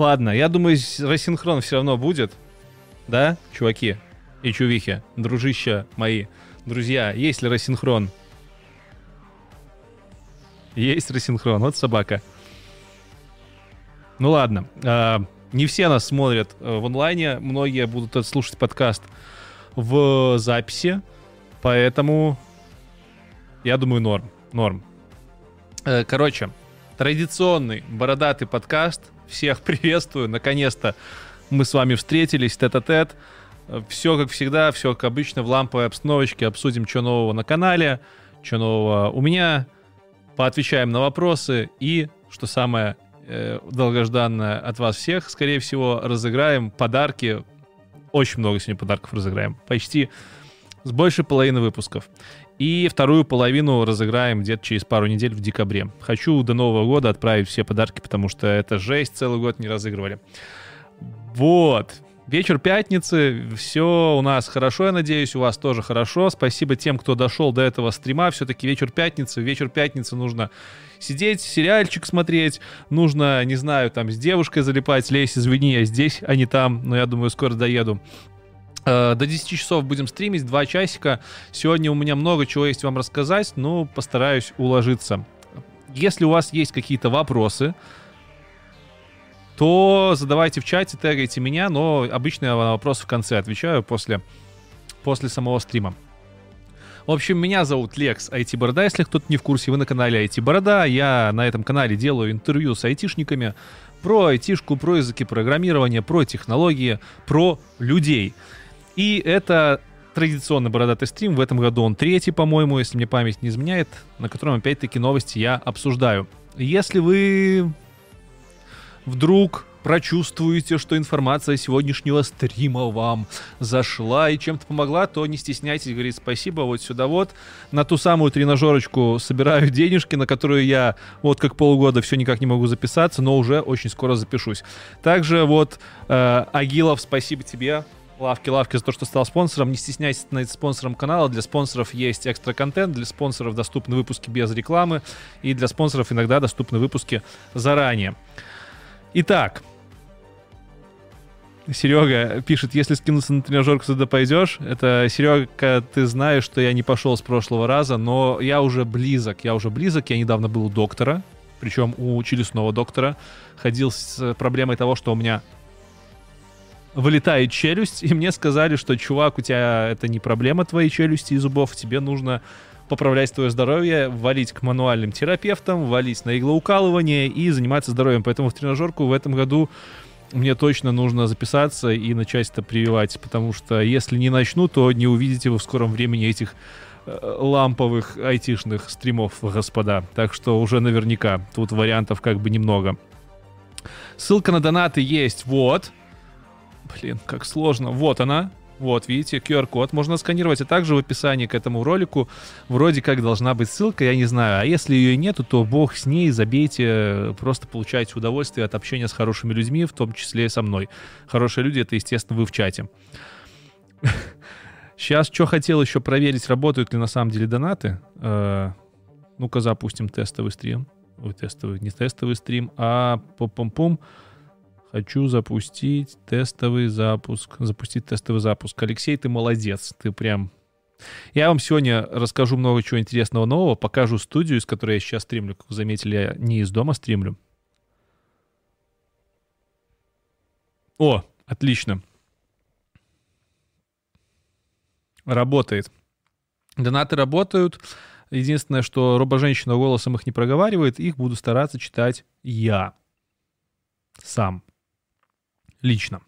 Ладно, я думаю, рассинхрон все равно будет. Да, чуваки и чувихи, дружища мои, друзья, есть ли рассинхрон? Есть рассинхрон, вот собака. Ну ладно, не все нас смотрят в онлайне, многие будут слушать подкаст в записи, поэтому я думаю норм. Короче, традиционный бородатый подкаст, всех приветствую, наконец-то мы с вами встретились тет-а-тет. Все как всегда, все как обычно, в ламповой обстановочке. Обсудим, что нового на канале, что нового у меня. Поотвечаем на вопросы. И, что самое долгожданное от вас всех, скорее всего, разыграем подарки. Очень много сегодня подарков разыграем. Почти с большей половины выпусков. И вторую половину разыграем где-то через пару недель в декабре. Хочу до Нового года отправить все подарки, потому что это жесть, целый год не разыгрывали. Вот. Вечер пятницы, все у нас хорошо, я надеюсь, у вас тоже хорошо. Спасибо тем, кто дошел до этого стрима. Все-таки вечер пятницы нужно сидеть, сериальчик смотреть, нужно, не знаю, там с девушкой залипать. Лесь, извини, я здесь, а не там, но я думаю, скоро доеду. До 10 часов будем стримить, 2 часика. Сегодня у меня много чего есть вам рассказать, но постараюсь уложиться. Если у вас есть какие-то вопросы, то задавайте в чате, тегайте меня, но обычно я на вопрос в конце отвечаю после самого стрима. В общем, меня зовут Лекс IT-борода, если кто-то не в курсе, вы на канале IT-борода. Я на этом канале делаю интервью с айтишниками про айтишку, про языки программирования, про технологии, про людей. И это традиционный бородатый стрим, в этом году он 3-й, по-моему, если мне память не изменяет, на котором опять-таки новости я обсуждаю. Если вы вдруг прочувствуете, что информация сегодняшнего стрима вам зашла и чем-то помогла, то не стесняйтесь говорить спасибо вот сюда вот. На ту самую тренажерочку собираю денежки, на которую я вот как полгода все никак не могу записаться, но уже очень скоро запишусь. Также вот Агилов, спасибо тебе. Лавки за то, что стал спонсором. Не стесняйтесь становиться спонсором канала. Для спонсоров есть экстра контент, для спонсоров доступны выпуски без рекламы, и для спонсоров иногда доступны выпуски заранее. Итак, Серега пишет, если скинуться на тренажерку, туда пойдешь. Это, Серега, ты знаешь, что я не пошел с прошлого раза, но я уже близок. Я недавно был у доктора, причем у челюстного доктора. Ходил с проблемой того, что у меня вылетает челюсть, и мне сказали, что, чувак, у тебя это не проблема твоей челюсти и зубов, тебе нужно поправлять твое здоровье, валить к мануальным терапевтам, валить на иглоукалывание и заниматься здоровьем. Поэтому в тренажерку в этом году мне точно нужно записаться и начать это прививать, потому что если не начну, то не увидите вы в скором времени этих ламповых айтишных стримов, господа. Так что уже наверняка тут вариантов как бы немного. Ссылка на донаты есть, вот. Блин, как сложно. Вот она. Вот, видите, QR-код можно сканировать, а также в описании к этому ролику вроде как должна быть ссылка, я не знаю. А если ее нету, то бог с ней, забейте, просто получайте удовольствие от общения с хорошими людьми, в том числе и со мной. Хорошие люди — это, естественно, вы в чате. Сейчас что хотел еще проверить, работают ли на самом деле донаты. Ну-ка запустим тестовый стрим. Ой, не тестовый стрим, а пум-пум-пум. Хочу запустить тестовый запуск. Алексей, ты молодец. Ты прям... Я вам сегодня расскажу много чего интересного нового. Покажу студию, из которой я сейчас стримлю. Как вы заметили, я не из дома стримлю. О, отлично. Работает. Донаты работают. Единственное, что робо-женщина голосом их не проговаривает. Их буду стараться читать я. Сам. Лично.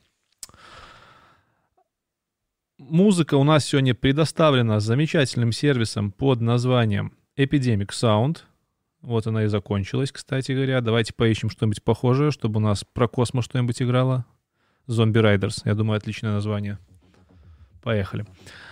Музыка у нас сегодня предоставлена замечательным сервисом под названием Epidemic Sound. Вот она и закончилась, кстати говоря. Давайте поищем что-нибудь похожее, чтобы у нас про космос что-нибудь играло. Zombie Riders. Я думаю, отличное название. Поехали.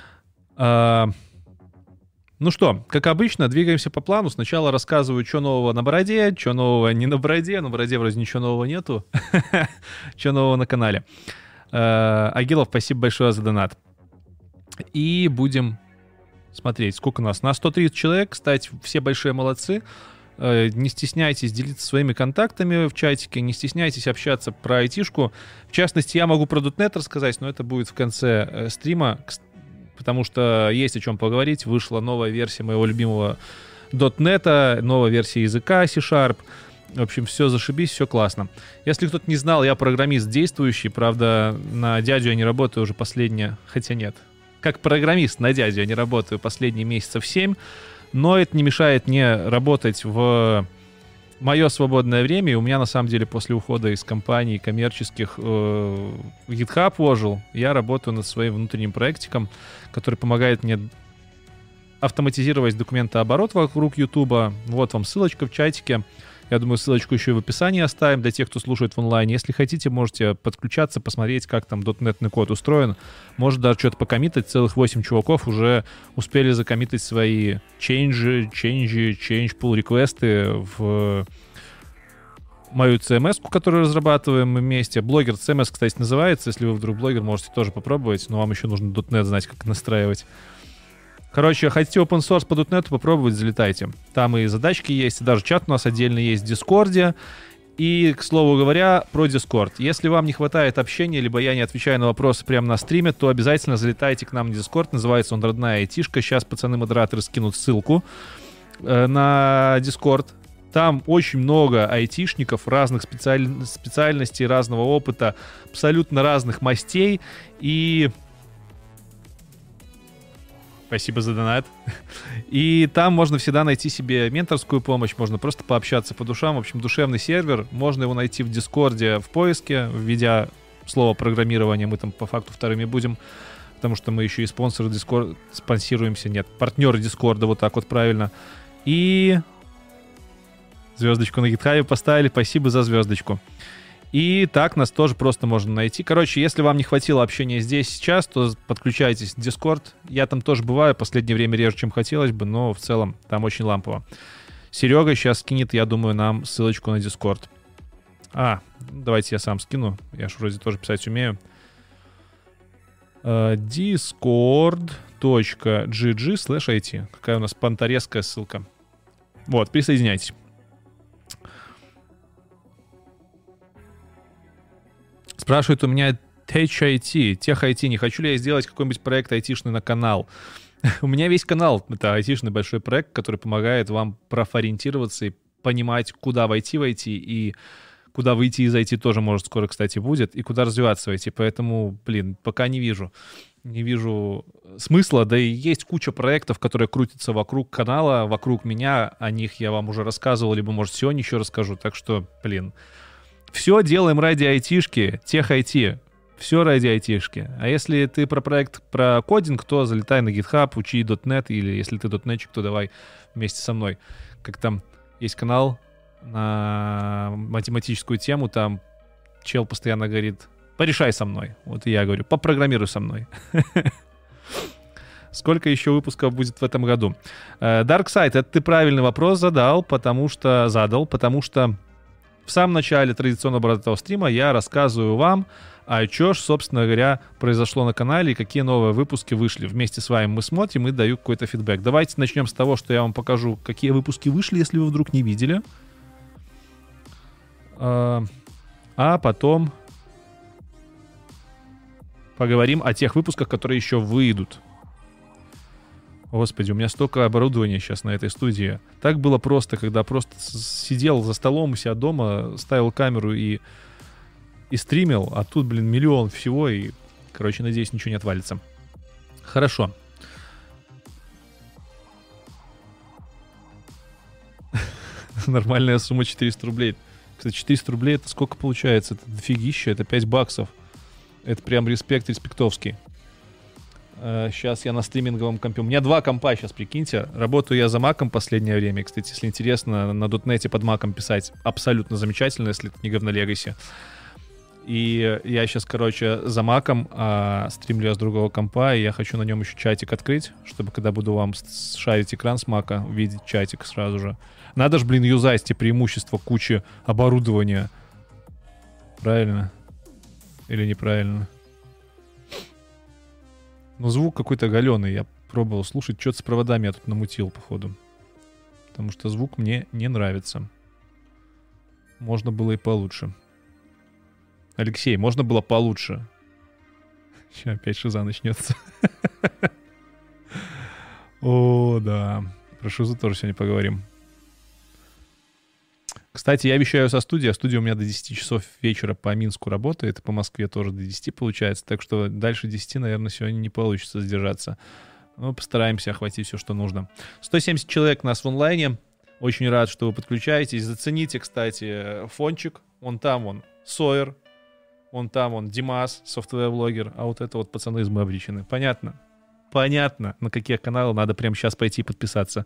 Ну что, как обычно, двигаемся по плану. Сначала рассказываю, что нового на бороде, что нового не на бороде. На бороде вроде ничего нового нету. Что нового на канале. Агилов, спасибо большое за донат. И будем смотреть, сколько нас. Нас 130 человек. Кстати, все большие молодцы. Не стесняйтесь делиться своими контактами в чатике, не стесняйтесь общаться про айтишку. В частности, я могу про .NET рассказать, но это будет в конце стрима, потому что есть о чем поговорить. Вышла новая версия моего любимого .NET, новая версия языка C#. В общем, все зашибись, все классно. Если кто-то не знал, я программист действующий. Правда, на дядю я не работаю уже последние... Хотя нет. Как программист на дядю я не работаю последние месяцев 7. Но это не мешает мне работать в мое свободное время. И у меня, на самом деле, после ухода из компаний коммерческих GitHub ожил. Я работаю над своим внутренним проектиком, который помогает мне автоматизировать документооборот вокруг YouTube. Вот вам ссылочка в чатике. Я думаю, ссылочку еще и в описании оставим для тех, кто слушает в онлайне. Если хотите, можете подключаться, посмотреть, как там .NET код устроен. Может даже что-то покоммитать. Целых 8 чуваков уже успели закоммитать свои change pull реквесты в мою CMS-ку, которую разрабатываем мы вместе. Блогер CMS, кстати, называется. Если вы вдруг блогер, можете тоже попробовать. Но вам еще нужно .NET знать, как настраивать. Короче, хотите open source по .NET, попробовать, залетайте. Там и задачки есть, и даже чат у нас отдельно есть в Дискорде. И, к слову говоря, про Discord. Если вам не хватает общения, либо я не отвечаю на вопросы прямо на стриме, то обязательно залетайте к нам в Discord. Называется он «Родная айтишка». Сейчас пацаны-модераторы скинут ссылку на Discord. Там очень много айтишников разных специальностей, разного опыта, абсолютно разных мастей. И... Спасибо за донат. И там можно всегда найти себе менторскую помощь, можно просто пообщаться по душам. В общем, душевный сервер. Можно его найти в Дискорде в поиске, введя слово программирование. Мы там по факту вторыми будем, потому что мы еще и спонсоры Дискорда, спонсируемся, нет, партнеры Дискорда, вот так вот правильно. И звездочку на GitHub поставили. Спасибо за звездочку. И так нас тоже просто можно найти. Короче, если вам не хватило общения здесь сейчас, то подключайтесь в Discord. Я там тоже бываю, в последнее время реже, чем хотелось бы, но в целом там очень лампово. Серега сейчас скинет, я думаю, нам ссылочку на Discord. Давайте я сам скину. Я ж вроде тоже писать умею. discord.gg/it. Какая у нас понторезкая ссылка. Вот, присоединяйтесь. Спрашивают у меня Тех IT, не хочу ли я сделать какой-нибудь проект айтишный на канал. У меня весь канал — это айтишный большой проект, который помогает вам профориентироваться и понимать, куда войти, и куда выйти из IT тоже, может, скоро, кстати, будет, и куда развиваться в IT. Поэтому, пока не вижу смысла, да и есть куча проектов, которые крутятся вокруг канала, вокруг меня, о них я вам уже рассказывал, либо, может, сегодня еще расскажу, так что, все делаем ради айтишки, тех IT. Все ради айтишки. А если ты про проект, про кодинг, то залетай на GitHub, учи .NET, или если ты .NETчик, то давай вместе со мной. Как там есть канал на математическую тему, там чел постоянно говорит: порешай со мной. Вот и я говорю: попрограммируй со мной. Сколько еще выпусков будет в этом году? Darkside, это ты правильный вопрос задал, потому что в самом начале традиционного бородатого стрима я рассказываю вам, что ж, собственно говоря, произошло на канале и какие новые выпуски вышли. Вместе с вами мы смотрим и даю какой-то фидбэк. Давайте начнем с того, что я вам покажу, какие выпуски вышли, если вы вдруг не видели. А потом поговорим о тех выпусках, которые еще выйдут. Господи, у меня столько оборудования сейчас на этой студии. Так было просто, когда просто сидел за столом у себя дома, ставил камеру и стримил, а тут, миллион всего, и, надеюсь, ничего не отвалится. Хорошо. Нормальная сумма 400 рублей. Кстати, 400 рублей — это сколько получается? Это дофигища, это 5 баксов. Это прям респектовский. Сейчас я на стриминговом компе. У меня 2 компа сейчас, прикиньте. Работаю я за маком в последнее время. Кстати, если интересно, на .NET под маком писать абсолютно замечательно, если это не говно Legacy. И я сейчас, за маком, стримлю я с другого компа, и я хочу на нем еще чатик открыть, чтобы когда буду вам шарить экран с мака, увидеть чатик сразу же. Надо ж, юзать те преимущества кучи оборудования. Правильно? Или неправильно? Но звук какой-то галёный. Я пробовал слушать. Что-то с проводами я тут намутил, походу. потому что звук мне не нравится. Можно было и получше. Алексей, можно было получше. Сейчас опять шиза начнется. О, да. Про шизу тоже сегодня поговорим. Кстати, я вещаю со студии, а студия у меня до 10 часов вечера по Минску работает, по Москве тоже до 10 получается, так что дальше 10, наверное, сегодня не получится сдержаться. Но постараемся охватить все, что нужно. 170 человек у нас в онлайне. Очень рад, что вы подключаетесь. Зацените, кстати, фончик. Вон там он Сойер, вон там он Димас, софтвер-блогер, а вот это вот пацаны из Мавричины. Понятно? Понятно, на какие каналы надо прямо сейчас пойти подписаться.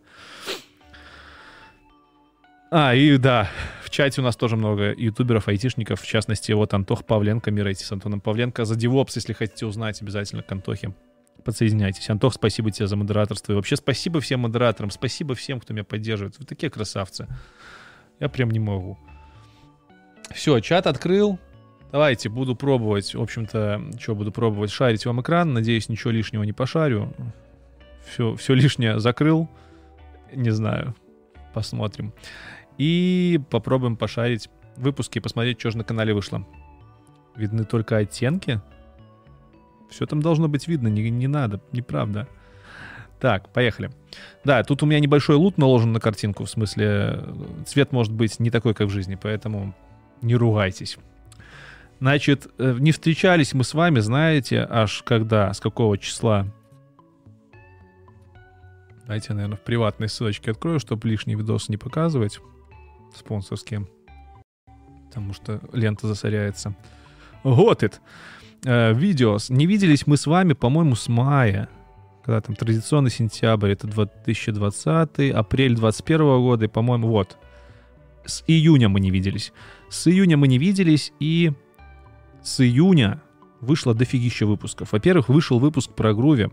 И да, в чате у нас тоже много ютуберов, айтишников, в частности, вот Антох Павленко, мирайте с Антоном Павленко. За DevOps, если хотите узнать, обязательно к Антохе подсоединяйтесь. Антох, спасибо тебе за модераторство. И вообще спасибо всем модераторам, спасибо всем, кто меня поддерживает. Вы такие красавцы. Я прям не могу. Все, чат открыл. Давайте, буду пробовать, в общем-то, что буду пробовать, шарить вам экран. Надеюсь, ничего лишнего не пошарю. Все лишнее закрыл. Не знаю. Посмотрим. И попробуем пошарить выпуски, посмотреть, что же на канале вышло. Видны только оттенки. Все там должно быть видно, не надо, неправда. Так, поехали. Да, тут у меня небольшой лут наложен на картинку, в смысле, цвет может быть не такой, как в жизни, поэтому не ругайтесь. Значит, не встречались мы с вами, знаете, аж когда, с какого числа? Давайте я, наверное, в приватной ссылочке открою, чтобы лишний видос не показывать. Спонсорские. Потому что лента засоряется. Вот это. Видеос. Не виделись мы с вами, по-моему, с мая. Когда там традиционный сентябрь, это 2020, апрель 2021 года, и, по-моему, вот. С июня мы не виделись. С июня мы не виделись, и с июня вышло дофигища выпусков. Во-первых, вышел выпуск про Groovy.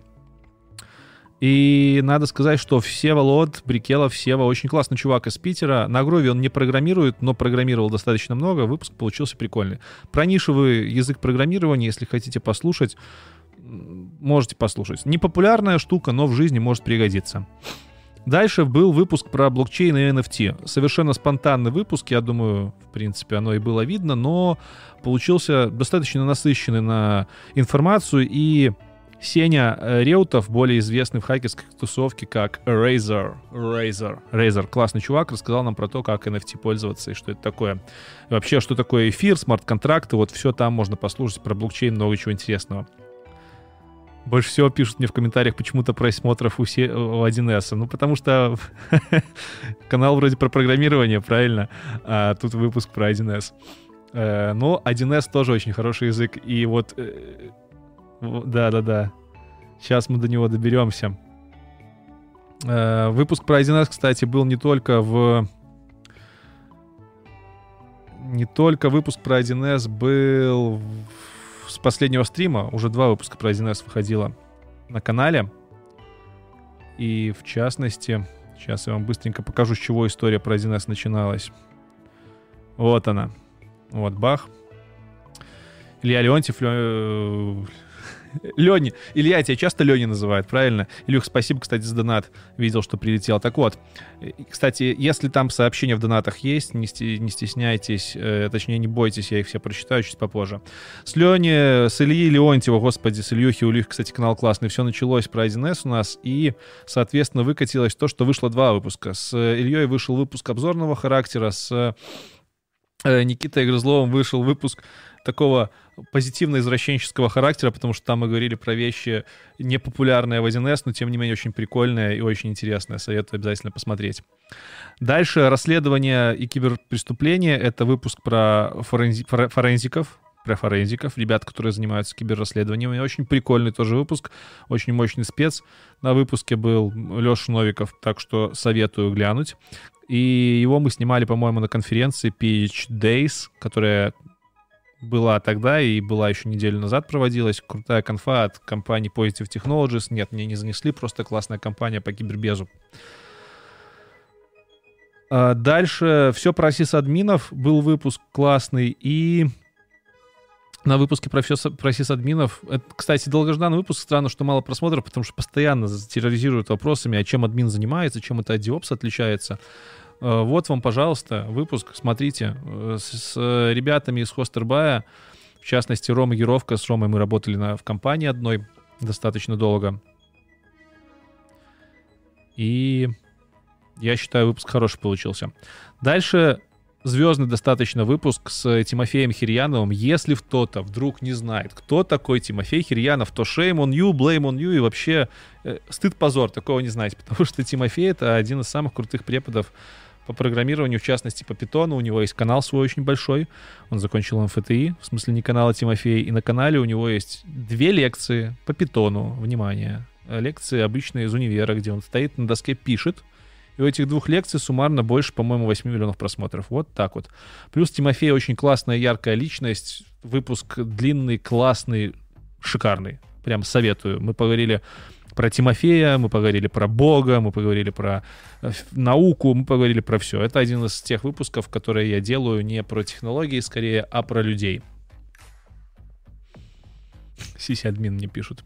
И надо сказать, что Всеволод Брикелов, Сева, очень классный чувак из Питера. На Groovy он не программирует, но программировал достаточно много. Выпуск получился прикольный. Про нишевый язык программирования, если хотите послушать, можете послушать. Непопулярная штука, но в жизни может пригодиться. Дальше был выпуск про блокчейн и NFT. Совершенно спонтанный выпуск, я думаю, в принципе, оно и было видно, но получился достаточно насыщенный на информацию, и Сеня Реутов, более известный в хакерской тусовке как Razer, классный чувак, рассказал нам про то, как NFT пользоваться и что это такое. И вообще, что такое эфир, смарт-контракты, вот все там можно послушать, про блокчейн много чего интересного. Больше всего пишут мне в комментариях почему-то просмотров у 1С. Ну, потому что канал вроде про программирование, правильно? А тут выпуск про 1С. Но 1С тоже очень хороший язык. И вот... Да. Сейчас мы до него доберемся. Выпуск про 1С, кстати, был не только выпуск про 1С был с последнего стрима. Уже 2 выпуска про 1С выходило на канале. И в частности, сейчас я вам быстренько покажу, с чего история про 1С начиналась. Вот она. Вот, бах. Илья Леонтьев... Илья, тебя часто Леня называют, правильно? Илюх, спасибо, кстати, за донат. Видел, что прилетел. Так вот, кстати, если там сообщения в донатах есть, не стесняйтесь, точнее, не бойтесь, я их все прочитаю чуть попозже. С Ильи Леонтьева, господи, с Ильюхи, у Ильюхи, кстати, канал классный. Все началось про 1С у нас, и, соответственно, выкатилось то, что вышло 2 выпуска. С Ильей вышел выпуск обзорного характера, с Никитой Грызловым вышел выпуск такого позитивно-извращенческого характера, потому что там мы говорили про вещи непопулярные в 1С, но тем не менее очень прикольные и очень интересные. Советую обязательно посмотреть. Дальше расследование и киберпреступления. Это выпуск про форензиков, ребят, которые занимаются киберрасследованием. И очень прикольный тоже выпуск, очень мощный спец. На выпуске был Леша Новиков, так что советую глянуть. И его мы снимали, по-моему, на конференции PH Days, которая была тогда и была еще неделю назад проводилась. Крутая конфа от компании Positive Technologies. Нет, мне не занесли, просто классная компания по кибербезу. Дальше все про сисадминов. Был выпуск классный. И на выпуске про сисадминов. Это, кстати, долгожданный выпуск. Странно, что мало просмотров, потому что постоянно терроризируют вопросами, а чем админ занимается, чем это от DevOps отличается. Вот вам, пожалуйста, выпуск. Смотрите. С ребятами из Хостербая, в частности, Рома Яровка. С Ромой мы работали в компании одной достаточно долго. И я считаю, выпуск хороший получился. Дальше звездный достаточно выпуск с Тимофеем Хирьяновым. Если кто-то вдруг не знает, кто такой Тимофей Хирьянов, то shame on you, blame on you, и вообще стыд-позор, такого не знать, потому что Тимофей — это один из самых крутых преподов по программированию, в частности, по питону. У него есть канал свой очень большой. Он закончил МФТИ, в смысле не канала Тимофей. И на канале у него есть 2 лекции по питону. Внимание. Лекции обычные из универа, где он стоит на доске, пишет. И у этих 2 лекций суммарно больше, по-моему, 8 миллионов просмотров. Вот так вот. Плюс Тимофей очень классная, яркая личность. Выпуск длинный, классный, шикарный. Прям советую. Мы поговорили про Тимофея, мы поговорили про Бога, мы поговорили про науку, мы поговорили про все. Это один из тех выпусков, которые я делаю не про технологии, скорее, а про людей. Сисадмин мне пишут.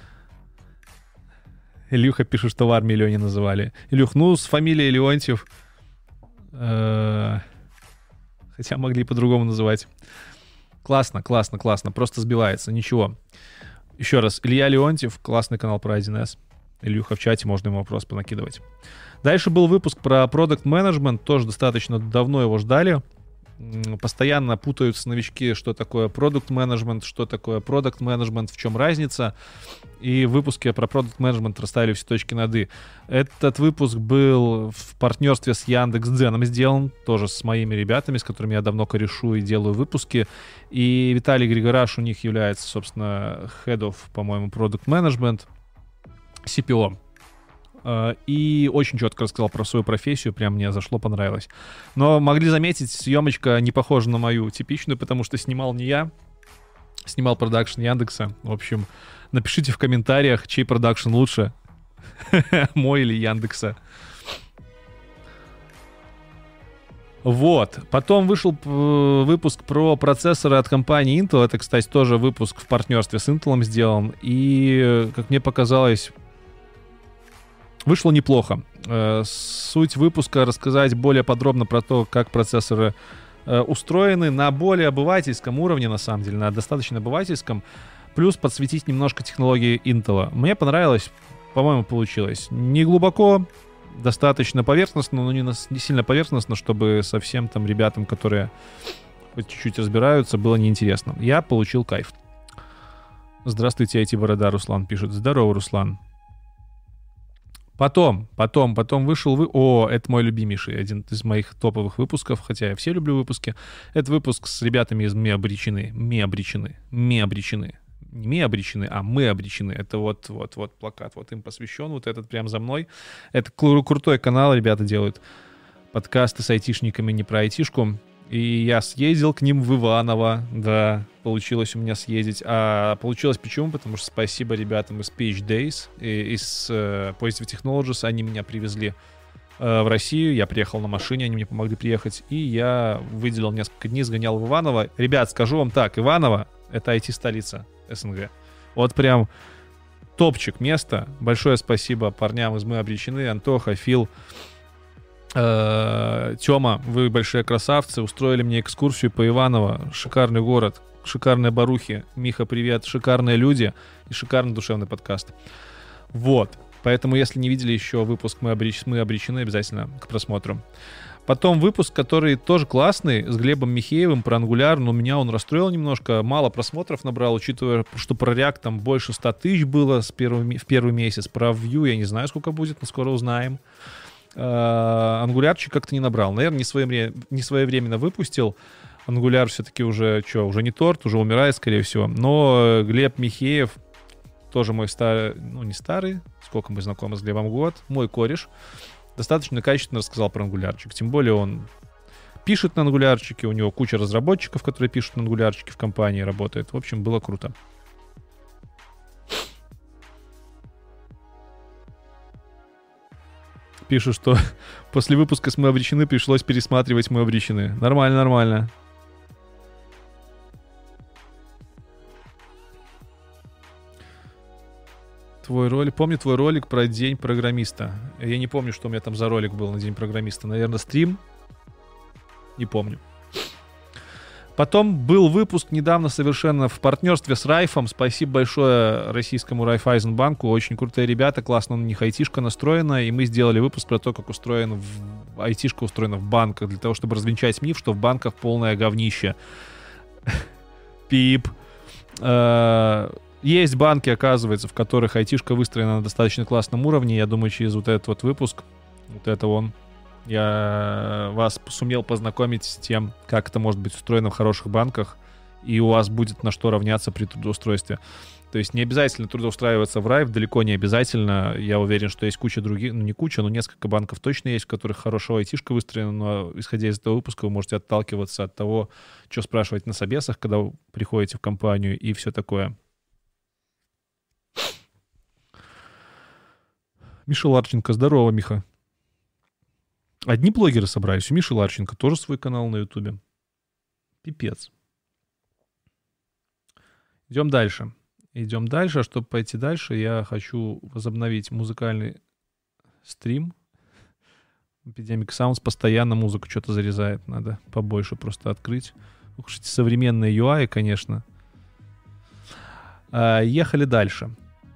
Илюха пишет, что в армии Лёни называли. Илюх, ну, с фамилией Леонтьев. Хотя могли по-другому называть. Классно, классно, классно. Просто сбивается. Ничего. Еще раз. Илья Леонтьев. Классный канал про 1С. Илюха в чате, можно ему вопрос понакидывать. Дальше был выпуск про Product Management. Тоже достаточно давно его ждали. Постоянно путаются новички, что такое Product Management, что такое Product Management, в чем разница. И в выпуске про Product Management расставили все точки над «и». Этот выпуск был в партнерстве с Яндекс.Дзеном сделан, тоже с моими ребятами, с которыми я давно корешу и делаю выпуски. И Виталий Григораш у них является, собственно, Head of, по-моему, Product Management, CPO. И очень четко рассказал про свою профессию, прям мне зашло, понравилось. Но могли заметить, съемочка не похожа на мою типичную, потому что снимал не я, снимал продакшн Яндекса. В общем, напишите в комментариях, чей продакшн лучше, мой или Яндекса. Вот. Потом вышел выпуск про процессоры от компании Intel. Это, кстати, тоже выпуск в партнерстве с Intel сделан. И, как мне показалось, вышло неплохо. Суть выпуска — рассказать более подробно про то, как процессоры устроены на более обывательском уровне, на самом деле, на достаточно обывательском, плюс подсветить немножко технологии Intel. Мне понравилось, по-моему, получилось. Не глубоко, достаточно поверхностно, но не сильно поверхностно, чтобы совсем там ребятам, которые хоть чуть-чуть разбираются, было неинтересно. Я получил кайф. Здравствуйте, IT-борода, Руслан пишет. Здорово, Руслан. Потом вышел... О, это мой любимейший, один из моих топовых выпусков, хотя я все люблю выпуски. Это выпуск с ребятами из «Мы обречены». Не «Мы обречены». Это вот плакат, вот им посвящен, вот этот прям за мной. Это крутой канал, ребята делают подкасты с айтишниками, не про айтишку. И я съездил к ним в Иваново, да, получилось у меня съездить. А получилось почему? Потому что спасибо ребятам из PH Days, из Positive Technologies, они меня привезли в Россию, я приехал на машине, они мне помогли приехать, и я выделил несколько дней, сгонял в Иваново. Ребят, скажу вам так, Иваново — это IT-столица СНГ. Вот прям топчик места. Большое спасибо парням из «Мы обречены», Антоха, Фил, Тёма, вы большие красавцы, устроили мне экскурсию по Иваново. Шикарный город, шикарные барухи. Миха, привет, шикарные люди и шикарный душевный подкаст. Вот, поэтому если не видели еще выпуск «Мы обречены», обязательно к просмотру. Потом выпуск, который тоже классный, с Глебом Михеевым про Angular, но меня он расстроил немножко. Мало просмотров набрал, учитывая, что про React там больше 100 тысяч было в первый месяц. Про Vue я не знаю, сколько будет, но скоро узнаем. Ангулярчик как-то не набрал. Наверное, не своевременно выпустил. Ангуляр все-таки уже не торт, уже умирает, скорее всего. Но Глеб Михеев, тоже мой старый, не старый, сколько мы знакомы с Глебом, год, мой кореш, достаточно качественно рассказал про ангулярчик. Тем более он пишет на ангулярчике, у него куча разработчиков, которые пишут на ангулярчике в компании, работает. В общем, было круто. Пишут, что после выпуска с «Мы обречены» пришлось пересматривать «Мы обречены». Нормально. Помню твой ролик про День программиста. Я не помню, что у меня там за ролик был на День программиста. Наверное, стрим. Не помню. Потом был выпуск недавно совершенно в партнерстве с Райфом. Спасибо большое российскому Райфайзенбанку. Очень крутые ребята, классно на них айтишка настроена. И мы сделали выпуск про то, как айтишка устроена в банках. Для того, чтобы развенчать миф, что в банках полное говнище. Пип. Есть банки, оказывается, в которых айтишка выстроена на достаточно классном уровне. Я думаю, через вот этот вот выпуск, я вас сумел познакомить с тем, как это может быть устроено в хороших банках, и у вас будет на что равняться при трудоустройстве. То есть не обязательно трудоустраиваться в Райф, далеко не обязательно. Я уверен, что есть куча других, не куча, но несколько банков точно есть, в которых хорошая айтишка выстроена, но исходя из этого выпуска вы можете отталкиваться от того, что спрашивать на собесах, когда вы приходите в компанию и все такое. Миша Ларченко, здорово, Миха. Одни блогеры собрались. У Миши Ларченко тоже свой канал на Ютубе. Пипец. Идем дальше. А чтобы пойти дальше, я хочу возобновить музыкальный стрим. Epidemic Sounds постоянно музыку что-то зарезает. Надо побольше просто открыть. Ух, эти современные UI, конечно. Ехали дальше.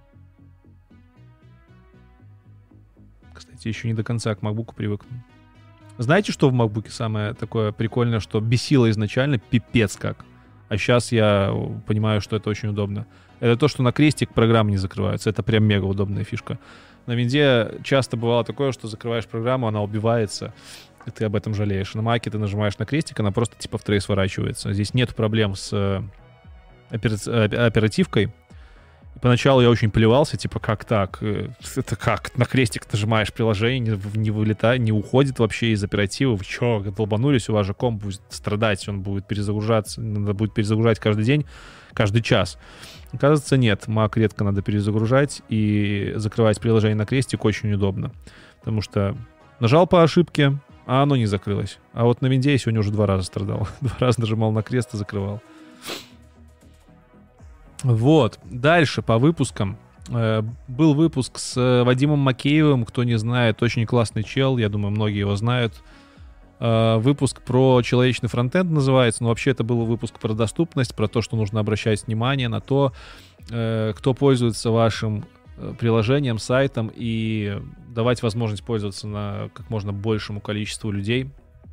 Кстати, еще не до конца к MacBook привык. Знаете, что в MacBook самое такое прикольное, что бесило изначально пипец как? А сейчас я понимаю, что это очень удобно. Это то, что на крестик программы не закрываются. Это прям мега удобная фишка. На винде часто бывало такое, что закрываешь программу, она убивается, и ты об этом жалеешь. На маке ты нажимаешь на крестик, она просто типа в трей сворачивается. Здесь нет проблем с оперативкой. Поначалу я очень плевался, типа, как так? Это как? На крестик нажимаешь приложение, не вылетает, не уходит вообще из оперативы. Вы чё, долбанулись? У вас же комп будет страдать, он будет перезагружаться, надо будет перезагружать каждый день, каждый час. Оказывается, нет, Mac редко надо перезагружать, и закрывать приложение на крестик очень удобно. Потому что нажал по ошибке, а оно не закрылось. А вот на винде я сегодня уже 2 раза страдал. 2 раза нажимал на крест и закрывал. Вот, дальше по выпускам. Был выпуск с Вадимом Макеевым, кто не знает, очень классный чел, я думаю, многие его знают. Выпуск про человечный фронтенд называется, но вообще это был выпуск про доступность, про то, что нужно обращать внимание на то, кто пользуется вашим приложением, сайтом, и давать возможность пользоваться на как можно большему количеству людей.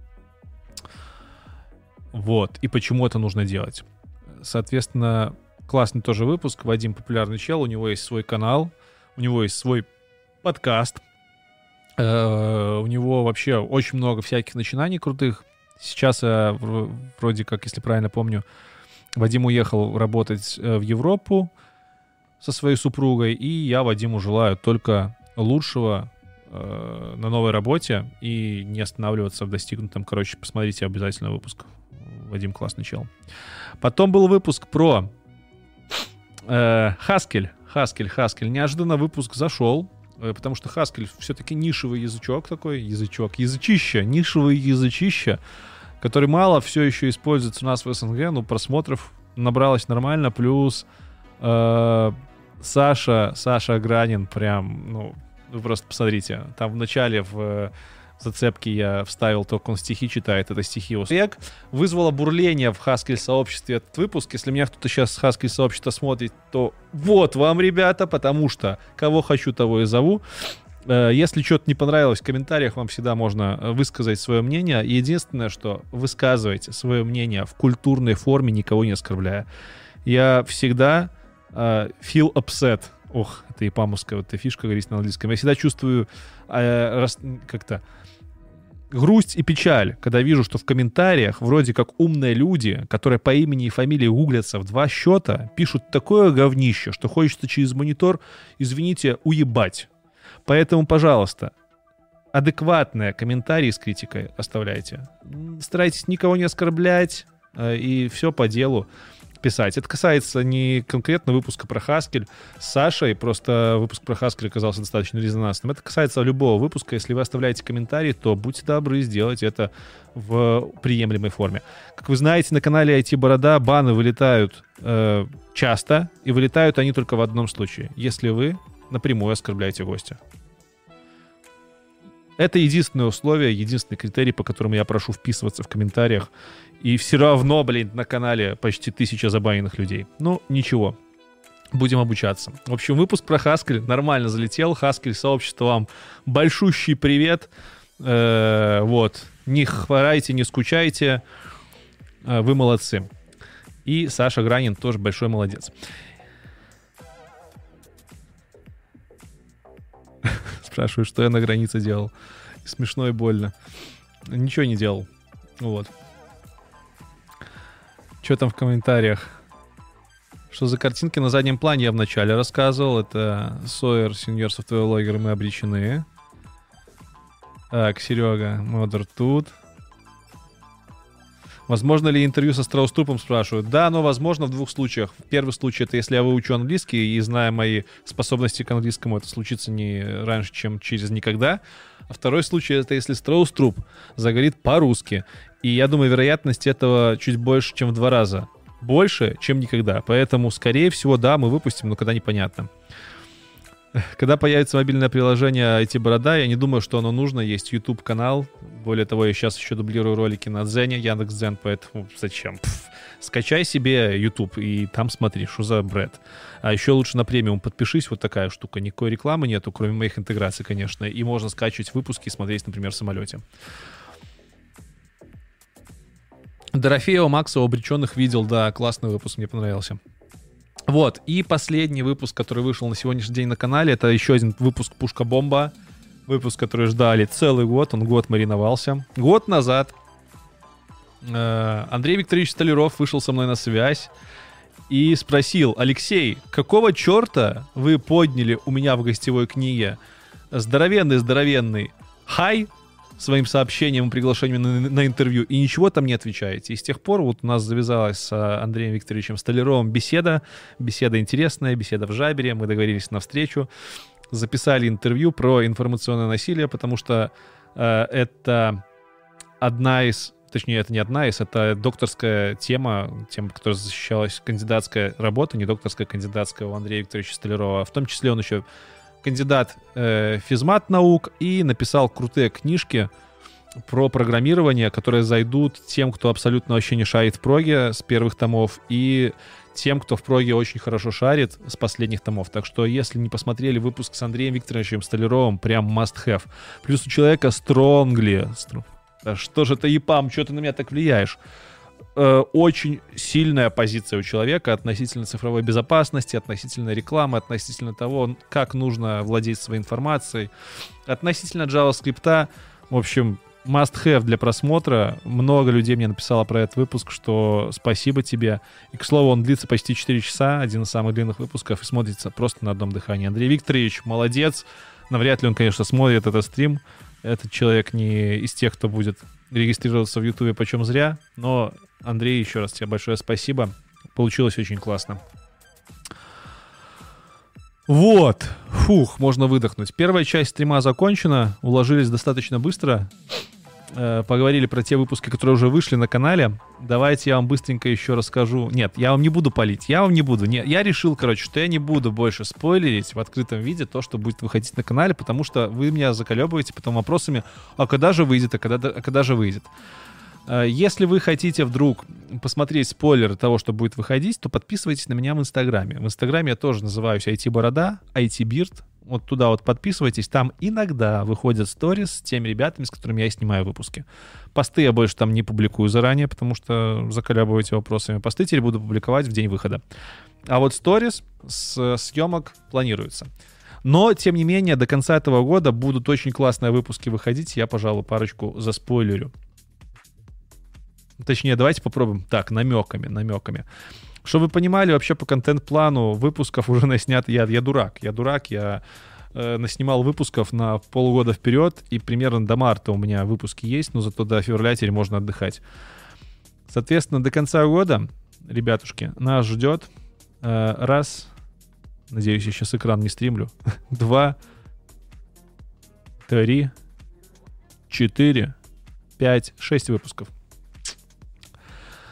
Вот, и почему это нужно делать. Соответственно, классный тоже выпуск. Вадим популярный чел, у него есть свой канал, у него есть свой подкаст. У него вообще очень много всяких начинаний крутых. Сейчас, вроде как, если правильно помню, Вадим уехал работать в Европу со своей супругой, и я Вадиму желаю только лучшего на новой работе и не останавливаться в достигнутом. Короче, посмотрите обязательно выпуск. Вадим классный чел. Потом был выпуск про Haskell. Неожиданно выпуск зашел, потому что Haskell все-таки нишевый язычище, нишевый язычище, который мало все еще используется у нас в СНГ, но просмотров набралось нормально, плюс Саша Гранин прям, вы просто посмотрите, там в начале в зацепке я вставил то, как он стихи читает, это стихи Узбек. Вызвало бурление в Haskell сообществе этот выпуск. Если меня кто-то сейчас с Haskell сообщества смотрит, то вот вам, ребята, потому что кого хочу, того и зову. Если что-то не понравилось, в комментариях вам всегда можно высказать свое мнение. Единственное, что высказывайте свое мнение в культурной форме, никого не оскорбляя. Я всегда feel upset. Ох, это ипамовская вот эта фишка, говорится на английском. Я всегда чувствую как-то грусть и печаль, когда вижу, что в комментариях вроде как умные люди, которые по имени и фамилии гуглятся в 2 счета, пишут такое говнище, что хочется через монитор, извините, уебать. Поэтому, пожалуйста, адекватные комментарии с критикой оставляйте. Старайтесь никого не оскорблять и все по делу писать. Это касается не конкретно выпуска про Haskell с Сашей, просто выпуск про Haskell оказался достаточно резонансным. Это касается любого выпуска. Если вы оставляете комментарий, то будьте добры сделать это в приемлемой форме. Как вы знаете, на канале IT Борода баны вылетают часто, и вылетают они только в одном случае. Если вы напрямую оскорбляйте гостя. Это единственное условие, единственный критерий, по которому я прошу вписываться в комментариях. И все равно, блин, на канале почти 1000 забаненных людей. Ну, ничего. Будем обучаться. В общем, выпуск про Haskell нормально залетел. Haskell сообщество, вам большущий привет. Вот. Не хворайте, не скучайте. Вы молодцы. И Саша Гранин тоже большой молодец. Спрашиваю, что я на границе делал. Смешно и больно. Ничего не делал. Вот. Что там в комментариях? Что за картинки на заднем плане я вначале рассказывал. Это Sawyer, Senior Software Logger, мы обречены. Так, Серега, модер тут. Возможно ли интервью со Страуструпом, спрашивают. Да, но возможно в двух случаях. В первый случай, это если я выучу английский и зная мои способности к английскому, это случится не раньше, чем через никогда. А второй случай, это если Страуструп заговорит по-русски. И я думаю, вероятность этого чуть больше, чем в 2 раза. Больше, чем никогда. Поэтому, скорее всего, да, мы выпустим, но когда непонятно. Когда появится мобильное приложение IT-борода, я не думаю, что оно нужно. Есть YouTube-канал. Более того, я сейчас еще дублирую ролики на Дзене, Яндекс.Дзен, поэтому зачем? Скачай себе YouTube и там смотри, что за бред. А еще лучше на премиум подпишись, вот такая штука. Никакой рекламы нету, кроме моих интеграций, конечно. И можно скачивать выпуски и смотреть, например, в самолете. Дорофеева, Максова, обреченных видел, да, классный выпуск, мне понравился. Вот, и последний выпуск, который вышел на сегодняшний день на канале, это еще один выпуск «Пушка-бомба». Выпуск, который ждали целый год, он год мариновался. Год назад Андрей Викторович Столяров вышел со мной на связь и спросил: Алексей, какого черта вы подняли у меня в гостевой книге здоровенный хай своим сообщением и приглашением на интервью, и ничего там не отвечаете. И с тех пор вот у нас завязалась с Андреем Викторовичем Столяровым беседа интересная, беседа в Жабере, мы договорились на встречу, записали интервью про информационное насилие, потому что это одна из, точнее, это не одна из, это докторская тема, которая защищалась, кандидатская работа, не докторская, кандидатская у Андрея Викторовича Столярова. В том числе он еще кандидат физмат наук и написал крутые книжки про программирование, которые зайдут тем, кто абсолютно вообще не шарит в проге с первых томов, и тем, кто в проге очень хорошо шарит с последних томов. Так что, если не посмотрели выпуск с Андреем Викторовичем Столяровым, прям must have. Плюс у человека стронгли. Да что же это, ЕПАМ, что ты на меня так влияешь? Очень сильная позиция у человека относительно цифровой безопасности, относительно рекламы, относительно того, как нужно владеть своей информацией, относительно JavaScript. В общем, must-have для просмотра. Много людей мне написало про этот выпуск, что спасибо тебе. И, к слову, он длится почти 4 часа, один из самых длинных выпусков, и смотрится просто на одном дыхании. Андрей Викторович, молодец. Навряд ли он, конечно, смотрит этот стрим. Этот человек не из тех, кто будет регистрироваться в Ютубе почем зря, но, Андрей, еще раз тебе большое спасибо. Получилось очень классно. Вот. Фух, можно выдохнуть. Первая часть стрима закончена. Уложились достаточно быстро. Поговорили про те выпуски, которые уже вышли на канале. Давайте я вам быстренько еще расскажу. Нет, я вам не буду палить. Я вам не буду. Нет, я решил, короче, что я не буду больше спойлерить в открытом виде то, что будет выходить на канале, потому что вы меня заколебываете потом вопросами: а когда же выйдет, а когда же выйдет. Если вы хотите вдруг посмотреть спойлеры того, что будет выходить, то подписывайтесь на меня в Инстаграме. В Инстаграме я тоже называюсь IT-борода, IT-бирд. Вот туда вот подписывайтесь. Там иногда выходят сторис с теми ребятами, с которыми я снимаю выпуски. Посты я больше там не публикую заранее, потому что заколебываете вопросами. Посты теперь буду публиковать в день выхода. А вот сторис с съемок планируется. Но, тем не менее, до конца этого года будут очень классные выпуски выходить. Я, пожалуй, парочку заспойлерю. Точнее, давайте попробуем так, намеками. Чтобы вы понимали, вообще по контент-плану выпусков уже наснят. Я дурак. Я наснимал выпусков на полгода вперед, и примерно до марта у меня выпуски есть, но зато до февраля теперь можно отдыхать. Соответственно, до конца года, ребятушки, нас ждет раз, надеюсь, я сейчас экран не стримлю, 2, 3, 4, 5, 6 выпусков.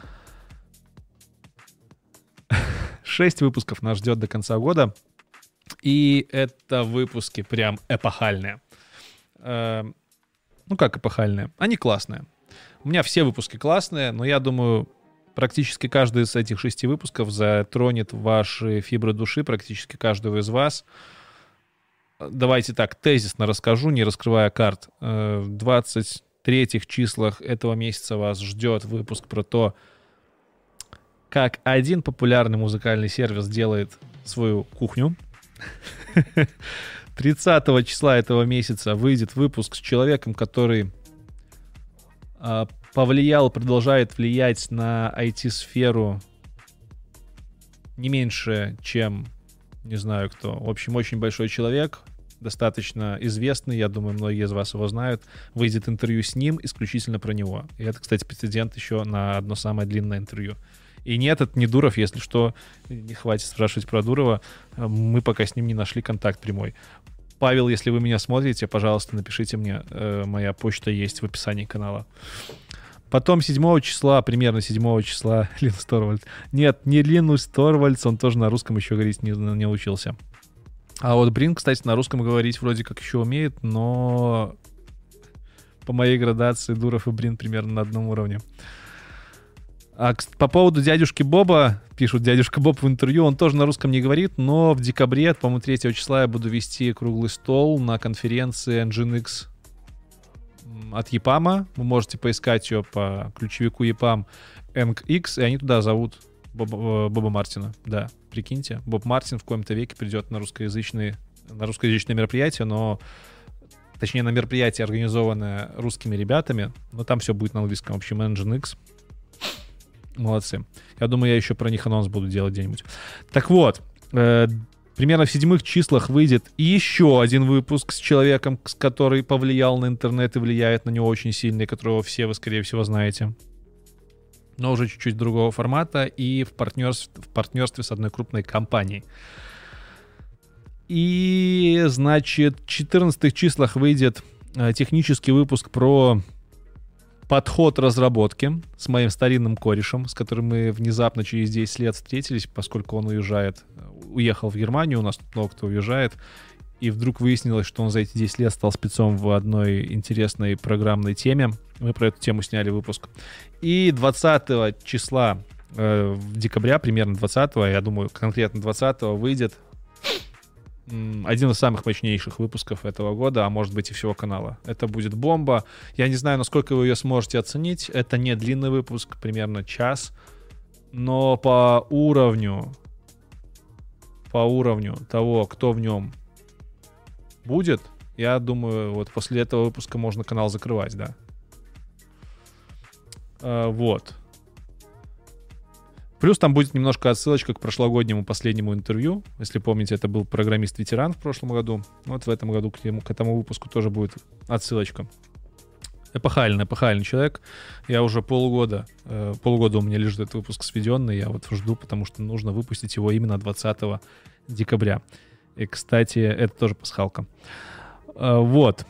6 выпусков нас ждет до конца года. И это выпуски прям эпохальные. Ну как эпохальные? Они классные. У меня все выпуски классные, но я думаю, практически каждый из этих 6 выпусков затронет ваши фибры души, практически каждого из вас. Давайте так, тезисно расскажу, не раскрывая карт. В 23-х числах этого месяца вас ждет выпуск про то, как один популярный музыкальный сервис делает свою кухню. 30 числа этого месяца выйдет выпуск с человеком, который повлиял, продолжает влиять на IT-сферу не меньше, чем, не знаю кто. В общем, очень большой человек, достаточно известный, я думаю, многие из вас его знают. Выйдет интервью с ним исключительно про него. И это, кстати, прецедент еще на одно самое длинное интервью. И нет, это не Дуров, если что, не хватит спрашивать про Дурова. Мы пока с ним не нашли контакт прямой. Павел, если вы меня смотрите, пожалуйста, напишите мне. Моя почта есть в описании канала. Потом 7 числа, примерно 7 числа, Линус Торвальдс. Нет, не Линус Торвальдс, он тоже на русском еще говорить не учился. А вот Брин, кстати, на русском говорить вроде как еще умеет, но по моей градации Дуров и Брин примерно на одном уровне. А по поводу дядюшки Боба, пишут дядюшка Боб в интервью, он тоже на русском не говорит, но в декабре, по-моему, 3 числа я буду вести круглый стол на конференции Nginx от EPAM. Вы можете поискать ее по ключевику EPAM NX, и они туда зовут Боба Мартина. Да, прикиньте, Боб Мартин в коем-то веке придет на русскоязычное мероприятие, но... Точнее, на мероприятие, организованное русскими ребятами, но там все будет на английском. В общем, Nginx. Молодцы. Я думаю, я еще про них анонс буду делать где-нибудь. Так вот, примерно в 7 числах выйдет еще один выпуск с человеком, который повлиял на интернет и влияет на него очень сильно, и которого все вы, скорее всего, знаете. Но уже чуть-чуть другого формата и в партнерстве с одной крупной компанией. И, значит, в 14 числах выйдет технический выпуск про подход разработки с моим старинным корешем, с которым мы внезапно через 10 лет встретились, поскольку он уехал в Германию, у нас тут много кто уезжает, и вдруг выяснилось, что он за эти 10 лет стал спецом в одной интересной программной теме. Мы про эту тему сняли выпуск. И 20 числа декабря, примерно 20, я думаю, конкретно 20 выйдет один из самых мощнейших выпусков этого года, а может быть и всего канала. Это будет бомба. Я не знаю, насколько вы ее сможете оценить. Это не длинный выпуск, примерно час. Но по уровню того, кто в нем будет, я думаю, вот после этого выпуска можно канал закрывать, да. Вот. Плюс там будет немножко отсылочка к прошлогоднему последнему интервью. Если помните, это был программист-ветеран в прошлом году. Вот в этом году к этому выпуску тоже будет отсылочка. Эпохальный человек. Я уже полгода у меня лежит этот выпуск сведенный. Я вот жду, потому что нужно выпустить его именно 20 декабря. И, кстати, это тоже пасхалка. Вот.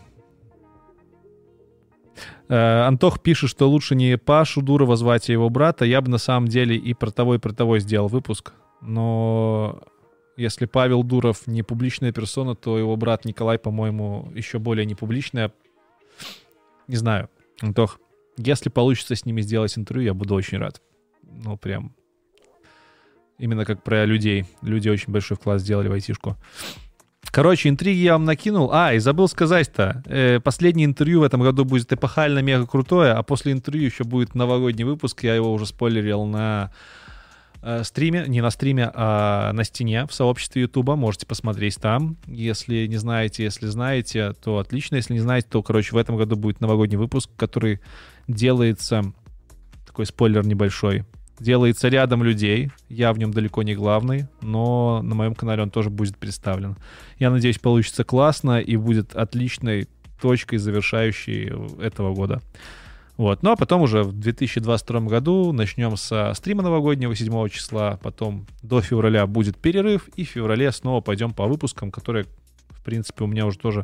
Антох пишет, что лучше не Пашу Дурова звать, а его брата. Я бы на самом деле и про того сделал выпуск. Но если Павел Дуров не публичная персона, то его брат Николай, по-моему, еще более не публичная. Не знаю. Антох, если получится с ними сделать интервью, я буду очень рад. Ну, прям. Именно как про людей. Люди очень большой вклад сделали в айтишку. Короче, интриги я вам накинул. И забыл сказать-то. Последнее интервью в этом году будет эпохально мега крутое, а после интервью еще будет новогодний выпуск. Я его уже спойлерил на стриме. Не на стриме, а на стене в сообществе Ютуба. Можете посмотреть там. Если не знаете, если знаете, то отлично. Если не знаете, то, короче, в этом году будет новогодний выпуск, который делается... Такой спойлер небольшой. Делается рядом людей. Я в нем далеко не главный, но на моем канале он тоже будет представлен. Я надеюсь, получится классно и будет отличной точкой, завершающей этого года. Вот. Ну а потом уже в 2022 году начнем со стрима новогоднего 7 числа, потом до февраля будет перерыв, и в феврале снова пойдем по выпускам, которые, в принципе, у меня уже тоже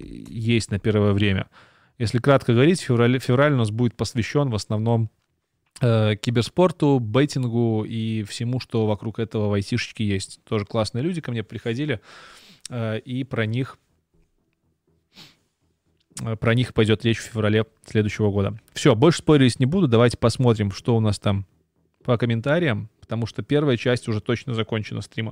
есть на первое время. Если кратко говорить, февраль у нас будет посвящен в основном киберспорту, бейтингу и всему, что вокруг этого в айтишечке есть. Тоже классные люди ко мне приходили, и про них пойдет речь в феврале следующего года. Все, больше спойлерить не буду. Давайте посмотрим, что у нас там по комментариям, потому что первая часть уже точно закончена стрима.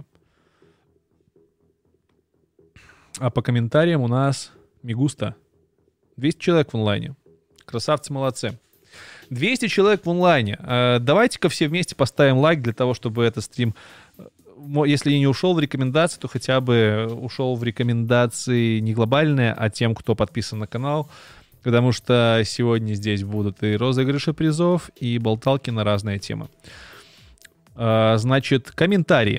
А по комментариям у нас Мигуста. 200 человек в онлайне. Красавцы, молодцы. 200 человек в онлайне. Давайте-ка все вместе поставим лайк для того, чтобы этот стрим, если и не ушел в рекомендации, то хотя бы ушел в рекомендации не глобальные, а тем, кто подписан на канал. Потому что сегодня здесь будут и розыгрыши призов, и болталки на разные темы. Значит, комментарии.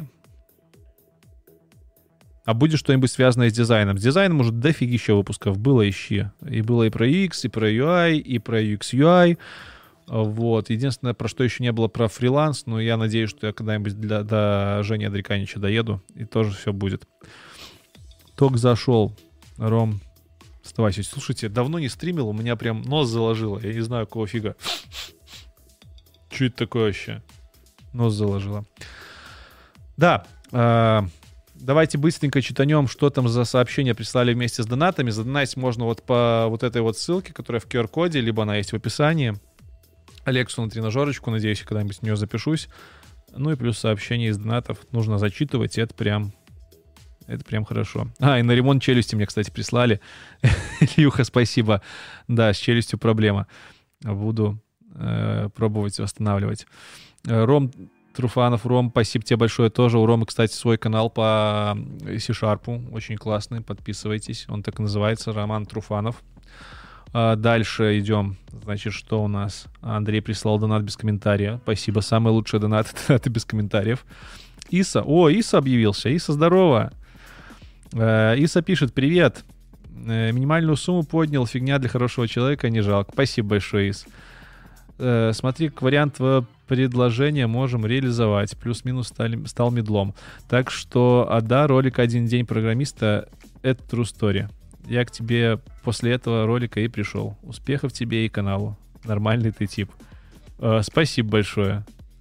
А будет что-нибудь связанное с дизайном? С дизайном уже дофигища выпусков было ищи. И было и про UX, и про UI, и про UX UI. Вот. Единственное, про что еще не было, про фриланс. Но я надеюсь, что я когда-нибудь до Жени Адриканича доеду. И тоже все будет. Ток зашел. Ром, оставайся. Слушайте, давно не стримил. У меня прям нос заложило. Я не знаю, какого фига. Что это такое вообще? Нос заложило. Да. Давайте быстренько читанем, что там за сообщения прислали вместе с донатами. Задонатить можно вот по вот этой вот ссылке, которая в QR-коде, либо она есть в описании. Алексу на тренажерочку, надеюсь, я когда-нибудь с нее запишусь. Ну и плюс сообщения из донатов нужно зачитывать, и это прям хорошо. И на ремонт челюсти мне, кстати, прислали. Илюха, спасибо. Да, с челюстью проблема. Буду пробовать восстанавливать. Ром Труфанов, Ром, спасибо тебе большое тоже. У Ромы, кстати, свой канал по C-Sharp, очень классный, подписывайтесь. Он так и называется, Роман Труфанов. Дальше идем. Значит, что у нас? Андрей прислал донат без комментария. Спасибо, самый лучший донат — это без комментариев. Иса, Иса объявился. Иса, здорово. Иса пишет: привет. Минимальную сумму поднял, фигня для хорошего человека, не жалко. Спасибо большое, Ис. Смотри, как вариант предложения можем реализовать. Плюс-минус стал медлом. Так что, ролик «Один день программиста» — это true story. Я к тебе после этого ролика и пришел. Успехов тебе и каналу. Нормальный ты тип. Спасибо большое.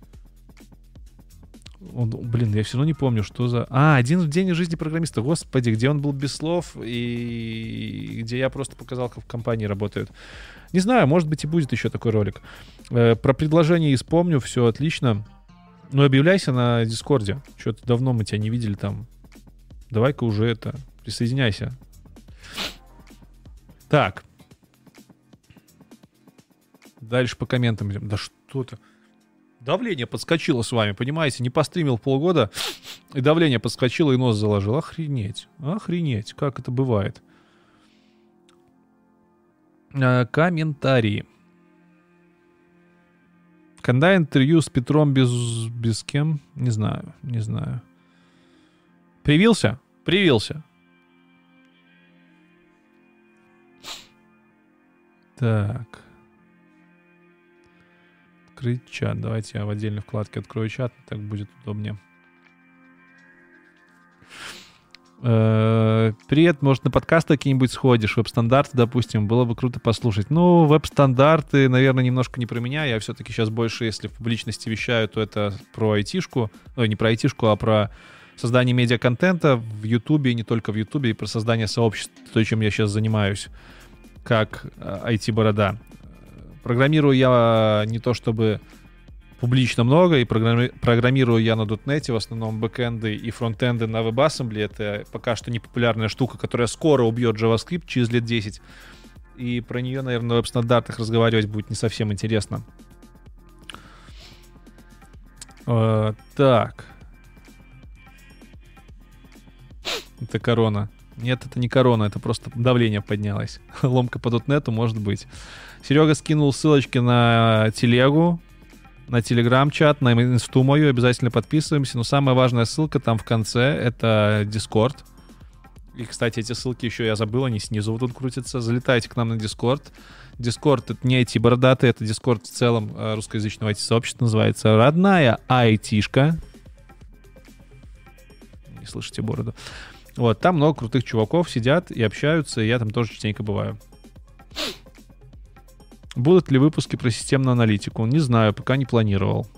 Я все равно не помню, что за... «Один день из жизни программиста». Господи, где он был без слов и где я просто показал, как в компании работают. Не знаю, может быть и будет еще такой ролик. Про предложение испомню, все отлично. Ну, объявляйся на Дискорде. Что-то давно мы тебя не видели там. Давай-ка уже присоединяйся. Так. Дальше по комментам идем. Да что-то... Давление подскочило с вами, понимаете? Не постримил полгода, и давление подскочило, и нос заложил. Охренеть. Охренеть. Как это бывает? Комментарии. Когда интервью с Петром без кем? Не знаю. Привился? Привился. Так. Открыть чат. Давайте я в отдельной вкладке открою чат, так будет удобнее. Привет, может, на подкасты какие-нибудь сходишь? Веб-стандарты, допустим, было бы круто послушать. Ну, веб-стандарты, наверное, немножко не про меня. Я все-таки сейчас больше, если в публичности вещаю, то это про айтишку. Не про айтишку, а про создание медиаконтента в Ютубе, и не только в Ютубе, и про создание сообществ, то, чем я сейчас занимаюсь, как IT-борода. Программирую я не то чтобы публично много, и программирую я на .NET, в основном бэкэнды и фронтенды на WebAssembly. Это пока что не популярная штука, которая скоро убьет JavaScript через лет 10. И про нее, наверное, на веб-стандартах разговаривать будет не совсем интересно. Так. Это корона. Нет, это не корона, это просто давление поднялось. Ломка по .NET может быть. Серега скинул ссылочки на телегу, на телеграм-чат, на инсту мою. Обязательно подписываемся. Но самая важная ссылка там в конце — это Discord. И, кстати, эти ссылки еще я забыл, они снизу вот тут крутятся. Залетайте к нам на Discord. Discord — это не IT-бородатый, это Discord в целом русскоязычного IT-сообщества, называется «Родная айтишка». Не слышите бороду? Вот, там много крутых чуваков сидят и общаются, и я там тоже частенько бываю. Будут ли выпуски про системную аналитику? Не знаю, пока не планировал.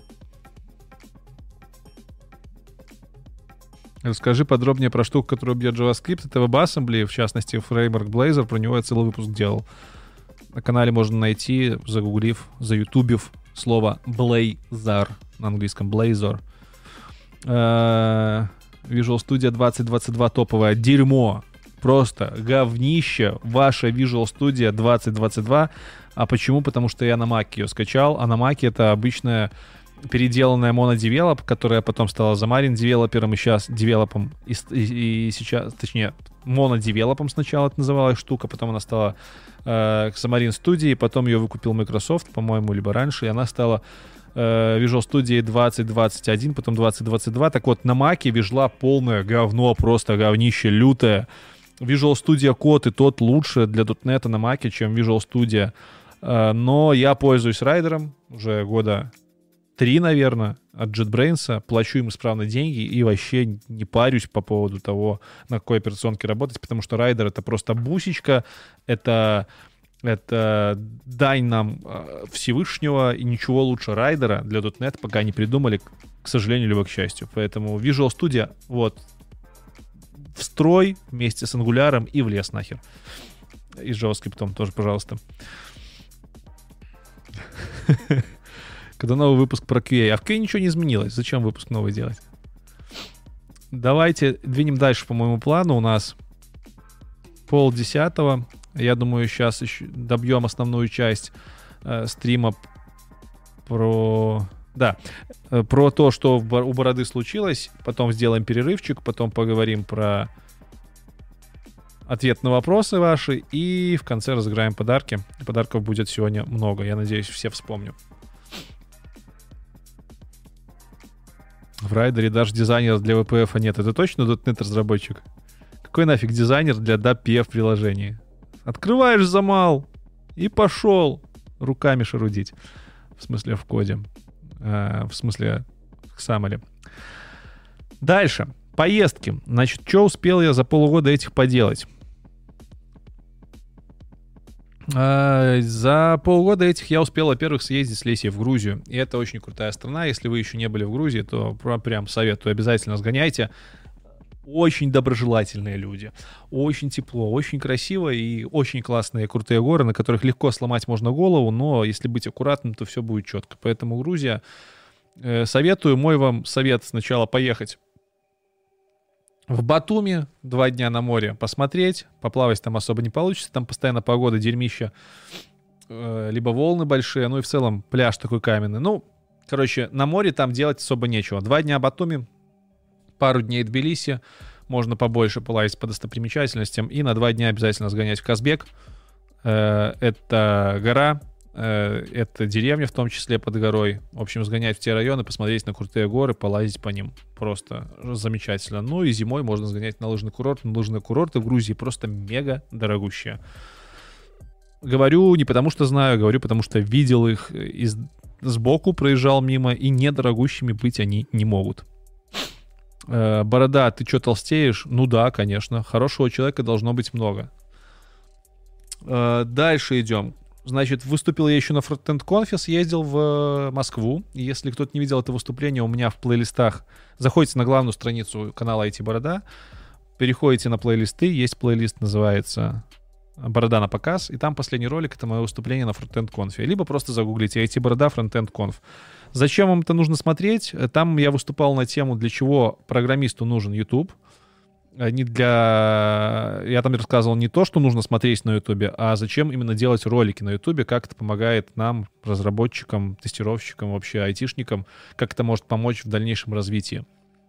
Расскажи подробнее про штуку, которая бьет JavaScript. Это WebAssembly, в частности, фреймворк Blazor. Про него я целый выпуск делал. На канале можно найти, загуглив, заютубив слово Blazor на английском. Blazor. Visual Studio 2022 топовое дерьмо. Просто говнище. Ваша Visual Studio 2022. А почему? Потому что я на Mac ее скачал. А на Mac это обычная переделанная монодевелоп, которая потом стала Xamarin девелопером и сейчас девелопом. И сейчас, точнее, монодевелопом сначала это называлась штука, потом она стала Xamarin Studio, потом ее выкупил Microsoft, по-моему, либо раньше, и она стала Visual Studio 2021, потом 2022. Так вот, на Маке Visual полное говно, просто говнище лютое. Visual Studio Code и тот лучше для .NET на Маке, чем Visual Studio. Но я пользуюсь райдером уже года 3, наверное, от JetBrains, плачу им исправно деньги и вообще не парюсь по поводу того, на какой операционке работать, потому что райдер — это просто бусечка, это дань нам Всевышнего, и ничего лучше райдера для .NET пока не придумали, к сожалению, либо к счастью. Поэтому Visual Studio вот в строй вместе с Angular и в лес нахер. И с JavaScript тоже, пожалуйста. Когда новый выпуск про QA. А в QA ничего не изменилось. Зачем выпуск новый делать? Давайте двинем дальше по моему плану. У нас 9:30. Я думаю, сейчас еще добьем основную часть стрима про то, что у Бороды случилось. Потом сделаем перерывчик. Потом поговорим про ответ на вопросы ваши. И в конце разыграем подарки. Подарков будет сегодня много. Я надеюсь, все вспомню. В райдере даже дизайнера для WPF нет. Это точно .NET разработчик? Какой нафиг дизайнер для DAP-PF приложений? Открываешь замал и пошел руками шарудить. В смысле в коде. В смысле в XAML. Дальше. Поездки. Значит, что успел я за полгода этих поделать? За полгода этих я успел, во-первых, съездить с Лесей в Грузию. И это очень крутая страна. Если вы еще не были в Грузии, то прям советую, обязательно сгоняйте. Очень доброжелательные люди. Очень тепло, очень красиво и очень классные, крутые горы, на которых легко сломать можно голову, но если быть аккуратным, то все будет четко. Поэтому Грузия. Советую, мой вам совет сначала поехать в Батуми, 2 дня на море посмотреть. Поплавать там особо не получится. Там постоянно погода, дерьмища. Либо волны большие. Ну и в целом пляж такой каменный. Ну, короче, на море там делать особо нечего. 2 дня Батуми, пару дней Тбилиси. Можно побольше полазить по достопримечательностям. И на 2 дня обязательно сгонять в Казбек. Это гора. Это деревня, в том числе под горой. В общем, сгонять в те районы, посмотреть на крутые горы, полазить по ним. Просто замечательно. Ну и зимой можно сгонять на лыжный курорт. Но лыжные курорты в Грузии просто мега дорогущие. Говорю не потому, что знаю, говорю потому, что видел их сбоку, проезжал мимо, и недорогущими быть они не могут. Борода, ты что, толстеешь? Ну да, конечно. Хорошего человека должно быть много. Дальше идем. Значит, выступил я еще на Frontend Conf, съездил в Москву. И если кто-то не видел это выступление, у меня в плейлистах. Заходите на главную страницу канала IT Борода, переходите на плейлисты. Есть плейлист, называется «Борода на показ». И там последний ролик — это мое выступление на Frontend Conf. Либо просто загуглите IT Борода Frontend Conf. Зачем вам это нужно смотреть? Там я выступал на тему, для чего программисту нужен YouTube. Я там рассказывал не то, что нужно смотреть на Ютубе, а зачем именно делать ролики на Ютубе, как это помогает нам, разработчикам, тестировщикам, вообще айтишникам, как это может помочь в дальнейшем развитии.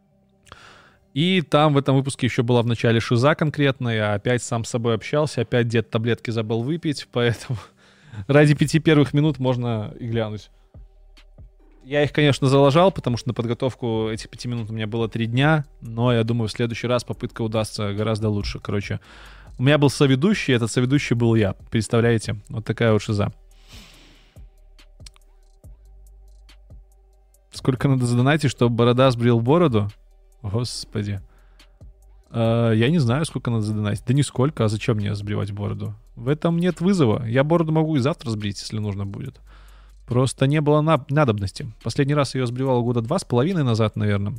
И там в этом выпуске еще была в начале шиза конкретно, я опять сам с собой общался, опять где-то таблетки забыл выпить, поэтому ради 5 первых минут можно и глянуть. Я их, конечно, залажал, потому что на подготовку этих 5 минут у меня было 3 дня, но я думаю, в следующий раз попытка удастся гораздо лучше. Короче, у меня был соведущий, этот соведущий был я. Представляете? Вот такая вот шиза. Сколько надо задонатить, чтобы Борода сбрил бороду? Господи. Я не знаю, сколько надо задонатить. Да нисколько, а зачем мне сбривать бороду? В этом нет вызова. Я бороду могу и завтра сбрить, если нужно будет. Просто не было надобности. Последний раз я ее сбривал года 2,5 назад, наверное.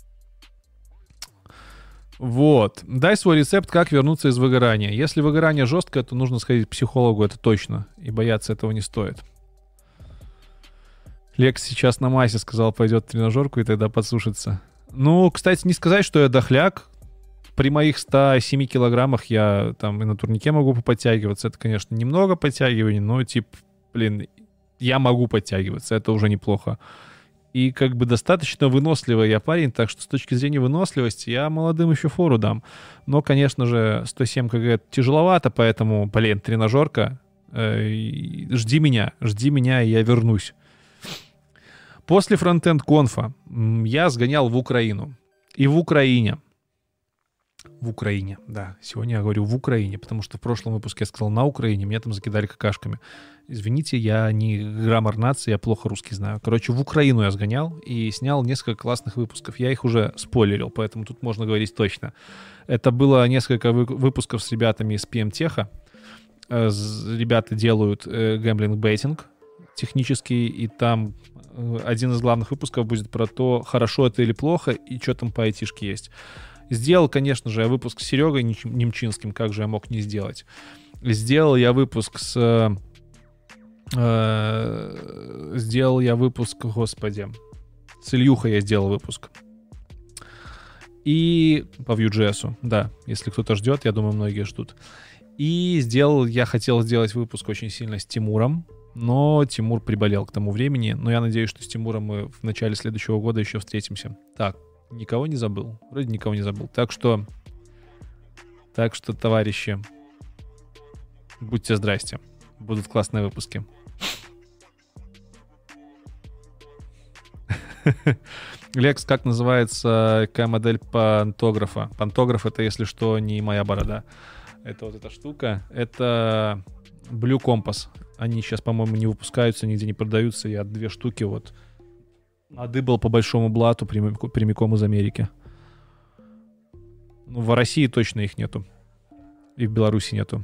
Вот. Дай свой рецепт, как вернуться из выгорания. Если выгорание жесткое, то нужно сходить к психологу, это точно. И бояться этого не стоит. Лекс сейчас на массе сказал, пойдет в тренажерку и тогда подсушится. Ну, кстати, не сказать, что я дохляк. При моих 107 килограммах я там и на турнике могу подтягиваться. Это, конечно, немного подтягиваний, но, блин, я могу подтягиваться. Это уже неплохо. И как бы достаточно выносливый я парень, так что с точки зрения выносливости я молодым еще фору дам. Но, конечно же, 107 кг тяжеловато, поэтому, блин, тренажерка, жди меня, и я вернусь. После фронтенд конфа я сгонял в Украину. И в Украине, да, сегодня я говорю в Украине, потому что в прошлом выпуске я сказал на Украине, меня там закидали какашками. Извините, я не граммар нации, я плохо русский знаю. Короче, в Украину я сгонял и снял несколько классных выпусков. Я их уже спойлерил, поэтому тут можно говорить точно. Это было несколько выпусков с ребятами из PM-теха. Ребята делают гэмблинг-бейтинг технический, и там один из главных выпусков будет про то, хорошо это или плохо, и что там по айтишке есть. Сделал, конечно же, я выпуск с Серегой Немчинским, как же я мог не сделать. Сделал я выпуск с... господи, с Ильюхой я сделал выпуск. И по Vue.js, да, если кто-то ждет, я думаю, многие ждут. И я хотел сделать выпуск очень сильно с Тимуром, но Тимур приболел к тому времени. Но я надеюсь, что с Тимуром мы в начале следующего года еще встретимся. Так, никого не забыл? Вроде никого не забыл. Так что, товарищи, будьте здрасте. Будут классные выпуски. Лекс, как называется модель пантографа? Пантограф — это, если что, не моя борода. Это вот эта штука. Это Blue Compass. Они сейчас, по-моему, не выпускаются, нигде не продаются. Я 2 штуки вот надыбал по большому блату прямиком из Америки. Ну, в России точно их нету. И в Беларуси нету.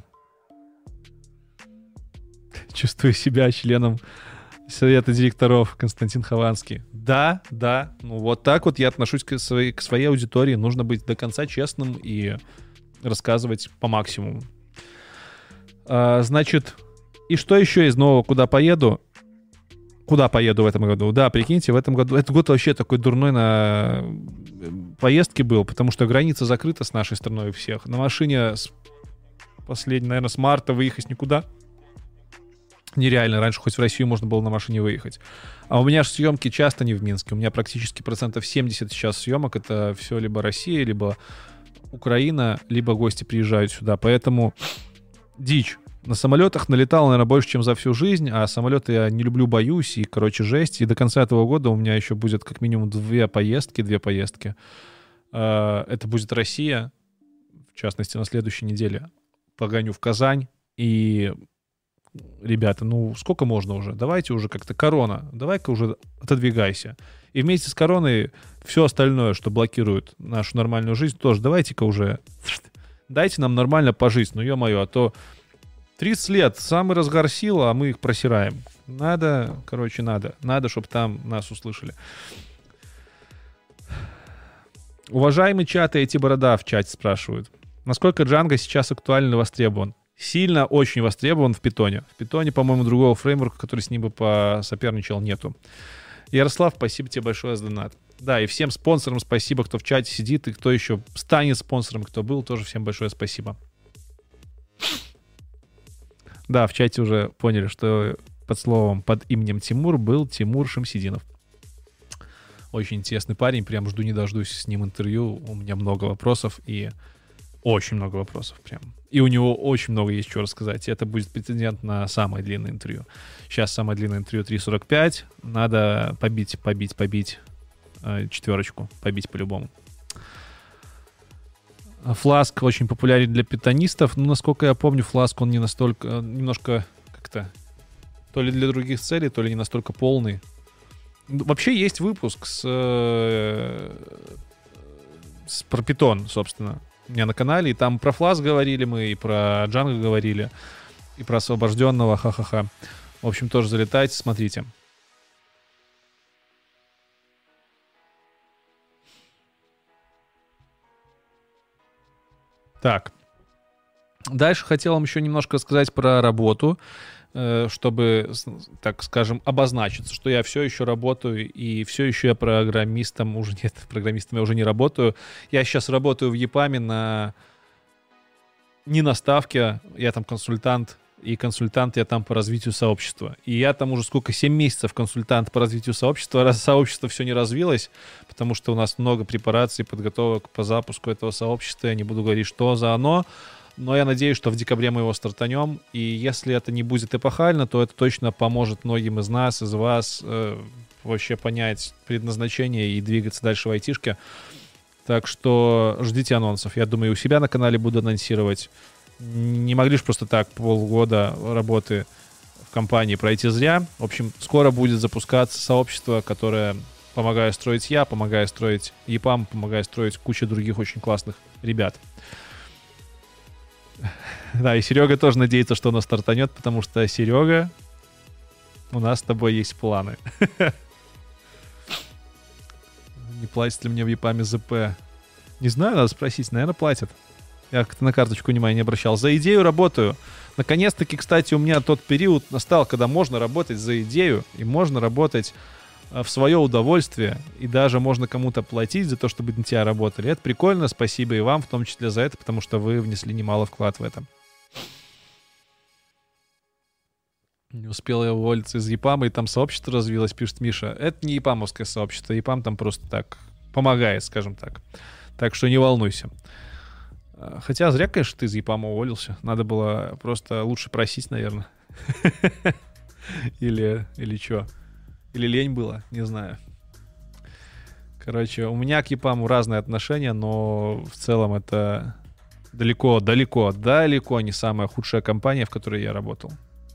Чувствую себя членом совета директоров, Константин Хованский. Да, ну вот так вот я отношусь к своей аудитории. Нужно быть до конца честным и рассказывать по максимуму. Значит, и что еще из нового? Куда поеду в этом году? Да, прикиньте, в этом году... Этот год вообще такой дурной на поездке был, потому что граница закрыта с нашей страной у всех. На машине наверное, с марта выехать никуда. Нереально. Раньше хоть в Россию можно было на машине выехать. А у меня же съемки часто не в Минске. У меня практически 70% сейчас съемок. Это все либо Россия, либо Украина, либо гости приезжают сюда. Поэтому дичь. На самолетах налетал, наверное, больше, чем за всю жизнь. А самолеты я не люблю, боюсь. И, короче, жесть. И до конца этого года у меня еще будет как минимум 2 поездки. Это будет Россия. В частности, на следующей неделе погоню в Казань. И... Ребята, ну сколько можно уже? Давайте уже как-то корона. Давай-ка уже отодвигайся. И вместе с короной все остальное, что блокирует нашу нормальную жизнь, тоже давайте-ка уже дайте нам нормально пожить. Ну ё-моё, а то 30 лет, самый разгар сил, а мы их просираем. Надо, чтобы там нас услышали. Уважаемый чат и эти борода в чате спрашивают. Насколько Django сейчас актуален и востребован? Сильно очень востребован в питоне. В питоне, по-моему, другого фреймворка, который с ним бы посоперничал, нету. Ярослав, спасибо тебе большое за донат. Да, и всем спонсорам спасибо, кто в чате сидит, и кто еще станет спонсором, кто был, тоже всем большое спасибо. Да, в чате уже поняли, что под именем Тимур был Тимур Шамсидинов. Очень интересный парень, прям жду не дождусь с ним интервью. У меня много вопросов и... Очень много вопросов прям. И у него очень много есть что рассказать. И это будет претендент на самое длинное интервью. Сейчас самое длинное интервью 3:45. Надо побить 4. Побить по-любому. Flask очень популярен для питонистов. Но, насколько я помню, Flask, он не настолько... Немножко как-то... То ли для других целей, то ли не настолько полный. Вообще есть выпуск про Python, собственно. у меня на канале, и там про Flask говорили мы, и про Django говорили, и про освобожденного, ха-ха-ха. В общем, тоже залетайте, смотрите. Так. Дальше хотел вам еще немножко рассказать про работу, чтобы, так скажем, обозначиться, что я все еще работаю, и все еще я программистом уже нет, программистом я уже не работаю. Я сейчас работаю в EPAM не на ставке, я там консультант, и консультант я там по развитию сообщества. И я там уже 7 месяцев консультант по развитию сообщества, раз сообщество все не развилось, потому что у нас много препараций, подготовок по запуску этого сообщества, я не буду говорить, что за оно, но я надеюсь, что в декабре мы его стартанем, и если это не будет эпохально, то это точно поможет многим из нас, из вас вообще понять предназначение и двигаться дальше в айтишке. Так что ждите анонсов. Я думаю, у себя на канале буду анонсировать. Не могли же просто так полгода работы в компании пройти зря. В общем, скоро будет запускаться сообщество, которое помогаю строить я, помогаю строить EPAM, помогаю строить кучу других очень классных ребят. Да, и Серега тоже надеется, что оно стартанет, потому что, Серега, у нас с тобой есть планы. Не платят ли мне в EPAM ЗП? Не знаю, надо спросить. Наверное, платят. Я как-то на карточку внимания не обращал. За идею работаю. Наконец-таки, кстати, у меня тот период настал, когда можно работать за идею, и можно работать в свое удовольствие, и даже можно кому-то платить за то, чтобы на тебя работали. Это прикольно, спасибо и вам, в том числе за это, потому что вы внесли немало вклад в это. Не успел я уволиться из EPAM, и там сообщество развилось, пишет Миша. Это не EPAM-овское сообщество, EPAM там просто так помогает, скажем так. Так что не волнуйся. Хотя зря, конечно, ты из EPAM уволился. Надо было просто лучше просить, наверное. Или что? Или лень было, не знаю. Короче, у меня к EPAM разные отношения, но в целом это далеко не самая худшая компания, в которой я работал.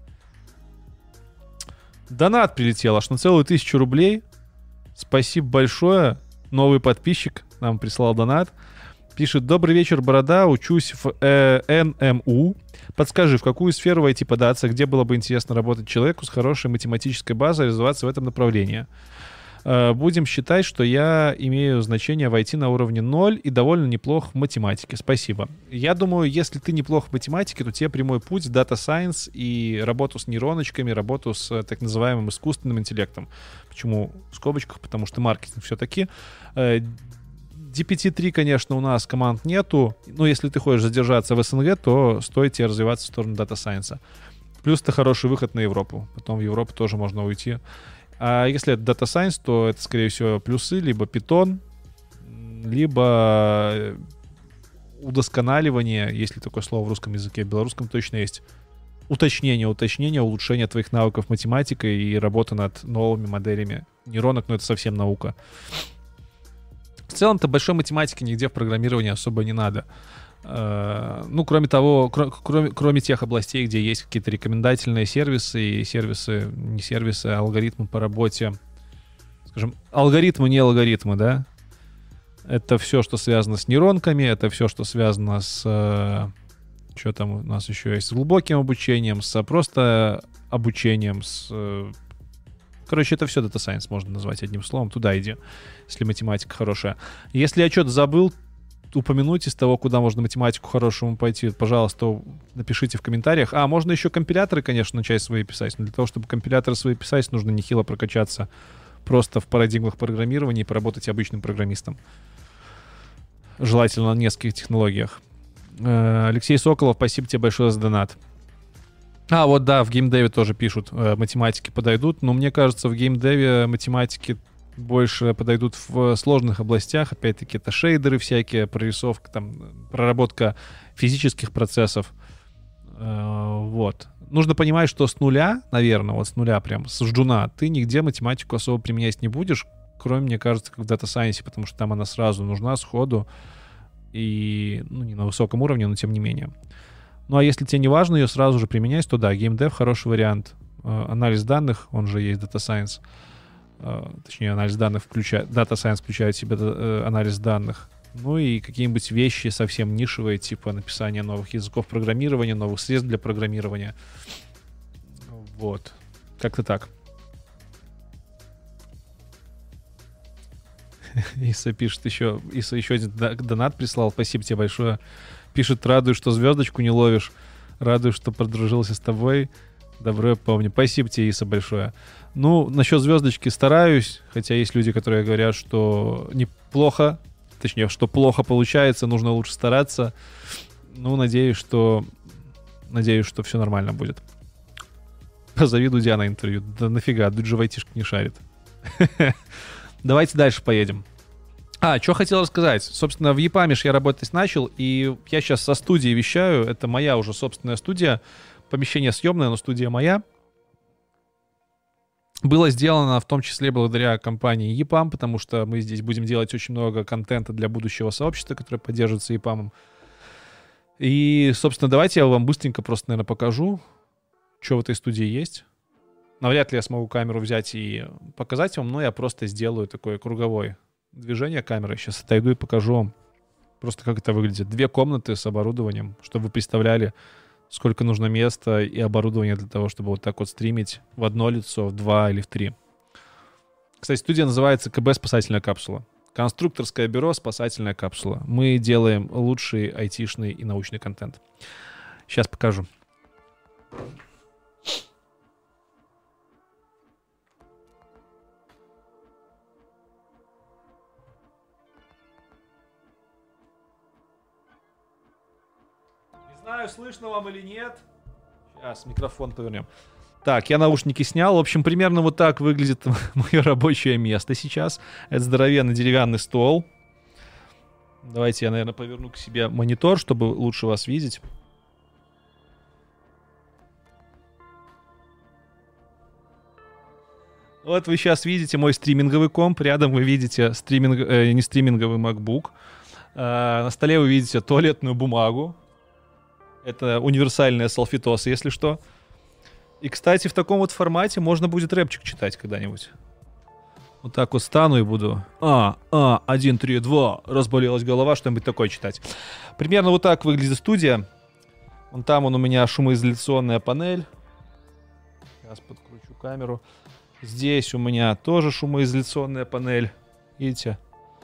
Донат прилетел аж на целую 1000 рублей. Спасибо большое. Новый подписчик нам прислал донат. Пишет: добрый вечер, Борода, учусь в НМУ. Подскажи, в какую сферу войти податься, где было бы интересно работать человеку с хорошей математической базой, развиваться в этом направлении. Будем считать, что я имею значение в IT на уровне 0 и довольно неплох в математике. Спасибо. Я думаю, если ты неплох в математике, то тебе прямой путь в Data Science и работу с нейроночками, работу с так называемым искусственным интеллектом. Почему в скобочках? Потому что маркетинг все-таки. GPT-3, конечно, у нас команд нету, но если ты хочешь задержаться в СНГ, то стоит тебе развиваться в сторону Data Science. Плюс это хороший выход на Европу. Потом в Европу тоже можно уйти. А если это Data Science, то это, скорее всего, плюсы, либо Python, либо удосконаливание, если такое слово в русском языке, в белорусском точно есть. Уточнение, улучшение твоих навыков математикой и работа над новыми моделями нейронок, но это совсем наука. В целом-то большой математики нигде в программировании особо не надо. Ну, кроме того, кроме тех областей, где есть какие-то рекомендательные сервисы и сервисы, не сервисы, а алгоритмы по работе. Скажем, алгоритмы, не алгоритмы, да? Это все, что связано с нейронками, это все, что связано с... что там у нас еще есть? С глубоким обучением, с просто обучением, с... Короче, это все Data Science можно назвать одним словом. Туда иди, если математика хорошая. Если я что-то забыл упомянуть из того, куда можно математику хорошему пойти, пожалуйста, напишите в комментариях. Можно еще компиляторы, конечно, начать свои писать, но для того, чтобы компиляторы свои писать, нужно нехило прокачаться просто в парадигмах программирования и поработать обычным программистом. Желательно на нескольких технологиях. Алексей Соколов, спасибо тебе большое за донат. Вот да, в геймдеве тоже пишут, математики подойдут, но мне кажется, в геймдеве математики больше подойдут в сложных областях. Опять-таки, это шейдеры всякие, прорисовка, там, проработка физических процессов. Вот. Нужно понимать, что с нуля, наверное, вот с нуля прям, с ждуна, ты нигде математику особо применять не будешь, кроме, мне кажется, как в Data Science, потому что там она сразу нужна сходу и, ну, не на высоком уровне, но тем не менее. Ну, а если тебе не важно ее сразу же применять, то да, геймдев хороший вариант. Анализ данных, он же есть Data Science. Точнее, анализ данных включает... Data Science включает в себя анализ данных. Ну и какие-нибудь вещи совсем нишевые, типа написания новых языков программирования, новых средств для программирования. Вот. Как-то так. Иса пишет еще... Иса еще один донат прислал. Спасибо тебе большое. Пишет: радуюсь, что звездочку не ловишь. Радуюсь, что подружился с тобой. Добро я помню. Спасибо тебе, Иса, большое. Ну, насчет звездочки стараюсь. Хотя есть люди, которые говорят, что неплохо. Точнее, что плохо получается, нужно лучше стараться. Ну, надеюсь, что все нормально будет. Позови Дудя на интервью. Да нафига, Дудь же в айтишке не шарит. Давайте дальше поедем. Что хотел рассказать. Собственно, в EPAMIsh я работать начал, и я сейчас со студии вещаю. Это моя уже собственная студия. Помещение съемное, но студия моя. Было сделано в том числе благодаря компании EPAM, потому что мы здесь будем делать очень много контента для будущего сообщества, которое поддерживается EPAM. И, собственно, давайте я вам быстренько просто, наверное, покажу, что в этой студии есть. Навряд ли я смогу камеру взять и показать вам, но я просто сделаю такое круговое движение камеры. Сейчас отойду и покажу вам просто, как это выглядит. 2 комнаты с оборудованием, чтобы вы представляли, сколько нужно места и оборудования для того, чтобы вот так вот стримить в одно лицо, в 2 или в 3. Кстати, студия называется КБ «Спасательная капсула». Конструкторское бюро «Спасательная капсула». Мы делаем лучший айтишный и научный контент. Сейчас покажу. Не знаю, слышно вам или нет. Сейчас микрофон повернем. Так, я наушники снял. В общем, примерно вот так выглядит мое рабочее место сейчас. Это здоровенный деревянный стол. Давайте я, наверное, поверну к себе монитор, чтобы лучше вас видеть. Вот вы сейчас видите мой стриминговый комп. Рядом вы видите не стриминговый MacBook. На столе вы видите туалетную бумагу. Это универсальная салфетос, если что. И, кстати, в таком вот формате можно будет рэпчик читать когда-нибудь. Вот так вот стану и буду... 1, 3, 2. Разболелась голова, что-нибудь такое читать. Примерно вот так выглядит студия. Вон там у меня шумоизоляционная панель. Сейчас подкручу камеру. Здесь у меня тоже шумоизоляционная панель. Видите?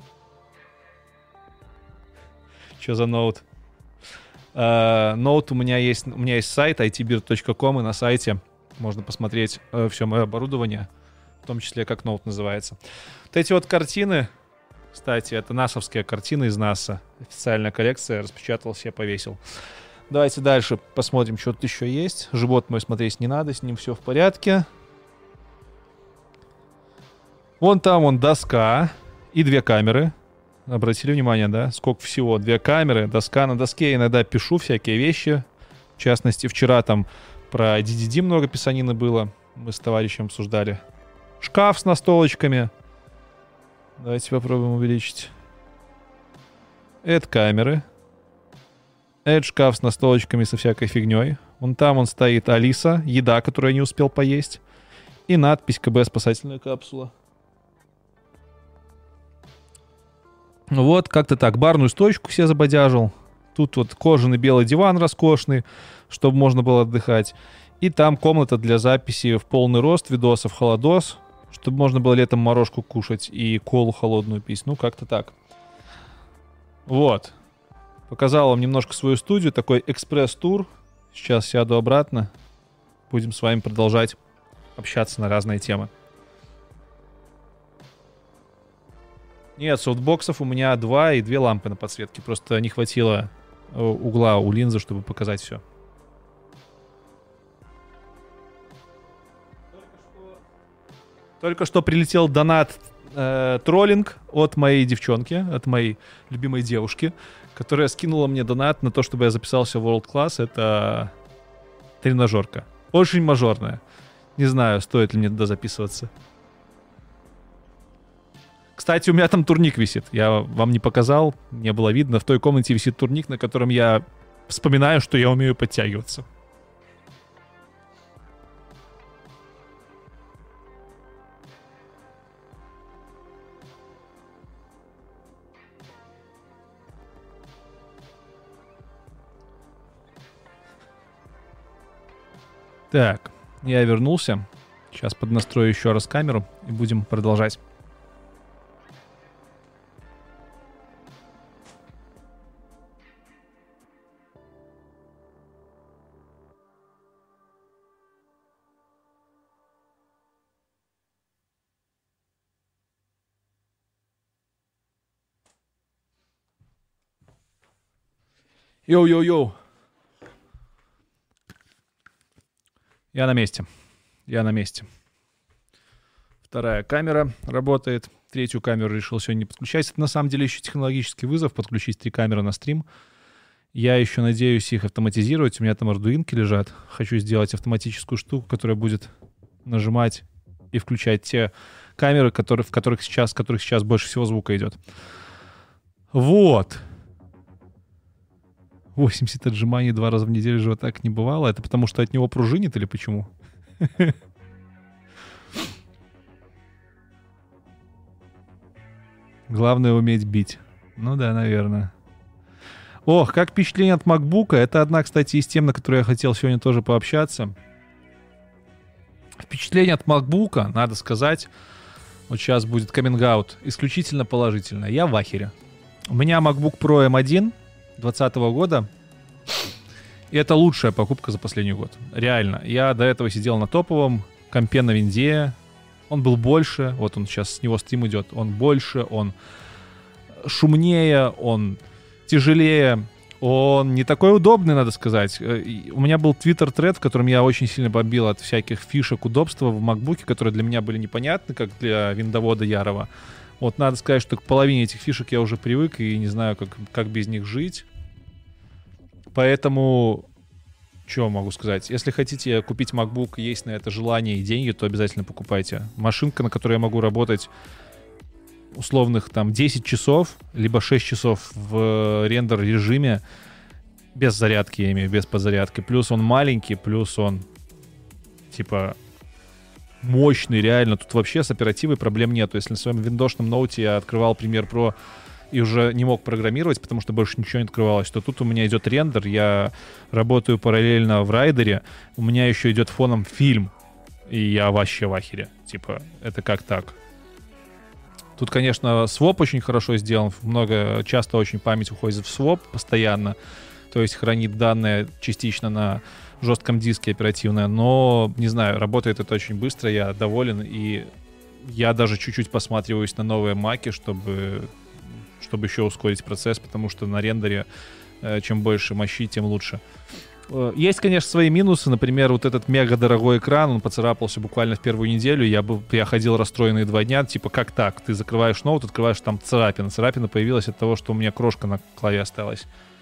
Что за ноут? Ноут у меня есть сайт itbird.com, и на сайте можно посмотреть все мое оборудование, в том числе как ноут называется. Вот эти вот картины, кстати, это насовские картины из НАСА. Официальная коллекция, распечатал себе, повесил. Давайте дальше посмотрим, что тут еще есть. Живот мой смотреть не надо, с ним все в порядке. Вон там доска и 2 камеры. Обратили внимание, да? Сколько всего? 2 камеры, доска. На доске я иногда пишу всякие вещи. В частности, вчера там про DDD много писанины было. Мы с товарищем обсуждали. Шкаф с настолочками. Давайте попробуем увеличить. Это камеры. Это шкаф с настолочками со всякой фигней. Вон там стоит Алиса, еда, которую я не успел поесть. И надпись КБ «Спасательная капсула». Вот, как-то так. Барную стойку себе забодяжил. Тут вот кожаный белый диван роскошный, чтобы можно было отдыхать. И там комната для записи в полный рост, видосов холодос, чтобы можно было летом морожку кушать и колу холодную пить. Ну, как-то так. Вот. Показал вам немножко свою студию. Такой экспресс-тур. Сейчас сяду обратно. Будем с вами продолжать общаться на разные темы. Нет, софтбоксов у меня 2 и 2 лампы на подсветке. Просто не хватило угла у линзы, чтобы показать все. Только что прилетел донат троллинг от моей девчонки, от моей любимой девушки, которая скинула мне донат на то, чтобы я записался в World Class. Это тренажерка. Очень мажорная. Не знаю, стоит ли мне туда записываться. Кстати, у меня там турник висит. Я вам не показал, не было видно. В той комнате висит турник, на котором я вспоминаю, что я умею подтягиваться. Так, я вернулся. Сейчас поднастрою еще раз камеру и будем продолжать. Йоу-йоу-йоу. Я на месте. Я на месте. Вторая камера работает. Третью камеру решил сегодня не подключать. Это на самом деле еще технологический вызов. Подключить 3 камеры на стрим. Я еще надеюсь их автоматизировать. У меня там ардуинки лежат. Хочу сделать автоматическую штуку, которая будет нажимать и включать те камеры, в которых сейчас больше всего звука идет. Вот. 80 отжиманий 2 раза в неделю же вот так не бывало. Это потому, что от него пружинит или почему? Главное уметь бить. Ну да, наверное. Ох, как впечатление от MacBook. Это одна, кстати, из тем, на которую я хотел сегодня тоже пообщаться. Впечатление от MacBook, надо сказать, вот сейчас будет каминг-аут, исключительно положительное. Я в ахере. У меня MacBook Pro M1 2020 года. И это лучшая покупка за последний год. Реально. Я до этого сидел на топовом компе на винде. Он был больше. Вот он сейчас, с него стрим идет. Он больше, он шумнее, он тяжелее. Он не такой удобный, надо сказать. У меня был Twitter-тред, в котором я очень сильно бомбил от всяких фишек удобства в MacBook, которые для меня были непонятны, как для виндовода ярого. Вот надо сказать, что к половине этих фишек я уже привык и не знаю, как без них жить. Поэтому, что могу сказать? Если хотите купить MacBook, есть на это желание и деньги, то обязательно покупайте. Машинка, на которой я могу работать условных там 10 часов, либо 6 часов в рендер-режиме, без зарядки, я имею, без подзарядки. Плюс он маленький, плюс он, типа, мощный, реально. Тут вообще с оперативой проблем нету. Если на своем виндошном ноуте я открывал Premiere Pro и уже не мог программировать, потому что больше ничего не открывалось, то тут у меня идет рендер, я работаю параллельно в райдере, у меня еще идет фоном фильм, и я вообще в ахере. Типа, это как так? Тут, конечно, своп очень хорошо сделан, часто очень память уходит в своп постоянно, то есть хранит данные частично на жестком диске оперативное, но, не знаю, работает это очень быстро, я доволен, и я даже чуть-чуть посматриваюсь на новые маки, чтобы еще ускорить процесс, потому что на рендере чем больше мощи, тем лучше. Есть, конечно, свои минусы. Например, вот этот мега дорогой экран, он поцарапался буквально в первую неделю. Я ходил расстроенные 2 дня. Типа, как так? Ты закрываешь ноут, открываешь там царапина. Царапина появилась от того, что у меня крошка на клаве осталась.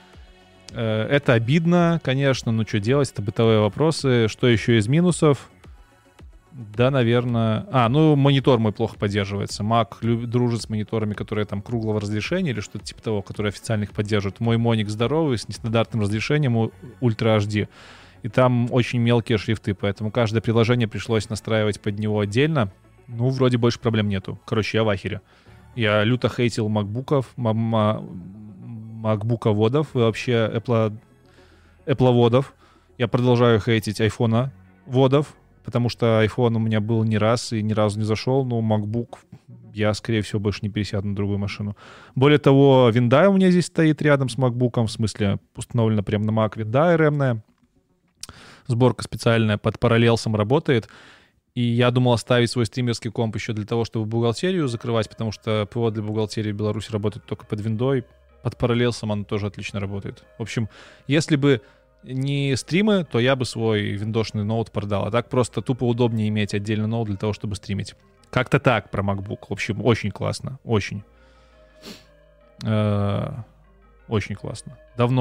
Это обидно, конечно, но что делать? Это бытовые вопросы. Что еще из минусов? Да, наверное... монитор мой плохо поддерживается. Mac дружит с мониторами, которые там круглого разрешения или что-то типа того, которые официально их поддерживают. Мой моник здоровый, с нестандартным разрешением Ultra HD. И там очень мелкие шрифты, поэтому каждое приложение пришлось настраивать под него отдельно. Ну, вроде больше проблем нету. Короче, я в ахере. Я люто хейтил макбуководов и вообще Apple-водов. Я продолжаю хейтить айфона-водов, потому что iPhone у меня был не раз и ни разу не зашел, но MacBook я, скорее всего, больше не пересяду на другую машину. Более того, винда у меня здесь стоит рядом с MacBook, в смысле установлена прямо на Mac винда RM-ная. Сборка специальная под параллелсом работает. И я думал оставить свой стримерский комп еще для того, чтобы бухгалтерию закрывать, потому что ПО для бухгалтерии в Беларуси работает только под виндой. Под параллелсом оно тоже отлично работает. В общем, если бы не стримы, то я бы свой виндошный ноут продал. А так просто тупо удобнее иметь отдельный ноут для того, чтобы стримить. Как-то так про MacBook. В общем, очень классно. Очень. Очень классно.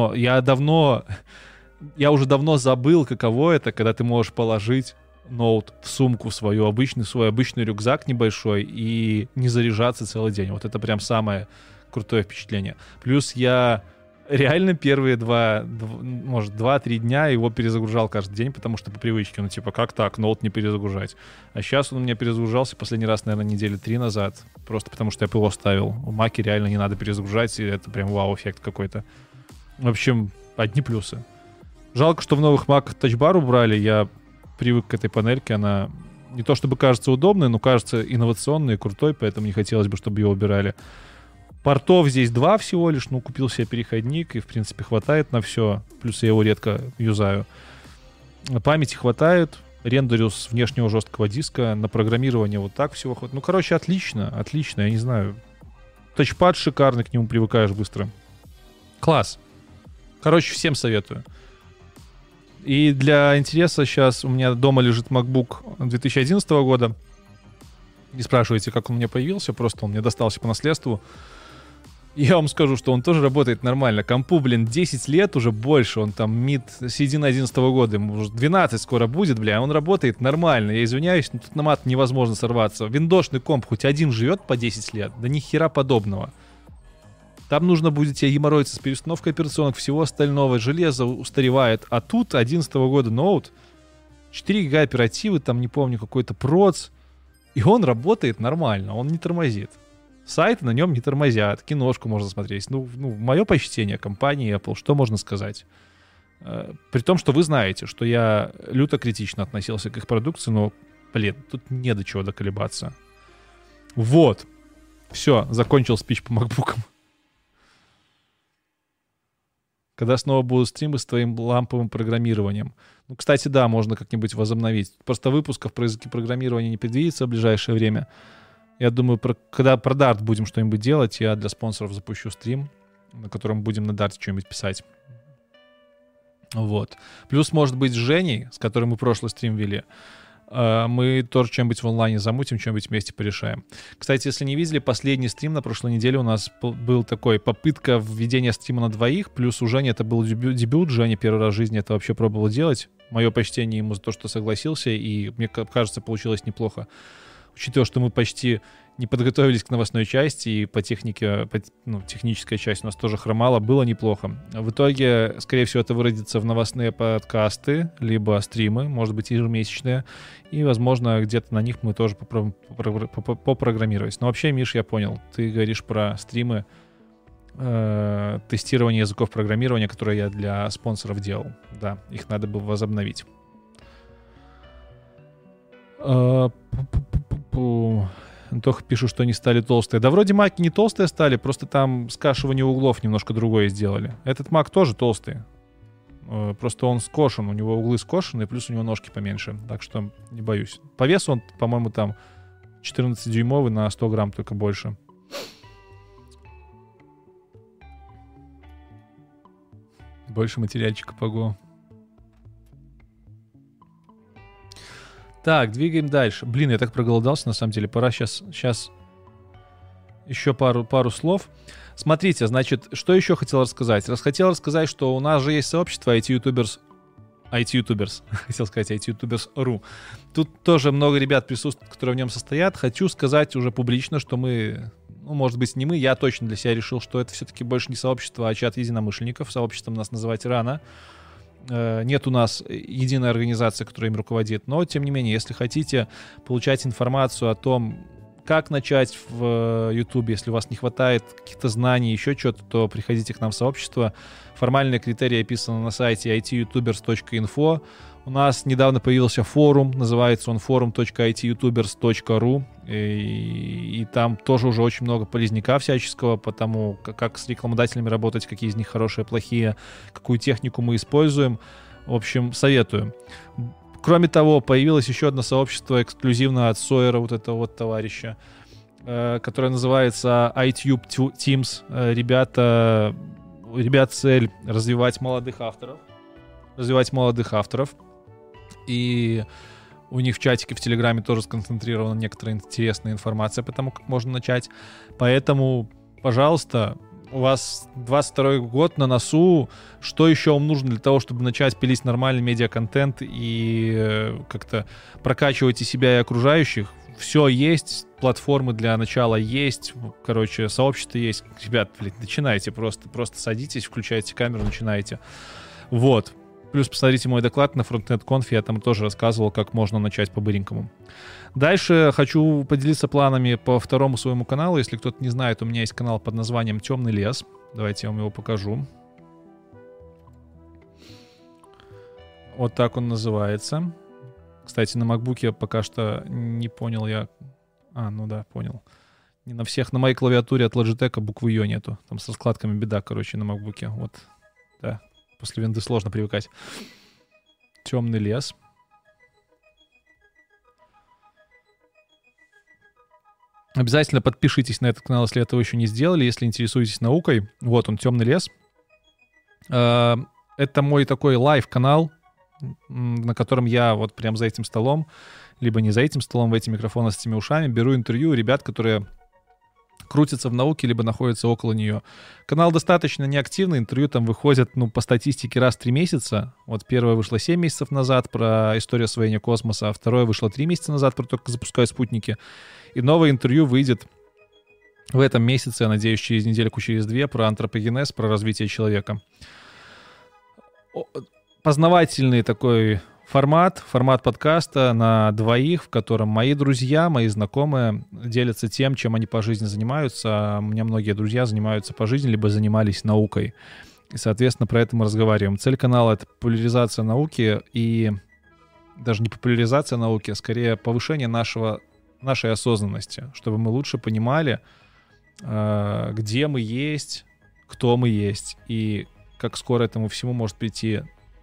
Я уже давно забыл, каково это, когда ты можешь положить ноут в сумку свой обычный рюкзак небольшой и не заряжаться целый день. Вот это прям самое крутое впечатление. Плюс я реально первые 2-3 дня его перезагружал каждый день, потому что по привычке, как так, ноут не перезагружать. А сейчас он у меня перезагружался последний раз, наверное, недели 3 назад, просто потому что я ПО ставил. В Маке реально не надо перезагружать, и это прям вау-эффект какой-то. В общем, одни плюсы. Жалко, что в новых Mac Touch Bar убрали, я привык к этой панельке. Она не то чтобы кажется удобной, но кажется инновационной и крутой, поэтому не хотелось бы, чтобы ее убирали. Портов здесь 2 всего лишь. Ну, купил себе переходник, и, в принципе, хватает на все. Плюс я его редко юзаю. Памяти хватает. Рендерю с внешнего жесткого диска. На программирование вот так всего хватает. Ну, короче, отлично. Отлично, я не знаю. Тачпад шикарный, к нему привыкаешь быстро. Класс. Короче, всем советую. И для интереса сейчас у меня дома лежит MacBook 2011 года. Не спрашивайте, как он у меня появился, просто он мне достался по наследству. И я вам скажу, что он тоже работает нормально. Компу, 10 лет уже больше, он там середина 11 года, ему уже 12 скоро будет, он работает нормально. Я извиняюсь, но тут на мат невозможно сорваться. Виндошный комп хоть один живет по 10 лет? Да ни хера подобного. Там нужно будет тебе геморроиться с переустановкой операционок, всего остального. Железо устаревает. А тут 11 года ноут, 4 гига оперативы, там не помню, какой-то проц. И он работает нормально, он не тормозит. Сайты на нем не тормозят, киношку можно смотреть. Ну, мое почтение компании Apple, что можно сказать? При том, что вы знаете, что я люто критично относился к их продукции, но, тут не до чего доколебаться. Вот. Все, закончил спич по макбукам. Когда снова будут стримы с твоим ламповым программированием. Ну, кстати, да, можно как-нибудь возобновить. Просто выпусков про языки программирования не предвидится в ближайшее время. Я думаю, когда про Dart будем что-нибудь делать, я для спонсоров запущу стрим, на котором будем на Dart что-нибудь писать. Вот. Плюс, может быть, с Женей, с которым мы прошлый стрим вели, мы тоже что-нибудь в онлайне замутим, что-нибудь вместе порешаем. Кстати, если не видели, последний стрим на прошлой неделе у нас был такой попытка введения стрима на двоих, плюс у Жени это был дебют. Женя первый раз в жизни это вообще пробовал делать. Мое почтение ему за то, что согласился, и мне кажется, получилось неплохо. Учитывая, что мы почти не подготовились к новостной части, и по технике, техническая часть у нас тоже хромала, было неплохо. В итоге, скорее всего, это выродится в новостные подкасты, либо стримы, может быть, ежемесячные, и, возможно, где-то на них мы тоже попрограммировать. Но вообще, Миш, я понял, ты говоришь про стримы тестирования языков программирования, которые я для спонсоров делал. Да, их надо было возобновить. Антоха пишет, что они стали толстые. Да вроде маки не толстые стали, просто там скашивание углов немножко другое сделали. Этот мак тоже толстый. Просто он скошен, у него углы скошены, плюс у него ножки поменьше. Так что не боюсь. По весу он, по-моему, там 14-дюймовый на 100 грамм, только больше. Больше материальчика по Go. Так, двигаем дальше. Блин, я так проголодался, на самом деле. Пора сейчас еще пару слов. Смотрите, значит, что еще хотел рассказать? Хотел рассказать, что у нас же есть сообщество IT-ютуберс. Хотел сказать IT-ютуберс.ру. Тут тоже много ребят присутствует, которые в нем состоят. Хочу сказать уже публично, что мы... может быть, не мы, я точно для себя решил, что это все-таки больше не сообщество, а чат единомышленников. Сообществом нас называть рано. Нет у нас единой организации, которая им руководит. Но, тем не менее, если хотите получать информацию о том, как начать в YouTube, если у вас не хватает каких-то знаний, еще что-то, то приходите к нам в сообщество. Формальные критерии описаны на сайте ityoutubers.info. У нас недавно появился форум, называется он forum.ityoutubers.ru, и там тоже уже очень много полезняка всяческого по тому, как с рекламодателями работать, какие из них хорошие, плохие, какую технику мы используем. В общем, советую. Кроме того, появилось еще одно сообщество эксклюзивно от Сойера, вот этого вот товарища, которое называется iTube Teams. Ребят, цель развивать молодых авторов. И у них в чатике в Телеграме тоже сконцентрирована некоторая интересная информация по тому, как можно начать. Поэтому, пожалуйста, у вас 22 год на носу. Что еще вам нужно для того, чтобы начать пилить нормальный медиаконтент и как-то прокачивать и себя, и окружающих? Все есть, платформы для начала есть, короче, сообщество есть. Ребят, начинайте просто садитесь, включайте камеру, начинайте. Вот. Плюс посмотрите мой доклад на Frontend Conf, я там тоже рассказывал, как можно начать по-быренькому. Дальше хочу поделиться планами по второму своему каналу. Если кто-то не знает, у меня есть канал под названием «Темный лес». Давайте я вам его покажу. Вот так он называется. Кстати, на макбуке пока что не понял я... ну да, понял. Не на всех. На моей клавиатуре от Logitech буквы Ё нету. Там с раскладками беда, короче, на макбуке. Вот, да. После винды сложно привыкать. Темный лес. Обязательно подпишитесь на этот канал, если этого еще не сделали, если интересуетесь наукой. Вот он, «Темный лес». Это мой такой лайв-канал, на котором я вот прям за этим столом, либо не за этим столом, в эти микрофоны с этими ушами, беру интервью ребят, которые крутятся в науке, либо находятся около нее. Канал достаточно неактивный, интервью там выходят, по статистике, раз в 3 месяца. Вот первое вышло 7 месяцев назад про историю освоения космоса, а второе вышло 3 месяца назад про то, как запускают спутники. И новое интервью выйдет в этом месяце, я надеюсь, через недельку, через 2, про антропогенез, про развитие человека. Познавательный такой формат подкаста на двоих, в котором мои друзья, мои знакомые делятся тем, чем они по жизни занимаются. У меня многие друзья занимаются по жизни, либо занимались наукой. И, соответственно, про это мы разговариваем. Цель канала — это популяризация науки, и даже не популяризация науки, а скорее повышение нашей осознанности, чтобы мы лучше понимали, где мы есть, кто мы есть, и как скоро этому всему может прийти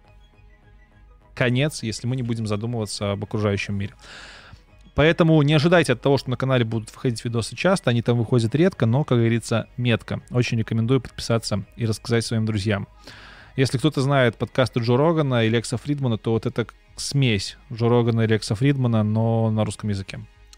конец, если мы не будем задумываться об окружающем мире. Поэтому не ожидайте от того, что на канале будут выходить видосы часто, они там выходят редко, но, как говорится, метко. Очень рекомендую подписаться и рассказать своим друзьям. Если кто-то знает подкасты Джо Рогана и Лекса Фридмана, то вот это смесь Джо Рогана и Лекса Фридмана, но на русском языке.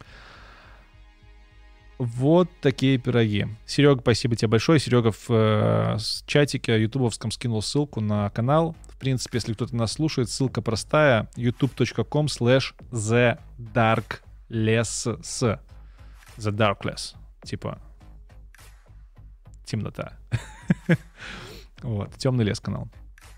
Вот такие пироги. Серега, спасибо тебе большое. Серега в чатике ютубовском скинул ссылку на канал. В принципе, если кто-то нас слушает, ссылка простая. youtube.com/thedarkless. The Darkless. Типа темнота. Вот. Темный лес канал.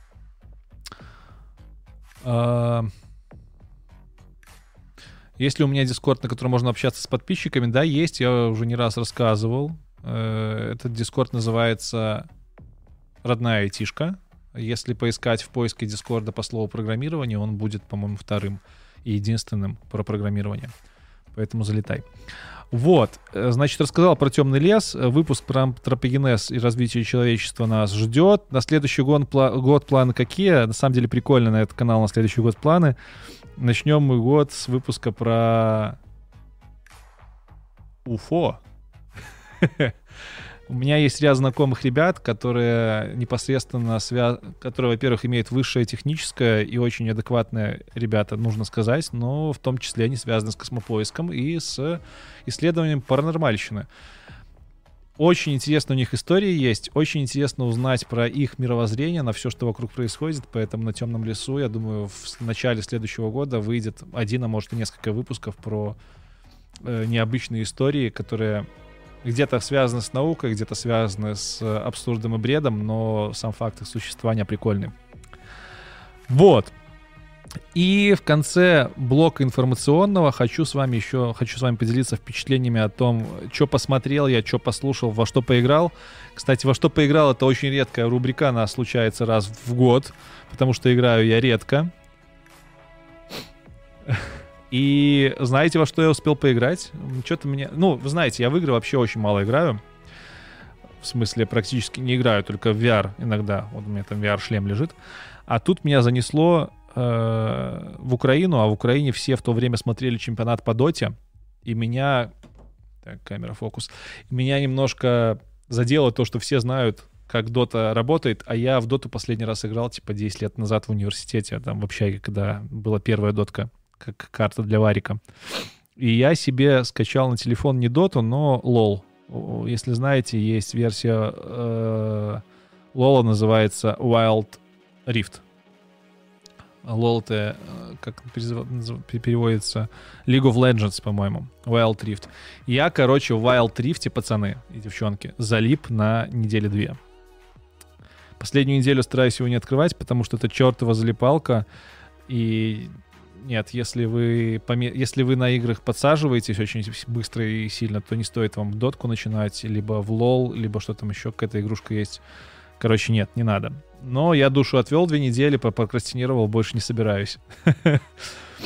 Есть ли у меня Discord, на котором можно общаться с подписчиками? Да, есть, я уже не раз рассказывал. Этот Discord называется «Родная айтишка». Если поискать в поиске Discord по слову «программирование», он будет, по-моему, вторым и единственным про программирование. Поэтому залетай. Вот, значит, рассказал про «Темный лес». Выпуск про антропогенез и развитие человечества нас ждет. На следующий год планы какие? На самом деле прикольно на этот канал на следующий год планы. Начнем мы год с выпуска про УФО. У меня есть ряд знакомых ребят, которые непосредственно которые, во-первых, имеют высшее техническое и очень адекватные ребята, нужно сказать, но в том числе они связаны с космопоиском и с исследованием паранормальщины. Очень интересно у них истории есть, очень интересно узнать про их мировоззрение, на все, что вокруг происходит, поэтому на «Темном лесу», я думаю, в начале следующего года выйдет один, а может и несколько выпусков про необычные истории, которые где-то связаны с наукой, где-то связаны с абсурдом и бредом, но сам факт их существования прикольный. Вот. И в конце блока информационного хочу с вами поделиться впечатлениями о том, что посмотрел я, что послушал, во что поиграл. Кстати, во что поиграл — это очень редкая рубрика, она случается раз в год, потому что играю я редко. И знаете, во что я успел поиграть? Что-то мне... вы знаете, я в игры вообще очень мало играю. В смысле, практически не играю, только в VR иногда. Вот у меня там VR-шлем лежит. А тут меня занесло в Украину, а в Украине все в то время смотрели чемпионат по доте, и меня... Так, камера, фокус. Меня немножко задело то, что все знают, как дота работает, а я в доту последний раз играл, 10 лет назад в университете, там в общаге, когда была первая дотка, как карта для варика. И я себе скачал на телефон не доту, но лол. Если знаете, есть версия лола, называется Wild Rift. LOL это, как переводится, League of Legends, по-моему. Wild Rift. Я, в Wild Rift, пацаны и девчонки, залип на недели 2. Последнюю неделю стараюсь его не открывать, потому что это чертова залипалка. И нет, если вы на играх подсаживаетесь очень быстро и сильно, то не стоит вам в дотку начинать, либо в LOL, либо что там еще, какая-то игрушка есть. Нет, не надо. Но я душу отвел 2 недели, прокрастинировал, больше не собираюсь.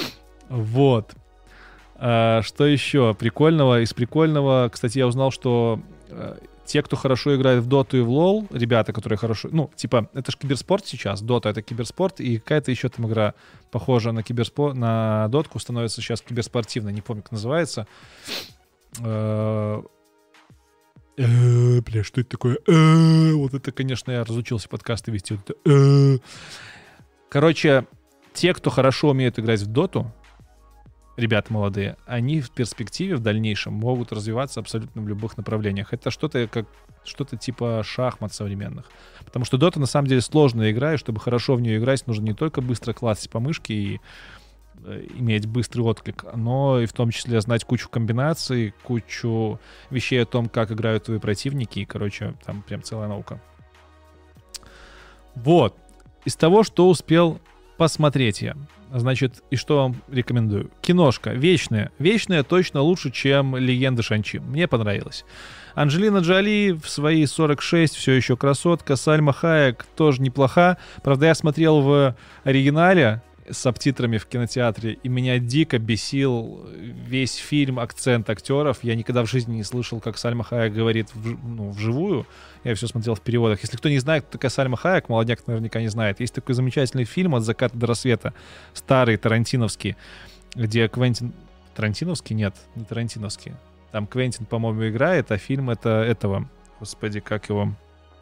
Вот. Что еще прикольного? Из прикольного, кстати, я узнал, что те, кто хорошо играет в доту и в лол, ребята, которые хорошо... Ну, типа, это же киберспорт сейчас. Дота — это киберспорт, и какая-то еще там игра, похожая на киберспорт, на дотку, становится сейчас киберспортивной. Не помню, как называется. Бля, что это такое? Вот это, конечно, я разучился подкасты вести. Вот это. Короче, те, кто хорошо умеет играть в доту, ребята молодые, они в перспективе в дальнейшем могут развиваться абсолютно в любых направлениях. Это что-то типа шахмат современных. Потому что Dota на самом деле сложная игра, и чтобы хорошо в нее играть, нужно не только быстро клацать по мышке и иметь быстрый отклик, но и в том числе знать кучу комбинаций, кучу вещей о том, как играют твои противники, и, короче, там прям целая наука. Вот. Из того, что успел посмотреть я, значит, и что вам рекомендую. Киношка «Вечная». «Вечная» точно лучше, чем «Легенда Шан-Чи». Мне понравилось. Анджелина Джоли в свои 46 все еще красотка. Сальма Хайек тоже неплоха. Правда, я смотрел в оригинале с субтитрами в кинотеатре, и меня дико бесил весь фильм, акцент актеров. Я никогда в жизни не слышал, как Сальма Хайек говорит вживую. Я все смотрел в переводах. Если кто не знает, кто такая Сальма Хайек, молодняк наверняка не знает. Есть такой замечательный фильм «От заката до рассвета», старый, тарантиновский, где Квентин... Тарантиновский? Нет, не Тарантиновский. Там Квентин, по-моему, играет, а фильм это этого... Господи, как его...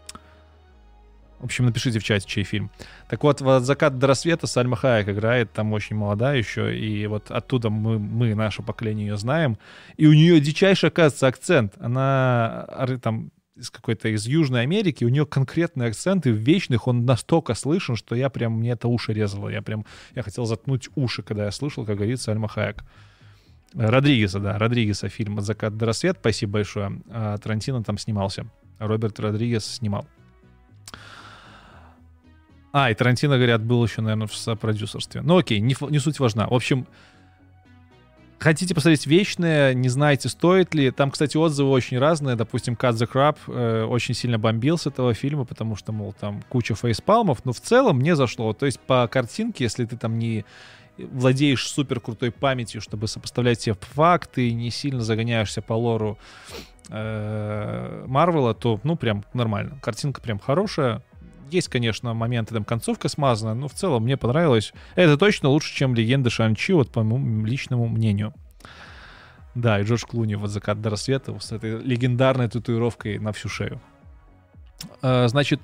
В общем, напишите в чате, чей фильм. Так вот, «От заката до рассвета» Сальма Хайек играет, там очень молодая еще, и вот оттуда мы наше поколение ее знаем. И у нее дичайший, оказывается, акцент. Она там из Южной Америки, у нее конкретный акцент, и в «Вечных» он настолько слышен, что мне это уши резало. Я хотел заткнуть уши, когда я слышал, как говорит Сальма Хайек. Родригеса фильм «От заката до рассвета», спасибо большое. А Тарантино там снимался. Роберт Родригес снимал. И Тарантино, говорят, был еще, наверное, в сопродюсерстве. Ну окей, не суть важна. В общем, хотите посмотреть «Вечное», не знаете, стоит ли. Там, кстати, отзывы очень разные. Допустим, Cut the Crap очень сильно бомбил с этого фильма, потому что, мол, там куча фейспалмов. Но в целом мне зашло. То есть по картинке, если ты там не владеешь супер крутой памятью, чтобы сопоставлять все факты, не сильно загоняешься по лору Марвела, то, прям нормально. Картинка прям хорошая. Есть, конечно, моменты, там концовка смазана, но в целом мне понравилось. Это точно лучше, чем «Легенда Шан-Чи», вот по моему личному мнению. Да, и Джордж Клуни «От заката до рассвета» с этой легендарной татуировкой на всю шею. Значит,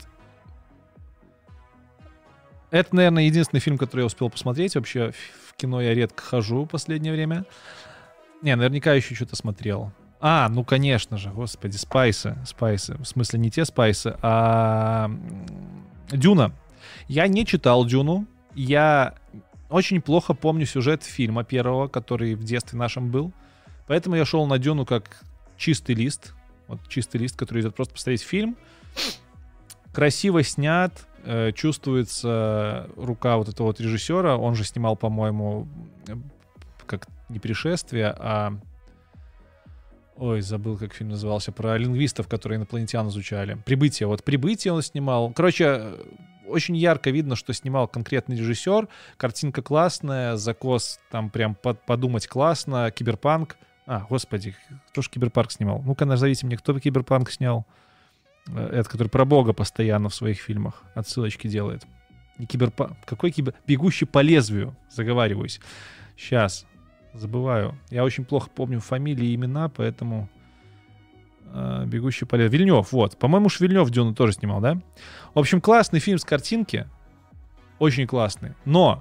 это, наверное, единственный фильм, который я успел посмотреть. Вообще в кино я редко хожу в последнее время. Наверняка еще что-то смотрел. Конечно же, господи, спайсы. В смысле, не те спайсы, а Дюна. Я не читал Дюну. Я очень плохо помню сюжет фильма первого, который в детстве нашем был. Поэтому я шел на Дюну как чистый лист. Вот чистый лист, который идет просто посмотреть фильм. Красиво снят. Чувствуется рука вот этого вот режиссера. Он же снимал, по-моему, как не «Пришествие», а... Ой, забыл, как фильм назывался. Про лингвистов, которые инопланетян изучали. «Прибытие». Вот «Прибытие» он снимал. Короче, очень ярко видно, что снимал конкретный режиссер. Картинка классная, закос там прям подумать классно. Киберпанк. Господи, кто же Киберпанк снимал? Ну-ка, назовите мне, кто Киберпанк снял? Это, который про Бога постоянно в своих фильмах отсылочки делает. Не Киберпанк. Какой «Бегущий по лезвию». Заговариваюсь. Сейчас. Забываю. Я очень плохо помню фамилии и имена, поэтому «Бегущий по лезвию». Вильнёв, вот. По-моему, Вильнёв Дюну тоже снимал, да? В общем, классный фильм с картинки. Очень классный. Но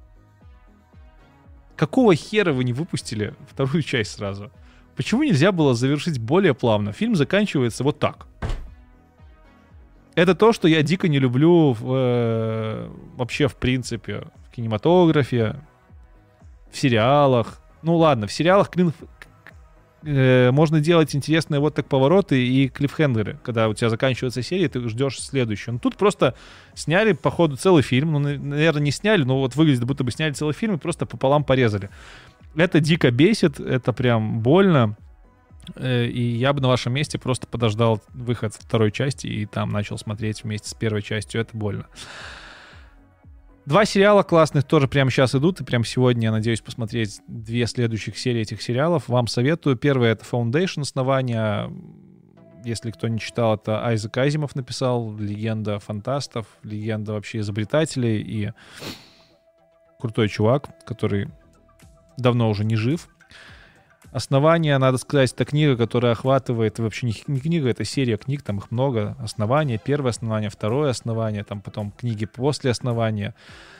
какого хера вы не выпустили вторую часть сразу? Почему нельзя было завершить более плавно? Фильм заканчивается вот так. Это то, что я дико не люблю вообще в принципе в кинематографе, в сериалах. Ну ладно, в сериалах можно делать интересные вот так повороты и клиффхенгеры, когда у тебя заканчивается серия, ты ждешь следующую. Но тут просто сняли, походу, целый фильм. Ну, наверное, не сняли, но вот выглядит, будто бы сняли целый фильм и просто пополам порезали. Это дико бесит, это прям больно. И я бы на вашем месте просто подождал выход второй части и там начал смотреть вместе с первой частью. Это больно. 2 сериала классных тоже прямо сейчас идут, и прямо сегодня я надеюсь посмотреть 2 следующих серии этих сериалов. Вам советую. Первый — это Foundation, основание. Если кто не читал, это Айзек Азимов написал. Легенда фантастов, легенда вообще изобретателей и крутой чувак, который давно уже не жив. Основание, надо сказать, это книга, которая охватывает, вообще не книга, это серия книг, там их много. Основание, первое основание, второе основание, там потом книги после основания.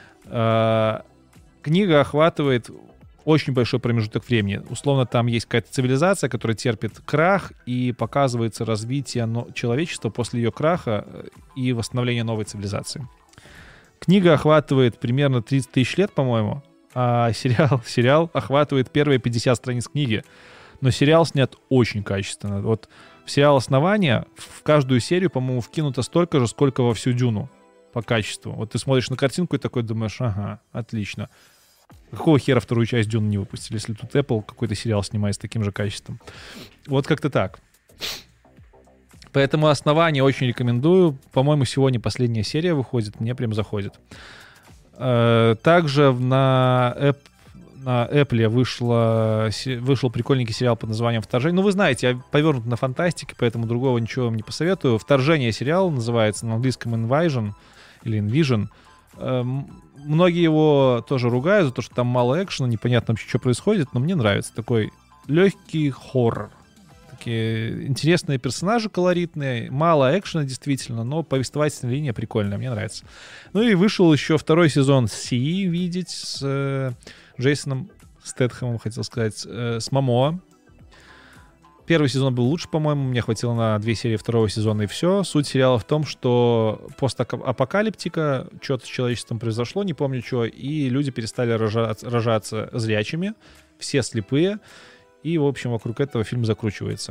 Книга охватывает очень большой промежуток времени. Условно, там есть какая-то цивилизация, которая терпит крах, и показывается развитие человечества после ее краха и восстановления новой цивилизации. Книга охватывает примерно 30 тысяч лет, по-моему, а сериал охватывает первые 50 страниц книги. Но сериал снят очень качественно. Вот в сериал «Основание» в каждую серию, по-моему, вкинуто столько же, сколько во всю «Дюну» по качеству. Вот ты смотришь на картинку и такой думаешь, ага, отлично. Какого хера вторую часть «Дюны» не выпустили, если тут Apple какой-то сериал снимает с таким же качеством? Вот как-то так. Поэтому «Основание» очень рекомендую. По-моему, сегодня последняя серия выходит, мне прям заходит. Также на Apple вышел прикольненький сериал под названием «Вторжение». Ну, вы знаете, я повернут на фантастике, поэтому другого ничего вам не посоветую. «Вторжение» сериал называется, на английском Invasion или Invision. Многие его тоже ругают за то, что там мало экшена, непонятно вообще, что происходит, но мне нравится. Такой легкий хоррор. Такие интересные персонажи колоритные, мало экшена действительно, но повествовательная линия прикольная, мне нравится. Ну и вышел еще второй сезон «Си» видеть с Джейсоном Стэтхэмом, хотел сказать, с Момоа. Первый сезон был лучше, по-моему, мне хватило на 2 серии второго сезона, и все. Суть сериала в том, что постапокалиптика, что-то с человечеством произошло, не помню что, и люди перестали рожаться зрячими, все слепые. И, в общем, вокруг этого фильм закручивается.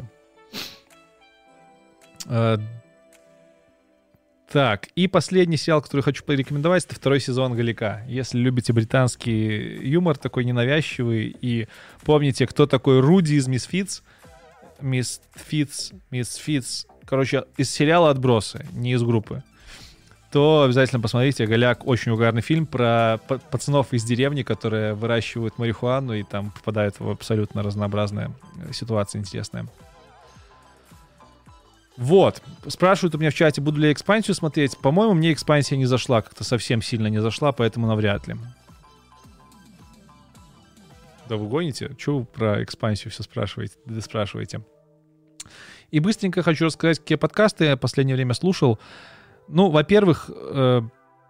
Так, и последний сериал, который хочу порекомендовать, это второй сезон «Галика». Если любите британский юмор, такой ненавязчивый, и помните, кто такой Руди из Misfits, короче, из сериала «Отбросы», не из группы, то обязательно посмотрите. «Голяк» — очень угарный фильм про пацанов из деревни, которые выращивают марихуану и там попадают в абсолютно разнообразные ситуации интересные. Вот. Спрашивают у меня в чате, буду ли я экспансию смотреть. По-моему, мне экспансия не зашла, как-то совсем сильно не зашла, поэтому навряд ли. Да вы гоните? Чего вы про экспансию все спрашиваете? И быстренько хочу рассказать, какие подкасты я в последнее время слушал. Ну, во-первых, что?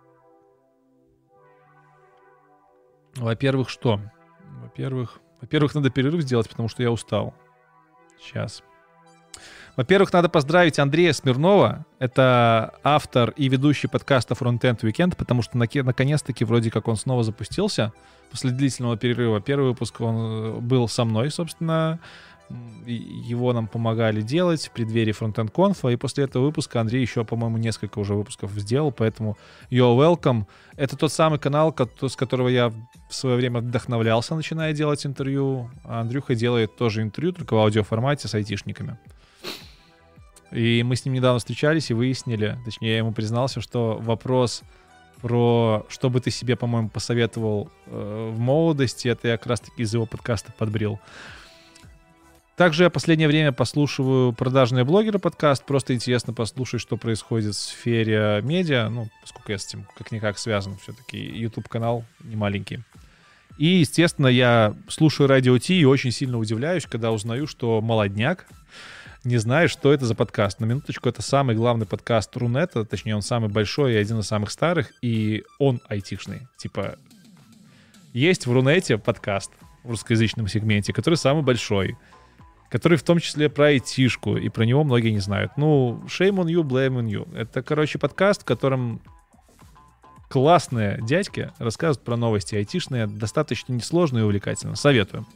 Во-первых, надо перерыв сделать, потому что я устал. Сейчас. Во-первых, надо поздравить Андрея Смирнова. Это автор и ведущий подкаста Frontend Weekend, потому что наконец-таки вроде как он снова запустился после длительного перерыва. Первый выпуск он был со мной, собственно. Его нам помогали делать в преддверии Frontend Conf, и после этого выпуска Андрей еще, по-моему, несколько уже выпусков сделал, поэтому you're welcome. Это тот самый канал, с которого я в свое время вдохновлялся, начиная делать интервью. А Андрюха делает тоже интервью, только в аудиоформате с айтишниками. И мы с ним недавно встречались и выяснили, точнее, я ему признался, что вопрос про что бы ты себе, по-моему, посоветовал в молодости, это я как раз-таки из его подкаста подбрил. Также я в последнее время послушиваю «Продажные блогеры» подкаст. Просто интересно послушать, что происходит в сфере медиа. Ну, поскольку я с этим как-никак связан. Все-таки YouTube-канал не маленький. И, естественно, я слушаю Радио Ти и очень сильно удивляюсь, когда узнаю, что молодняк не знает, что это за подкаст. На минуточку, это самый главный подкаст Рунета. Точнее, он самый большой и один из самых старых. И он айтишный. Типа, есть в Рунете подкаст в русскоязычном сегменте, который самый большой, который в том числе про айтишку, и про него многие не знают. Ну, shame on you, blame on you. Это, короче, подкаст, в котором классные дядьки рассказывают про новости айтишные, достаточно несложно и увлекательно. Советую.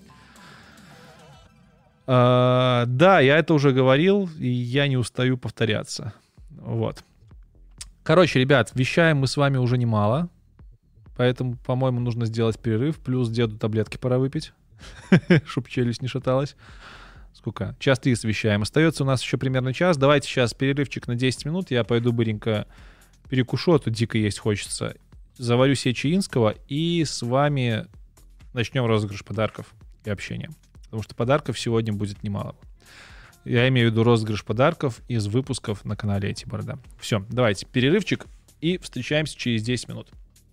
Да, я это уже говорил, и я не устаю повторяться. Вот. Короче, ребят, вещаем мы с вами уже немало, поэтому, по-моему, нужно сделать перерыв, плюс деду таблетки пора выпить, чтоб челюсть не шаталась. Сколько? Час 30 вещаем. Остается у нас еще примерно час. Давайте сейчас перерывчик на 10 минут. Я пойду быренько перекушу, а то дико есть хочется. заварю себе чаинского и с вами начнем розыгрыш подарков и общения. Потому что подарков сегодня будет немало. Я имею в виду розыгрыш подарков из выпусков на канале Эти Борода. Все, давайте перерывчик и встречаемся через 10 минут.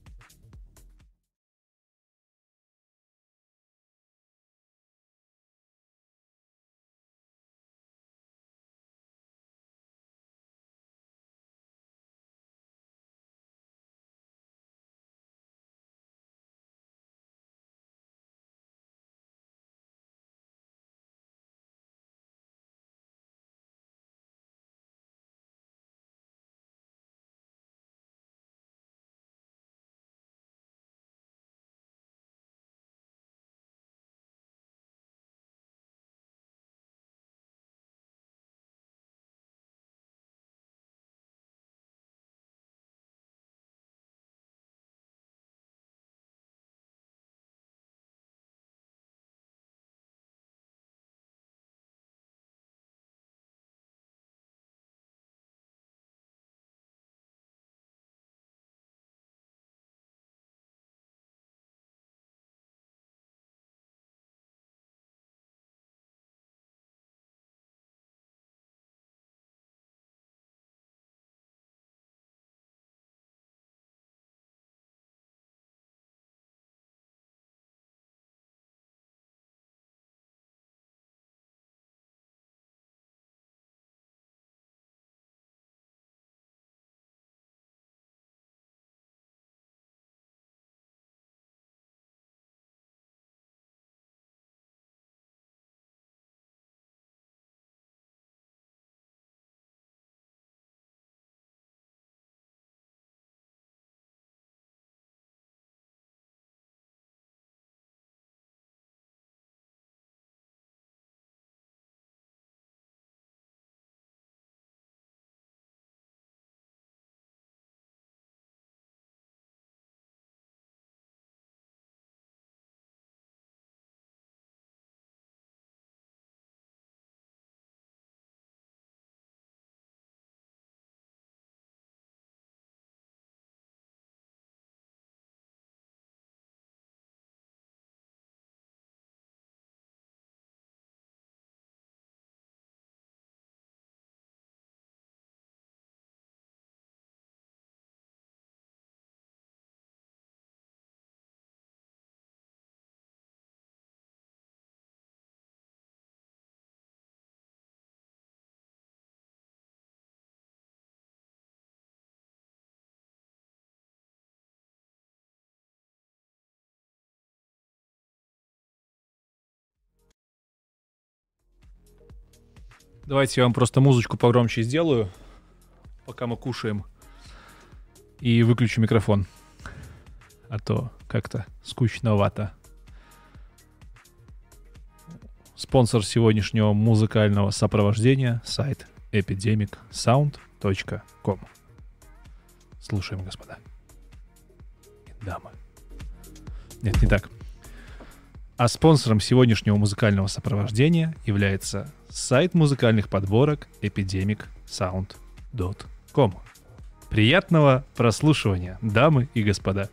Давайте я вам просто музычку погромче сделаю, пока мы кушаем, и выключу микрофон. А то как-то скучновато. Спонсор сегодняшнего музыкального сопровождения — сайт epidemicsound.com. Слушаем, господа и дамы. Нет, не так. А спонсором сегодняшнего музыкального сопровождения является сайт музыкальных подборок epidemicsound.com. Приятного прослушивания, дамы и господа.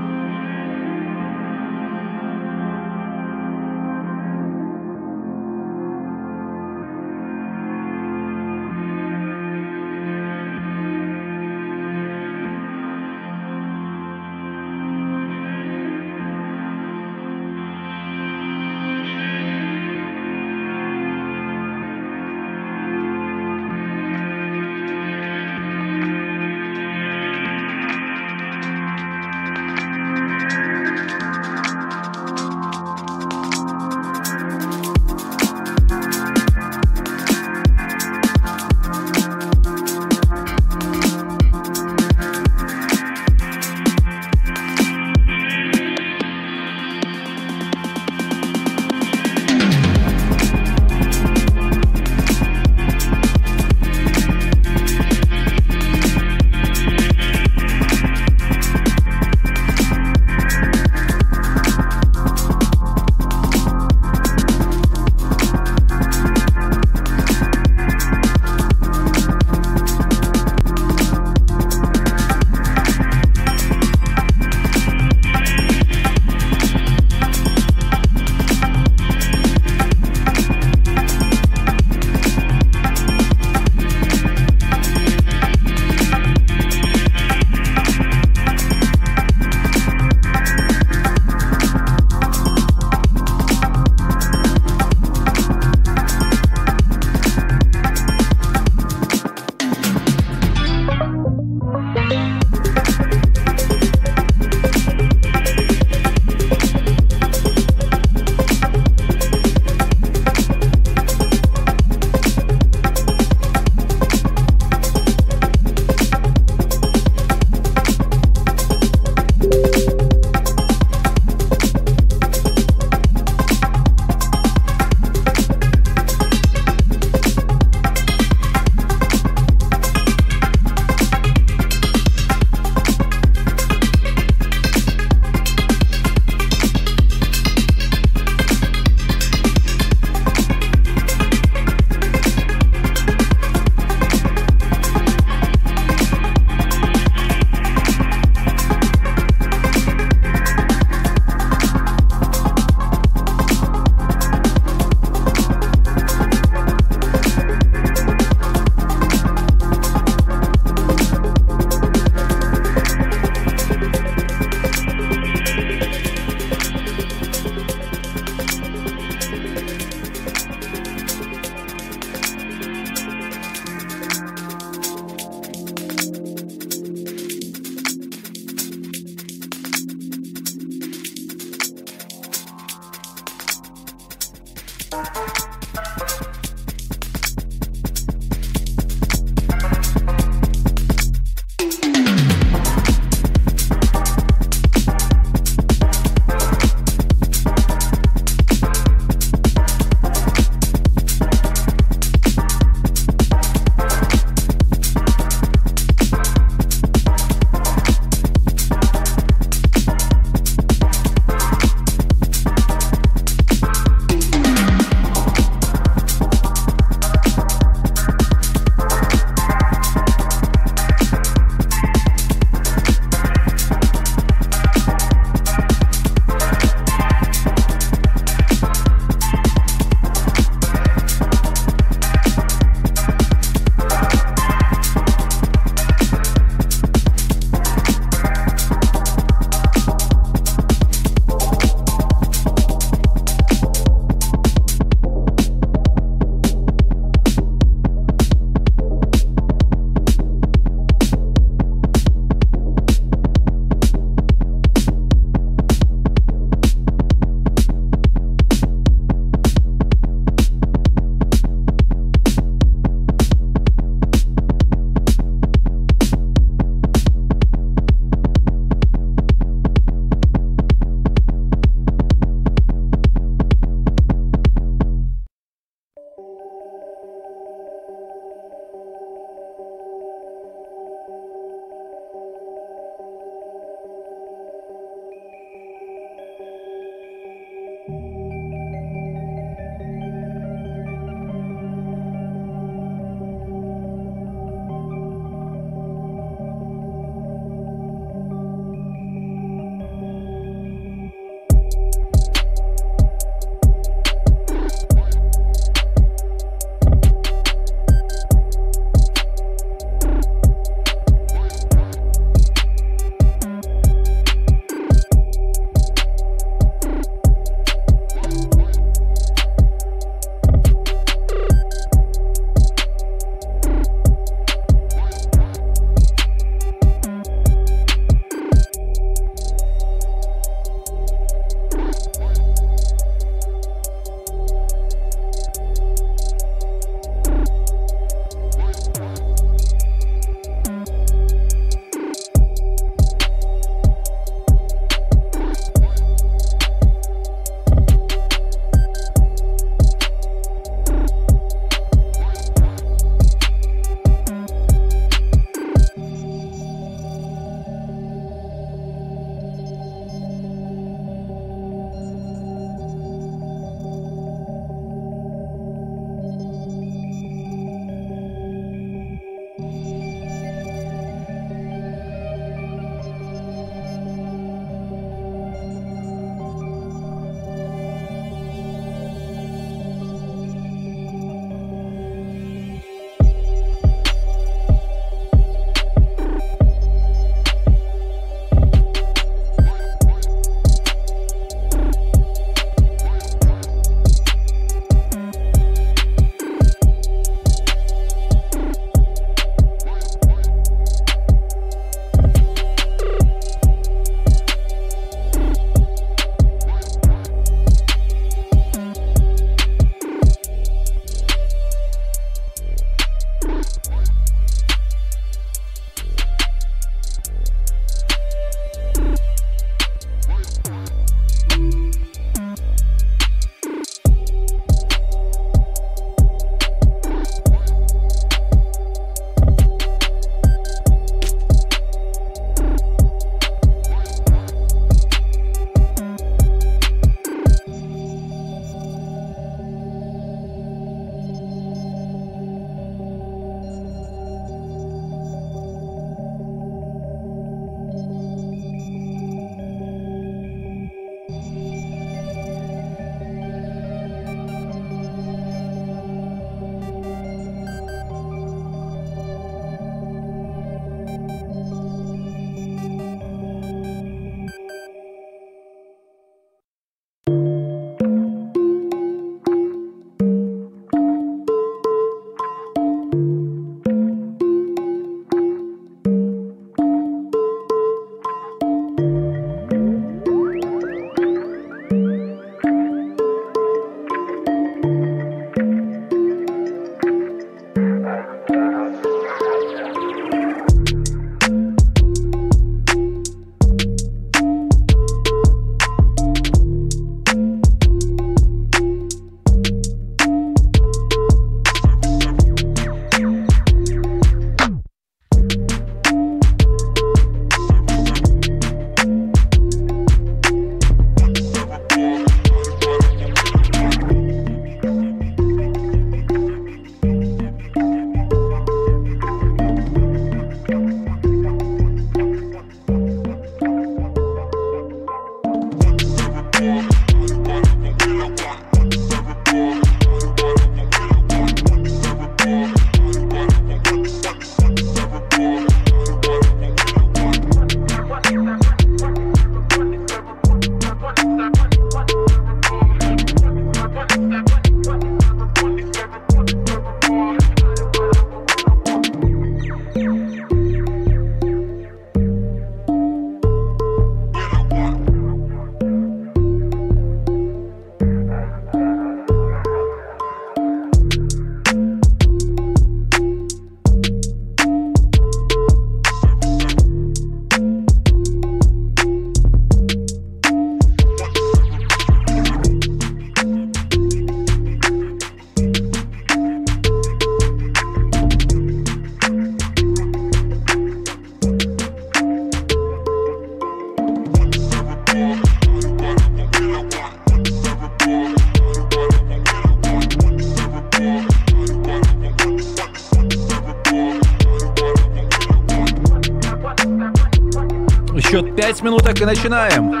5 минуток и начинаем.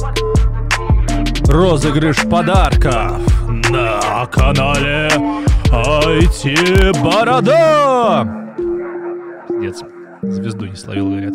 Розыгрыш подарков на канале IT Борода. Пиздец. Звезду не словил, говорят.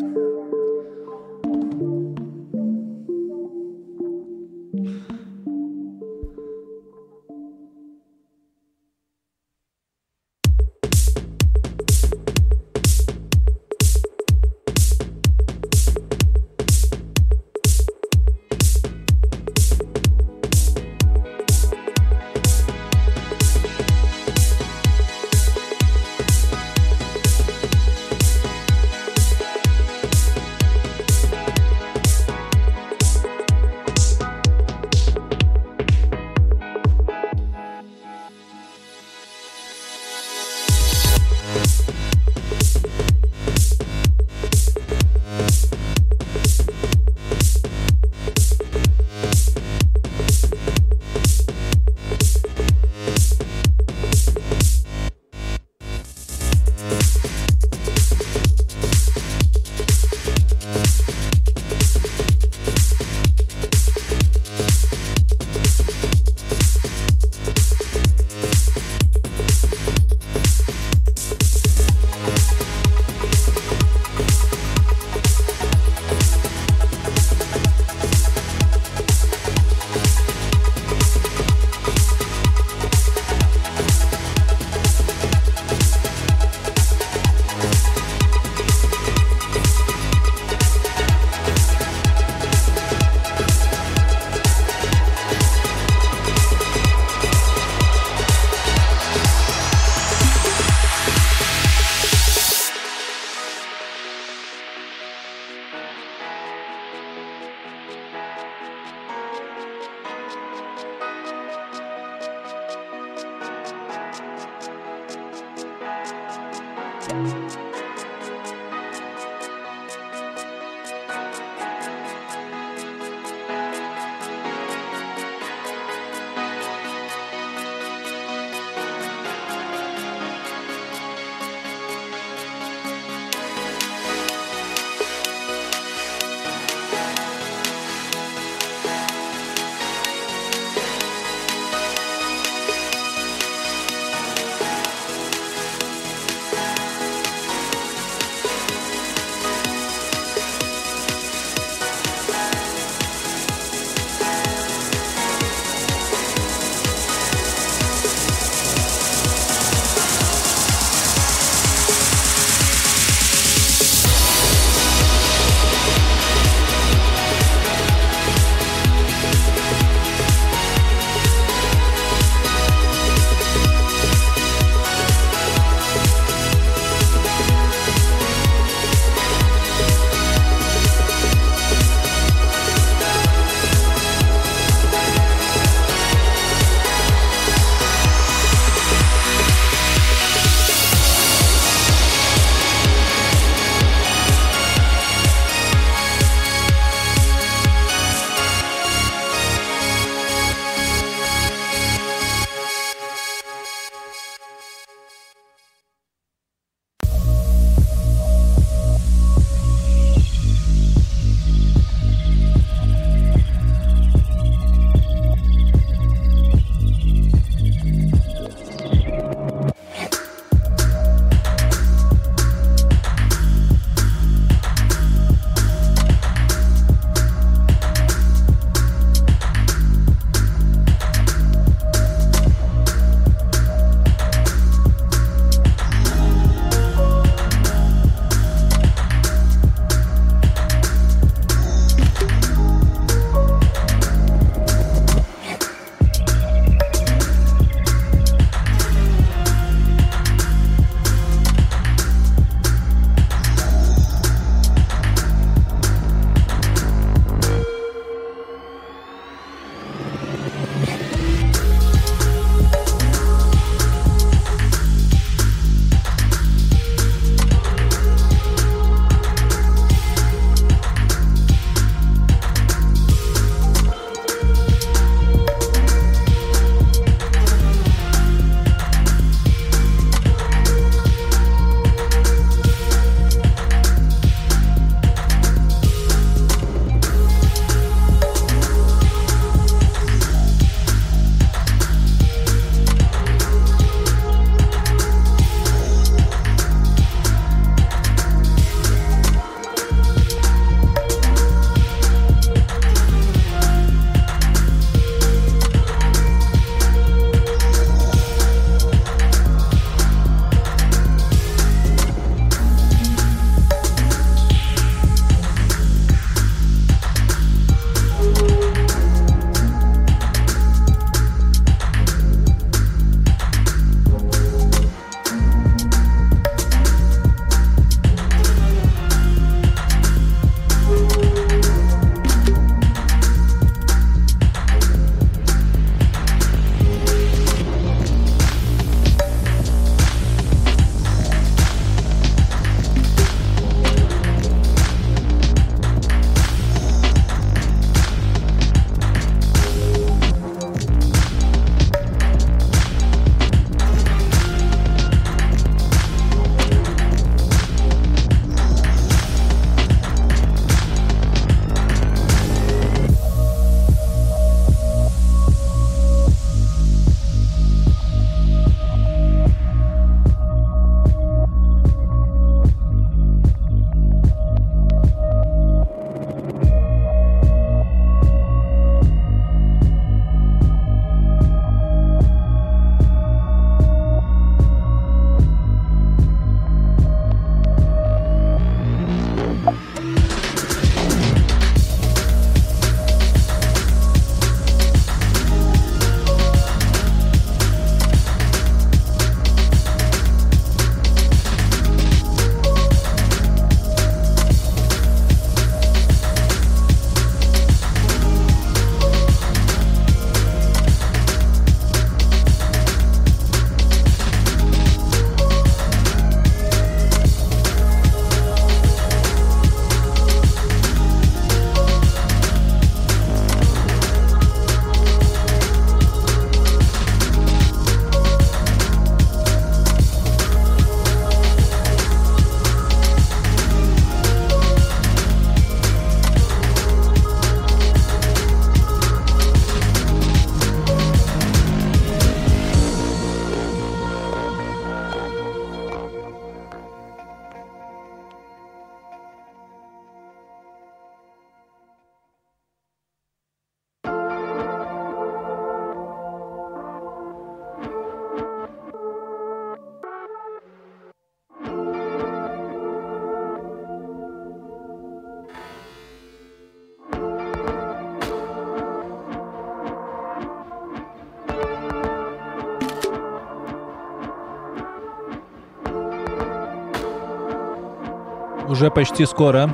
Уже почти скоро.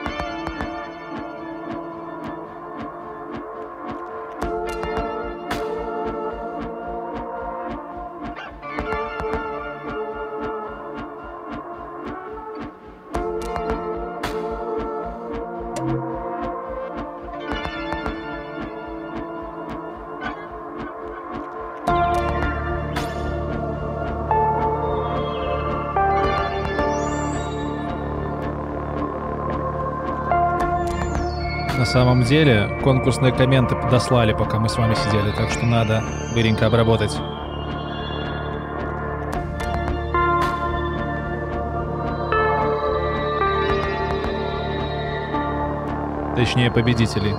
На самом деле, конкурсные комменты подослали, пока мы с вами сидели, так что надо быренько обработать. Точнее, победителей.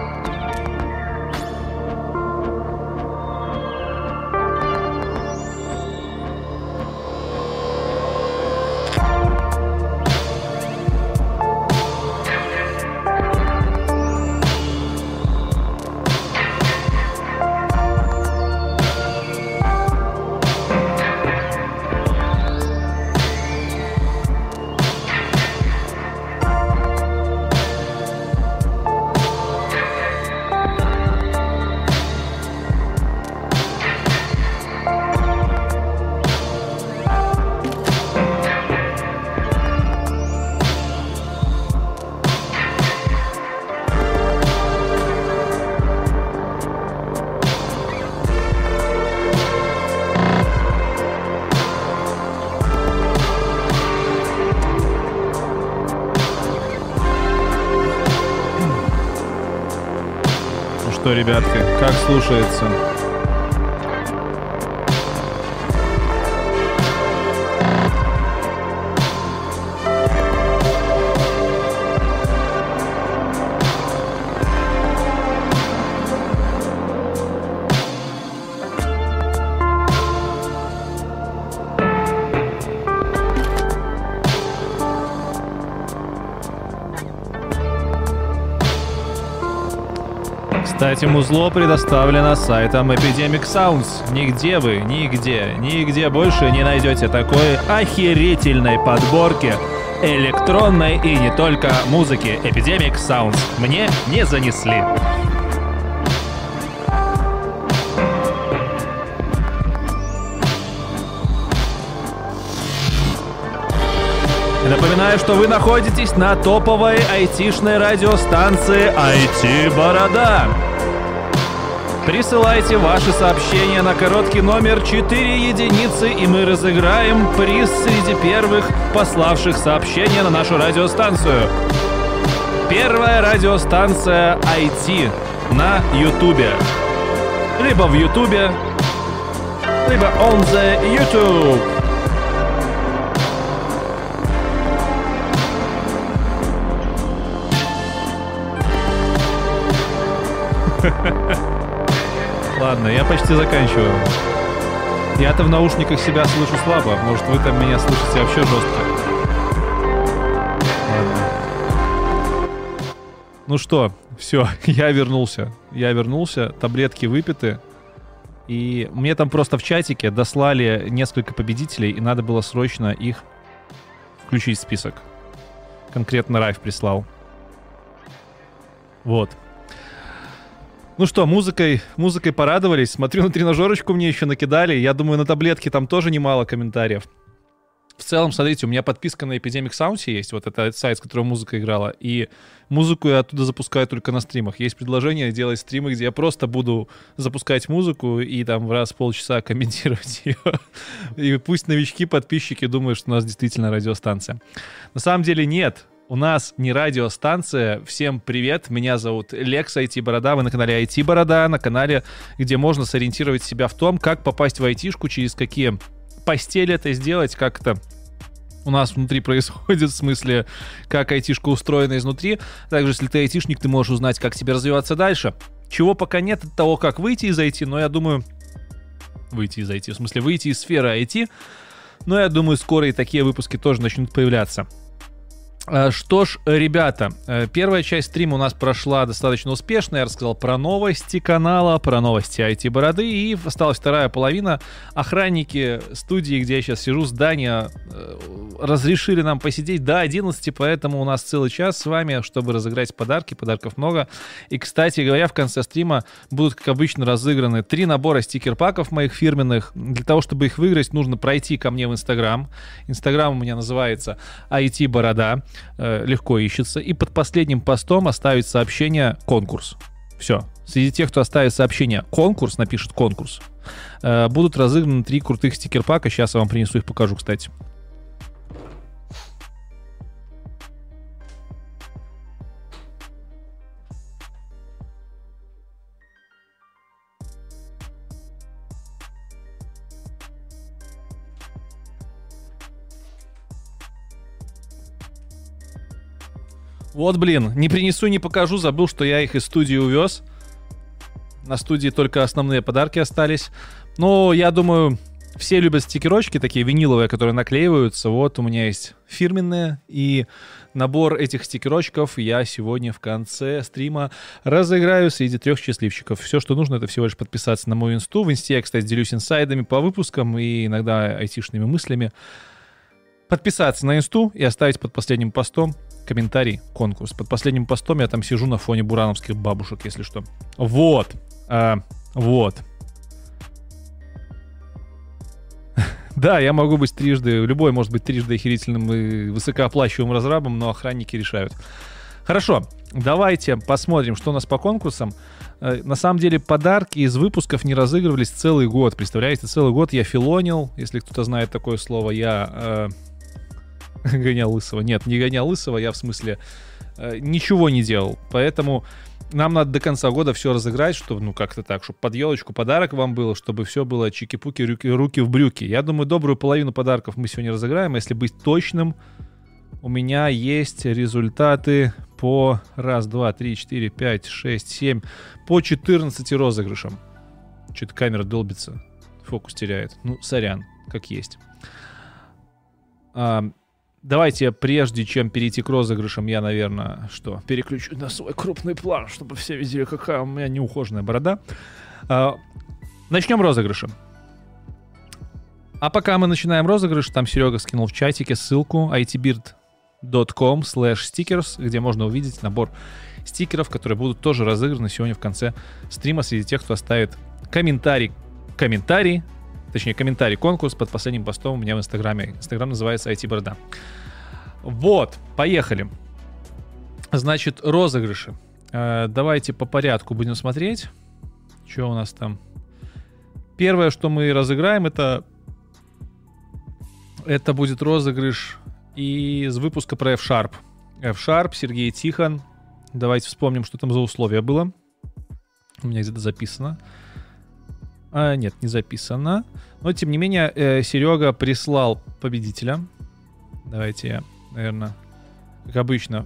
Что, ребятки, как слушается? Кстати, музло предоставлено сайтом Epidemic Sounds. Нигде больше не найдете такой охерительной подборки электронной и не только музыки. Epidemic Sounds мне не занесли. Напоминаю, что вы находитесь на топовой айтишной радиостанции IT-Борода. Присылайте ваши сообщения на короткий номер 4 единицы, и мы разыграем приз среди первых пославших сообщения на нашу радиостанцию. Первая радиостанция IT на Ютубе. Либо в Ютубе, либо on the YouTube. Ладно, я почти заканчиваю. Я-то в наушниках себя слышу слабо. Может, вы там меня слышите вообще жестко. Ладно. Ну что, все, я вернулся. Таблетки выпиты. И мне там просто в чатике дослали несколько победителей, и надо было срочно их включить в список. Конкретно Райф прислал. Вот. Ну что, музыкой порадовались. Смотрю, на тренажерочку мне еще накидали. Я думаю, на таблетки там тоже немало комментариев. В целом, смотрите, у меня подписка на Epidemic Sounds есть. Вот это сайт, с которого музыка играла. И музыку я оттуда запускаю только на стримах. Есть предложение делать стримы, где я просто буду запускать музыку и там раз в полчаса комментировать ее. И пусть новички, подписчики думают, что у нас действительно радиостанция. На самом деле нет. У нас не радиостанция. Всем привет, меня зовут Лекс IT-Борода, вы на канале IT-Борода, на канале, где можно сориентировать себя в том, как попасть в айтишку, через какие постели это сделать, как это у нас внутри происходит, в смысле, как айтишка устроена изнутри. Также, если ты айтишник, ты можешь узнать, как тебе развиваться дальше. Чего пока нет от того, как выйти из IT, но я думаю... Выйти из сферы IT, но я думаю, скоро и такие выпуски тоже начнут появляться. Что ж, ребята, первая часть стрима у нас прошла достаточно успешно. Я рассказал про новости канала, про новости IT-бороды. И осталась вторая половина. Охранники студии, где я сейчас сижу, здания, разрешили нам посидеть до 11, поэтому у нас целый час с вами, чтобы разыграть подарки. Подарков много. И, кстати говоря, в конце стрима будут, как обычно, разыграны 3 набора стикер-паков моих фирменных. Для того, чтобы их выиграть, нужно пройти ко мне в Инстаграм. Инстаграм у меня называется IT-борода. Легко ищется. И под последним постом оставить сообщение «Конкурс». Все. Среди тех, кто оставит сообщение «Конкурс», напишет «Конкурс», будут разыграны 3 крутых стикер-пака. Сейчас я вам принесу их, покажу, кстати. Вот, блин, не принесу, не покажу, забыл, что я их из студии увез. На студии только основные подарки остались. Но я думаю, все любят стикерочки такие виниловые, которые наклеиваются. Вот у меня есть фирменные. И набор этих стикерочков я сегодня в конце стрима разыграю среди 3 счастливчиков. Все, что нужно, это всего лишь подписаться на мою инсту. В инсте я, кстати, делюсь инсайдами по выпускам и иногда айтишными мыслями. Подписаться на инсту и оставить под последним постом комментарий «Конкурс». Под последним постом я там сижу на фоне бурановских бабушек, если что. Вот. Вот. Да, я могу быть трижды, любой может быть трижды охерительным и высокооплачиваемым разрабом, но охранники решают. Хорошо, давайте посмотрим, что у нас по конкурсам. На самом деле подарки из выпусков не разыгрывались целый год. Представляете, целый год я филонил, если кто-то знает такое слово, я... гонял лысого. Нет, не гонял лысого, я в смысле ничего не делал. Поэтому нам надо до конца года все разыграть, чтобы, ну, как-то так, чтобы под елочку подарок вам было, чтобы все было чики-пуки, руки в брюки. Я думаю, добрую половину подарков мы сегодня разыграем. Если быть точным, у меня есть результаты по 1, 2, 3, 4, 5, 6, 7, по 14 розыгрышам. Что-то камера долбится, фокус теряет. Ну, сорян, как есть. Давайте, прежде чем перейти к розыгрышам, я, наверное, переключу на свой крупный план, чтобы все видели, какая у меня неухоженная борода. Начнем розыгрышем. А пока мы начинаем розыгрыш, там Серега скинул в чатике ссылку itbeard.com/stickers, где можно увидеть набор стикеров, которые будут тоже разыграны сегодня в конце стрима среди тех, кто оставит комментарий, комментарий-конкурс под последним постом у меня в Инстаграме. Инстаграм называется IT-борода. Вот, поехали. Значит, розыгрыши. Давайте по порядку будем смотреть. Что у нас там? Первое, что мы разыграем, это будет розыгрыш из выпуска про F-Sharp. F-Sharp, Сергей Тихон. Давайте вспомним, что там за условие было. У меня где-то записано. Нет, не записано. Но, тем не менее, Серега прислал победителя. Давайте я, наверное, как обычно,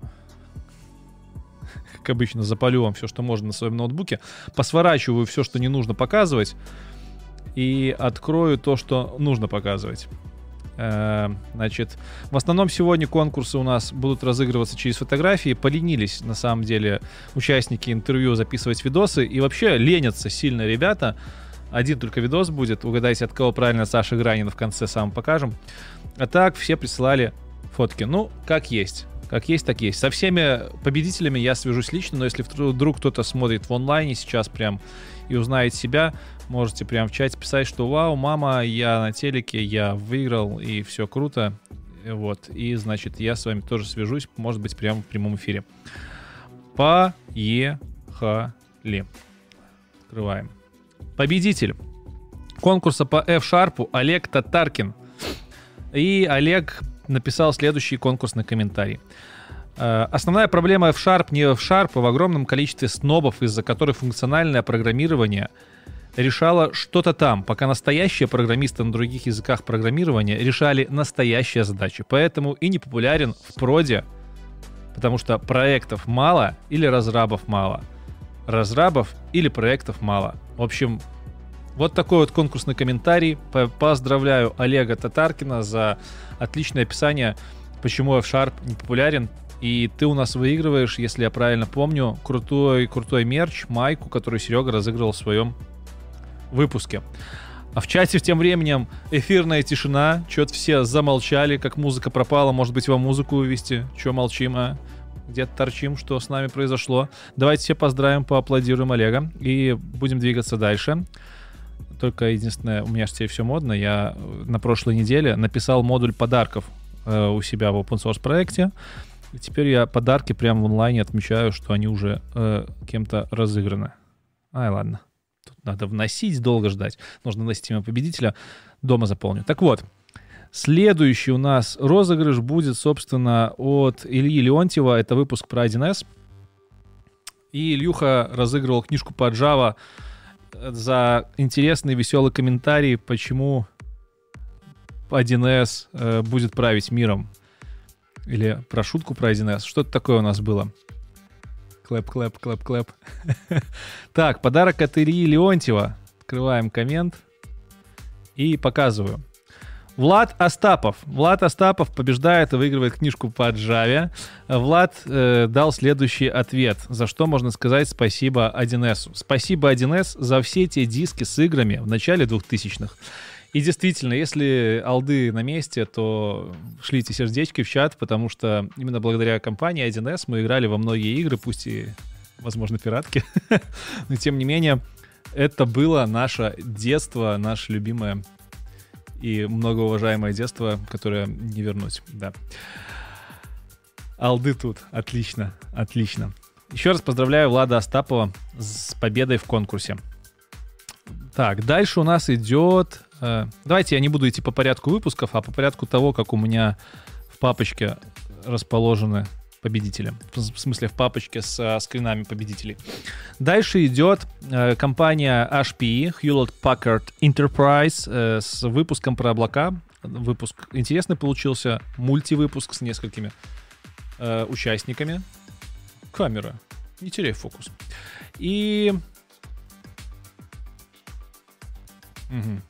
запалю вам все, что можно на своем ноутбуке. Посворачиваю все, что не нужно показывать. И открою то, что нужно показывать. Значит, в основном сегодня конкурсы у нас будут разыгрываться через фотографии. Поленились, на самом деле, участники интервью записывать видосы. И вообще ленятся сильно ребята. Один только видос будет. Угадайте, от кого правильно. Саша Гранина в конце сам покажем. А так все присылали фотки. Ну, как есть. Как есть, так есть. Со всеми победителями я свяжусь лично. Но если вдруг кто-то смотрит в онлайне сейчас прям и узнает себя, можете прям в чате писать, что вау, мама, я на телеке, я выиграл, и все круто. Вот. И, значит, я с вами тоже свяжусь, может быть, прямо в прямом эфире. Поехали. Открываем. Победитель конкурса по F-Sharp Олег Татаркин. И Олег написал следующий конкурсный комментарий. Основная проблема F-Sharp не F-Sharp, а в огромном количестве снобов, из-за которых функциональное программирование решало что-то там, пока настоящие программисты на других языках программирования решали настоящие задачи. Поэтому и не популярен в проде, потому что проектов мало или разрабов мало. Разрабов или проектов мало. В общем, вот такой вот конкурсный комментарий. Поздравляю Олега Татаркина за отличное описание почему F-Sharp не популярен. И ты у нас выигрываешь, если я правильно помню, крутой мерч, майку, которую Серега разыгрывал в своем выпуске. А в чате тем временем эфирная тишина. Чё-то все замолчали, как музыка пропала. Может быть, вам музыку вывести? Чё молчим, а? Где-то торчим, что с нами произошло. Давайте все поздравим, поаплодируем Олега. И будем двигаться дальше. Только единственное, у меня же теперь все модно. Я на прошлой неделе написал модуль подарков у себя в open source проекте. И теперь я подарки прямо в онлайне отмечаю, что они уже кем-то разыграны. Ай, ладно. Тут надо вносить, долго ждать. Нужно вносить имя победителя. Дома заполню. Так вот, следующий у нас розыгрыш будет, собственно, от Ильи Леонтьева. Это выпуск про 1С. И Ильюха разыгрывал книжку по Java за интересный, веселый комментарий, почему 1С будет править миром. Или про шутку про 1С. Что-то такое у нас было. Клэп. Так, подарок от Ильи Леонтьева. Открываем коммент и показываю. Влад Остапов. Влад Остапов побеждает и выигрывает книжку по Java. Влад дал следующий ответ, за что можно сказать спасибо 1С. Спасибо 1С за все те диски с играми в начале 2000-х. И действительно, если алды на месте, то шлите сердечки в чат, потому что именно благодаря компании 1С мы играли во многие игры, пусть и, возможно, пиратки. Но тем не менее, это было наше детство, наше любимое и многоуважаемое детство, которое не вернуть. Да. Алды тут. Отлично. Еще раз поздравляю Влада Остапова с победой в конкурсе. Так, дальше у нас идет... Давайте я не буду идти по порядку выпусков, а по порядку того, как у меня в папочке расположены победители. В смысле, в папочке с скринами победителей. Дальше идет компания HPE, Hewlett Packard Enterprise, с выпуском про облака. Выпуск интересный получился, мультивыпуск с несколькими участниками. Камера, не теряй фокус. И... Угу.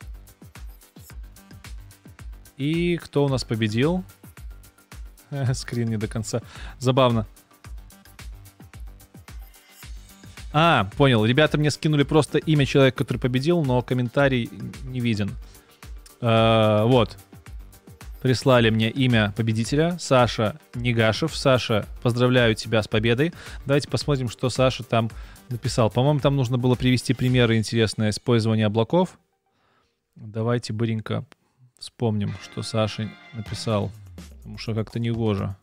И кто у нас победил? Скрин не до конца. Забавно. Понял. Ребята мне скинули просто имя человека, который победил, но комментарий не виден. Вот. Прислали мне имя победителя. Саша Негашев. Саша, поздравляю тебя с победой. Давайте посмотрим, что Саша там написал. По-моему, там нужно было привести примеры интересные использования облаков. Давайте быренько вспомним, что Саша написал, потому что как-то негоже.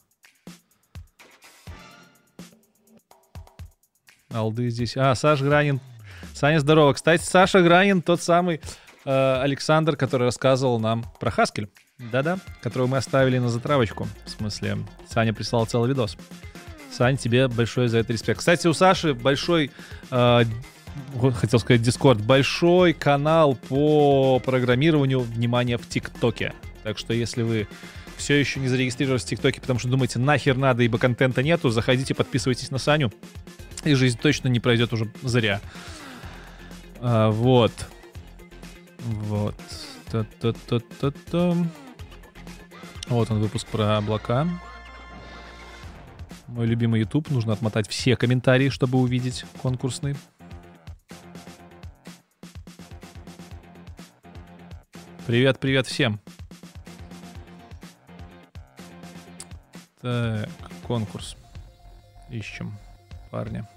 Алды здесь. Саша Гранин. Саня, здорово. Кстати, Саша Гранин тот самый Александр, который рассказывал нам про Haskell. Да-да, которого мы оставили на затравочку. В смысле, Саня прислал целый видос. Сань, тебе большой за это респект. Кстати, у Саши большой... хотел сказать Discord, большой канал по программированию, внимание, в ТикТоке. Так что если вы все еще не зарегистрировались в ТикТоке, потому что думаете, нахер надо, ибо контента нету, заходите, подписывайтесь на Саню, и жизнь точно не пройдет уже зря. Вот. Вот он, выпуск про облака. Мой любимый YouTube. Нужно отмотать все комментарии, чтобы увидеть конкурсный. Привет всем. Так, конкурс. Ищем парня.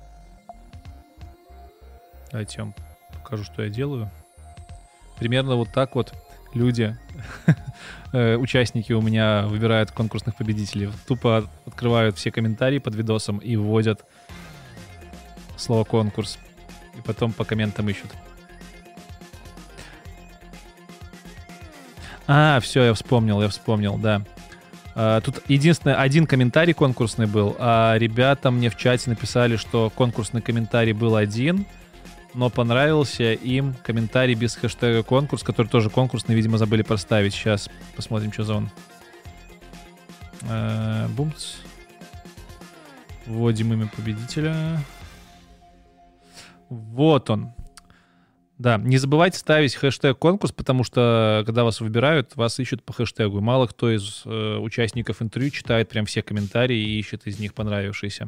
Давайте я вам покажу, что я делаю. Примерно вот так вот люди, участники у меня выбирают конкурсных победителей. Тупо открывают все комментарии под видосом и вводят слово «конкурс». И потом по комментам ищут. Все, я вспомнил, да. Тут единственное, один комментарий конкурсный был, а ребята мне в чате написали, что конкурсный комментарий был один, но понравился им комментарий без хэштега конкурс, который тоже конкурсный, видимо, забыли поставить. Сейчас посмотрим, что за он. Бумц. Вводим имя победителя. Вот он. Да, не забывайте ставить хэштег конкурс, потому что, когда вас выбирают, вас ищут по хэштегу. И мало кто из участников интервью читает прям все комментарии и ищет из них понравившиеся.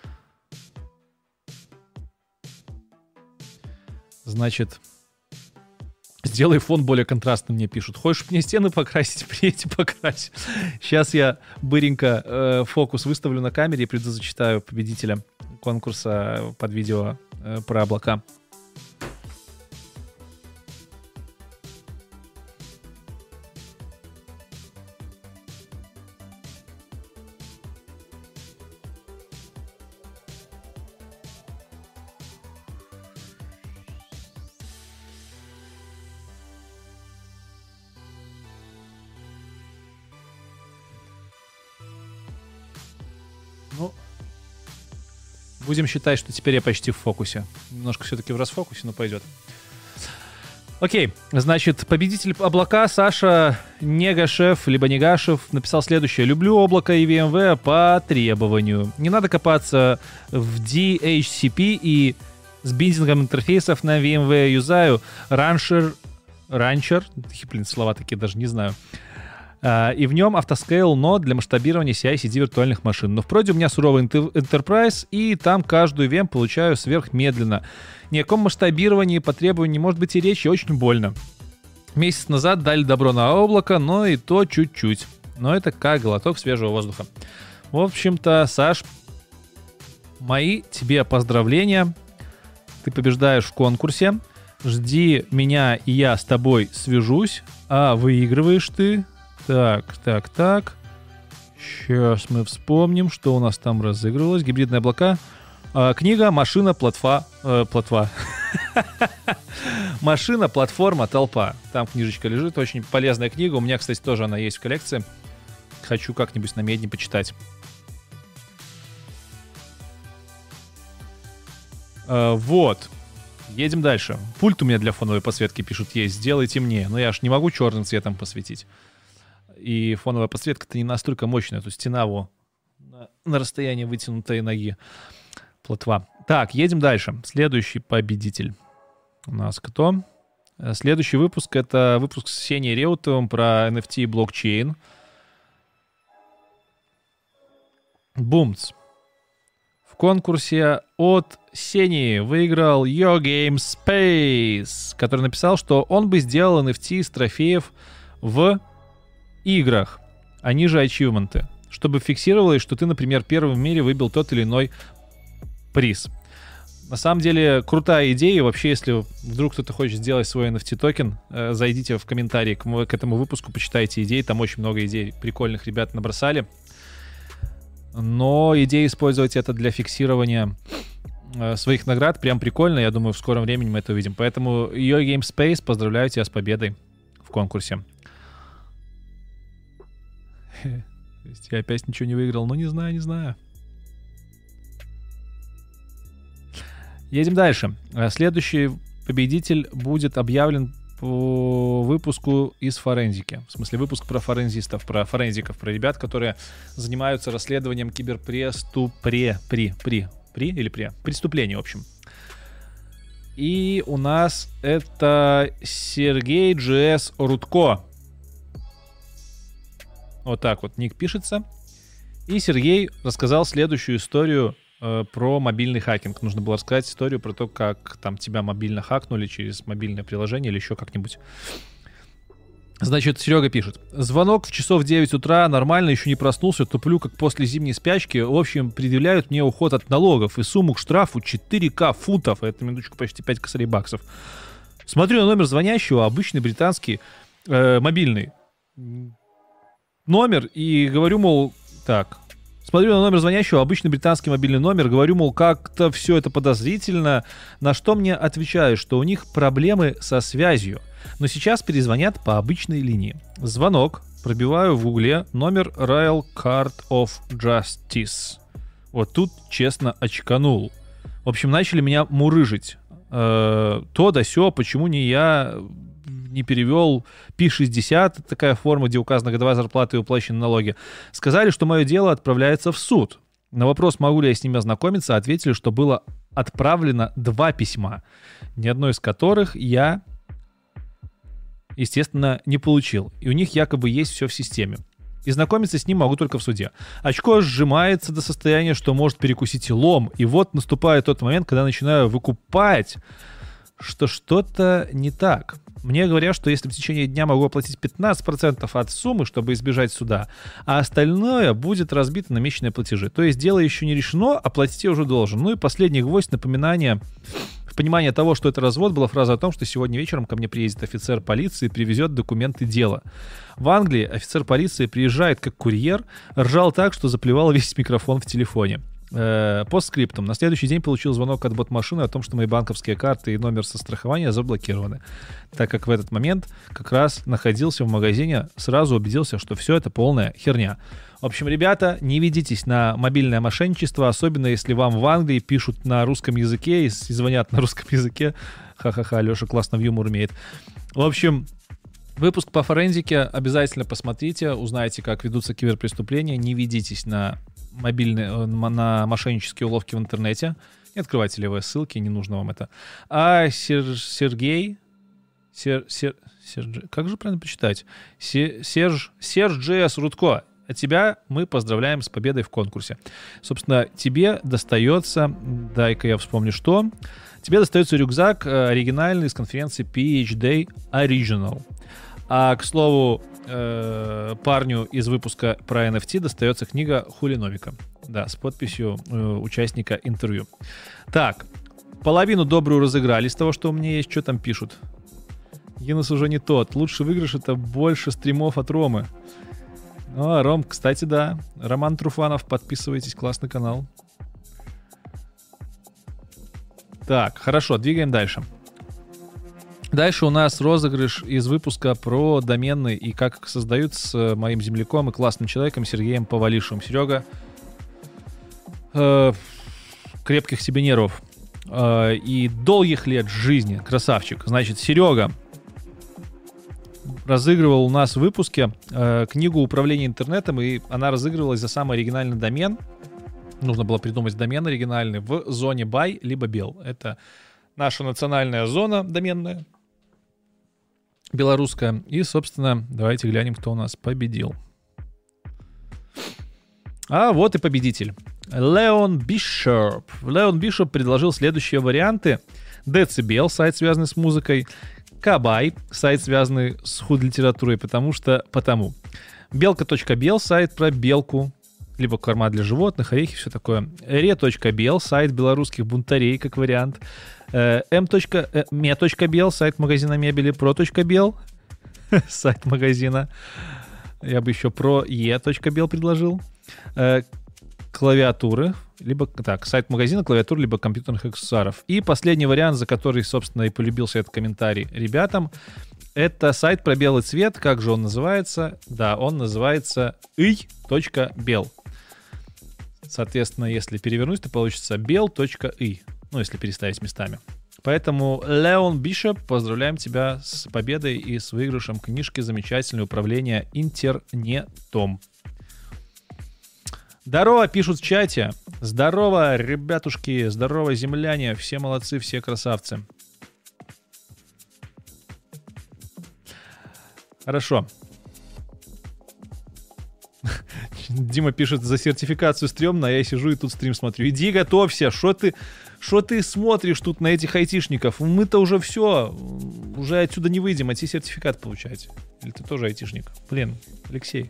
Значит, сделай фон более контрастным, мне пишут. Хочешь мне стены покрасить? Приедь и покрась. Сейчас я быренько фокус выставлю на камере и приду зачитаю победителя конкурса под видео про облака. Ну, будем считать, что теперь я почти в фокусе. Немножко все-таки в расфокусе, но пойдет. Окей, значит, победитель облака Саша Негашев, либо Негашев, написал следующее. Люблю облако и VMware по требованию. Не надо копаться в DHCP и с биндингом интерфейсов на VMware юзаю. Rancher, блин, слова такие даже не знаю. И в нем автоскейл нод для масштабирования CI/CD виртуальных машин. Но в проде у меня суровый Enterprise, и там каждую VM получаю сверхмедленно. Ни о каком масштабировании по требованию не может быть и речи, очень больно. Месяц назад дали добро на облако, но и то чуть-чуть. Но это как глоток свежего воздуха. В общем-то, Саш, мои тебе поздравления. Ты побеждаешь в конкурсе. Жди меня, и я с тобой свяжусь. А выигрываешь ты... Так. Сейчас мы вспомним, что у нас там разыгрывалось. Гибридные облака. Книга, машина, плотва. Машина, платформа, толпа. Там книжечка лежит. Очень полезная книга. У меня, кстати, тоже она есть в коллекции. Хочу как-нибудь на медне почитать. Вот. Едем дальше. Пульт у меня для фоновой подсветки, пишут, есть. Сделайте мне. Но я ж не могу черным цветом посветить. И фоновая подсветка-то не настолько мощная. То есть стена на расстоянии вытянутой ноги. Плотва. Так, едем дальше. Следующий победитель. У нас кто? Следующий выпуск — это выпуск с Сеней Реутовым про NFT и блокчейн. Бумц. В конкурсе от Сени выиграл Your Game Space, который написал, что он бы сделал NFT из трофеев в играх, они же ачивменты, чтобы фиксировалось, что ты, например, первым в мире выбил тот или иной приз. На самом деле, крутая идея. Вообще, если вдруг кто-то хочет сделать свой NFT-токен, зайдите в комментарии к этому выпуску, почитайте идеи. Там очень много идей прикольных ребят набросали. Но идея использовать это для фиксирования своих наград прям прикольно. Я думаю, в скором времени мы это увидим. Поэтому Your Game Space, поздравляю тебя с победой в конкурсе. То есть я опять ничего не выиграл. Ну, не знаю. Едем дальше. Следующий победитель будет объявлен по выпуску из форензики. В смысле, выпуск про форензистов, про форензиков, про ребят, которые занимаются расследованием преступлений, в общем. И у нас это Сергей Джс Рудко. Вот так вот ник пишется. И Сергей рассказал следующую историю про мобильный хакинг. Нужно было рассказать историю про то, как там тебя мобильно хакнули через мобильное приложение или еще как-нибудь. Значит, Серега пишет. Звонок в часов 9 утра, нормально, еще не проснулся, туплю, как после зимней спячки. В общем, предъявляют мне уход от налогов и сумму к штрафу 4К фунтов. Это, минуточку, почти 5 косарей баксов. Смотрю на номер звонящего, обычный британский мобильный номер, и говорю, мол, так. Смотрю на номер звонящего, обычный британский мобильный номер, говорю, мол, как-то все это подозрительно, на что мне отвечают, что у них проблемы со связью, но сейчас перезвонят по обычной линии. Звонок, пробиваю в гугле номер Royal Court of Justice. Вот тут, честно, очканул. В общем, начали меня мурыжить. То да сё, почему не я не перевел P60, такая форма, где указана годовая зарплата и уплачены налоги. Сказали, что мое дело отправляется в суд. На вопрос, могу ли я с ними ознакомиться, ответили, что было отправлено 2 письма, ни одно из которых я, естественно, не получил. И у них якобы есть все в системе. И знакомиться с ним могу только в суде. Очко сжимается до состояния, что может перекусить и лом. И вот наступает тот момент, когда начинаю выкупать, что что-то не так. Мне говорят, что если в течение дня могу оплатить 15% от суммы, чтобы избежать суда, а остальное будет разбито на месячные платежи. То есть дело еще не решено, а платить я уже должен. Ну и последний гвоздь напоминания, в понимание того, что это развод, была фраза о том, что сегодня вечером ко мне приедет офицер полиции и привезет документы дела. В Англии офицер полиции приезжает как курьер, ржал так, что заплевал весь микрофон в телефоне. Постскриптум. На следующий день получил звонок от бот-машины о том, что мои банковские карты и номер со страхования заблокированы. Так как в этот момент как раз находился в магазине, сразу убедился, что все это полная херня. В общем, ребята, не ведитесь на мобильное мошенничество, особенно если вам в Англии пишут на русском языке и звонят на русском языке. Ха-ха-ха, Леша классно в юмор умеет. В общем, выпуск по форензике обязательно посмотрите, узнаете, как ведутся киберпреступления, не ведитесь на на мошеннические уловки в интернете. Не открывайте левые ссылки, не нужно вам это. А Сергей... как же правильно почитать? Серж Джейс Рудко. А тебя мы поздравляем с победой в конкурсе. Собственно, тебе достается... Дай-ка я вспомню, что. Тебе достается рюкзак оригинальный с конференции PhD Original. А, к слову, парню из выпуска про NFT достается книга Хули Новика. Да, с подписью участника интервью. Так, половину добрую разыграли из того, что у меня есть. Что там пишут? Гиннес уже не тот. Лучший выигрыш — это больше стримов от Ромы. Ну, Ром, кстати, да. Роман Труфанов, подписывайтесь, классный канал. Так, хорошо, двигаем дальше. Дальше у нас розыгрыш из выпуска про домены и как их создают с моим земляком и классным человеком Сергеем Повалишевым. Серега, крепких себе нервов и долгих лет жизни, красавчик. Значит, Серега разыгрывал у нас в выпуске книгу управления интернетом, и она разыгрывалась за самый оригинальный домен. Нужно было придумать домен оригинальный в зоне buy либо бел. Это наша национальная зона доменная, белорусская. И, собственно, давайте глянем, кто у нас победил. А вот и победитель. Леон Бишоп. Леон Бишоп предложил следующие варианты. Децибел, сайт, связанный с музыкой. Кабай, сайт, связанный с худ-литературой, потому. Белка.бел, сайт про белку, либо корма для животных, орехи, все такое. Ре.бел, сайт белорусских бунтарей, как вариант. Me.бел, сайт магазина мебели. Про.бел, сайт магазина. Я бы еще про Е.бел предложил. Клавиатуры, либо так, сайт магазина, клавиатур, либо компьютерных аксессуаров. И последний вариант, за который, собственно, и полюбился этот комментарий ребятам, это сайт про белый цвет. Как же он называется? Да, он называется ый.бел. Соответственно, если перевернуть, то получится бел.ый. Ну, если переставить местами. Поэтому, Леон Бишоп, поздравляем тебя с победой и с выигрышем книжки «Замечательное управление интернетом». Здорово, пишут в чате. Здорово, ребятушки, здорово, земляне. Все молодцы, все красавцы. Хорошо. Дима пишет, за сертификацию стрёмно, а я сижу и тут стрим смотрю. Иди готовься, что ты смотришь тут на этих айтишников? Мы-то уже все, уже отсюда не выйдем, а тебе сертификат получать. Или ты тоже айтишник? Блин, Алексей.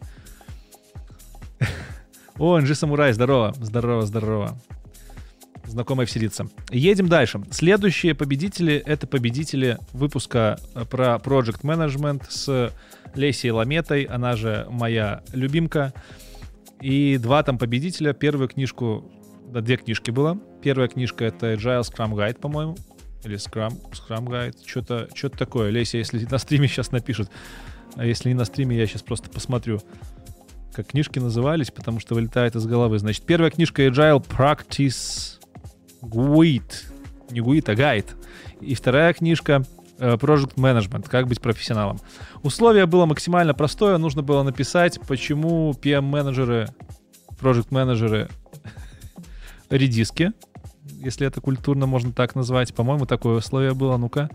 О, NG Самурай, здорово, здорово. Знакомая вселится. Едем дальше. Следующие победители — это победители выпуска про Project Management с Лесей Ламетой, она же моя любимка. И 2 там победителя. Первую книжку, да, 2 книжки было. Первая книжка — это Agile Scrum Guide, по-моему. Или Scrum Guide. Что-то такое. Леся, если на стриме сейчас напишут. А если не на стриме, я сейчас просто посмотрю, как книжки назывались, потому что вылетает из головы. Значит, первая книжка Agile Practice Guide. Не Guide, а Guide. И вторая книжка Project Management. Как быть профессионалом. Условие было максимально простое. Нужно было написать, почему PM-менеджеры, Project-менеджеры редиски. если это культурно можно так назвать. По-моему, такое условие было. Ну-ка.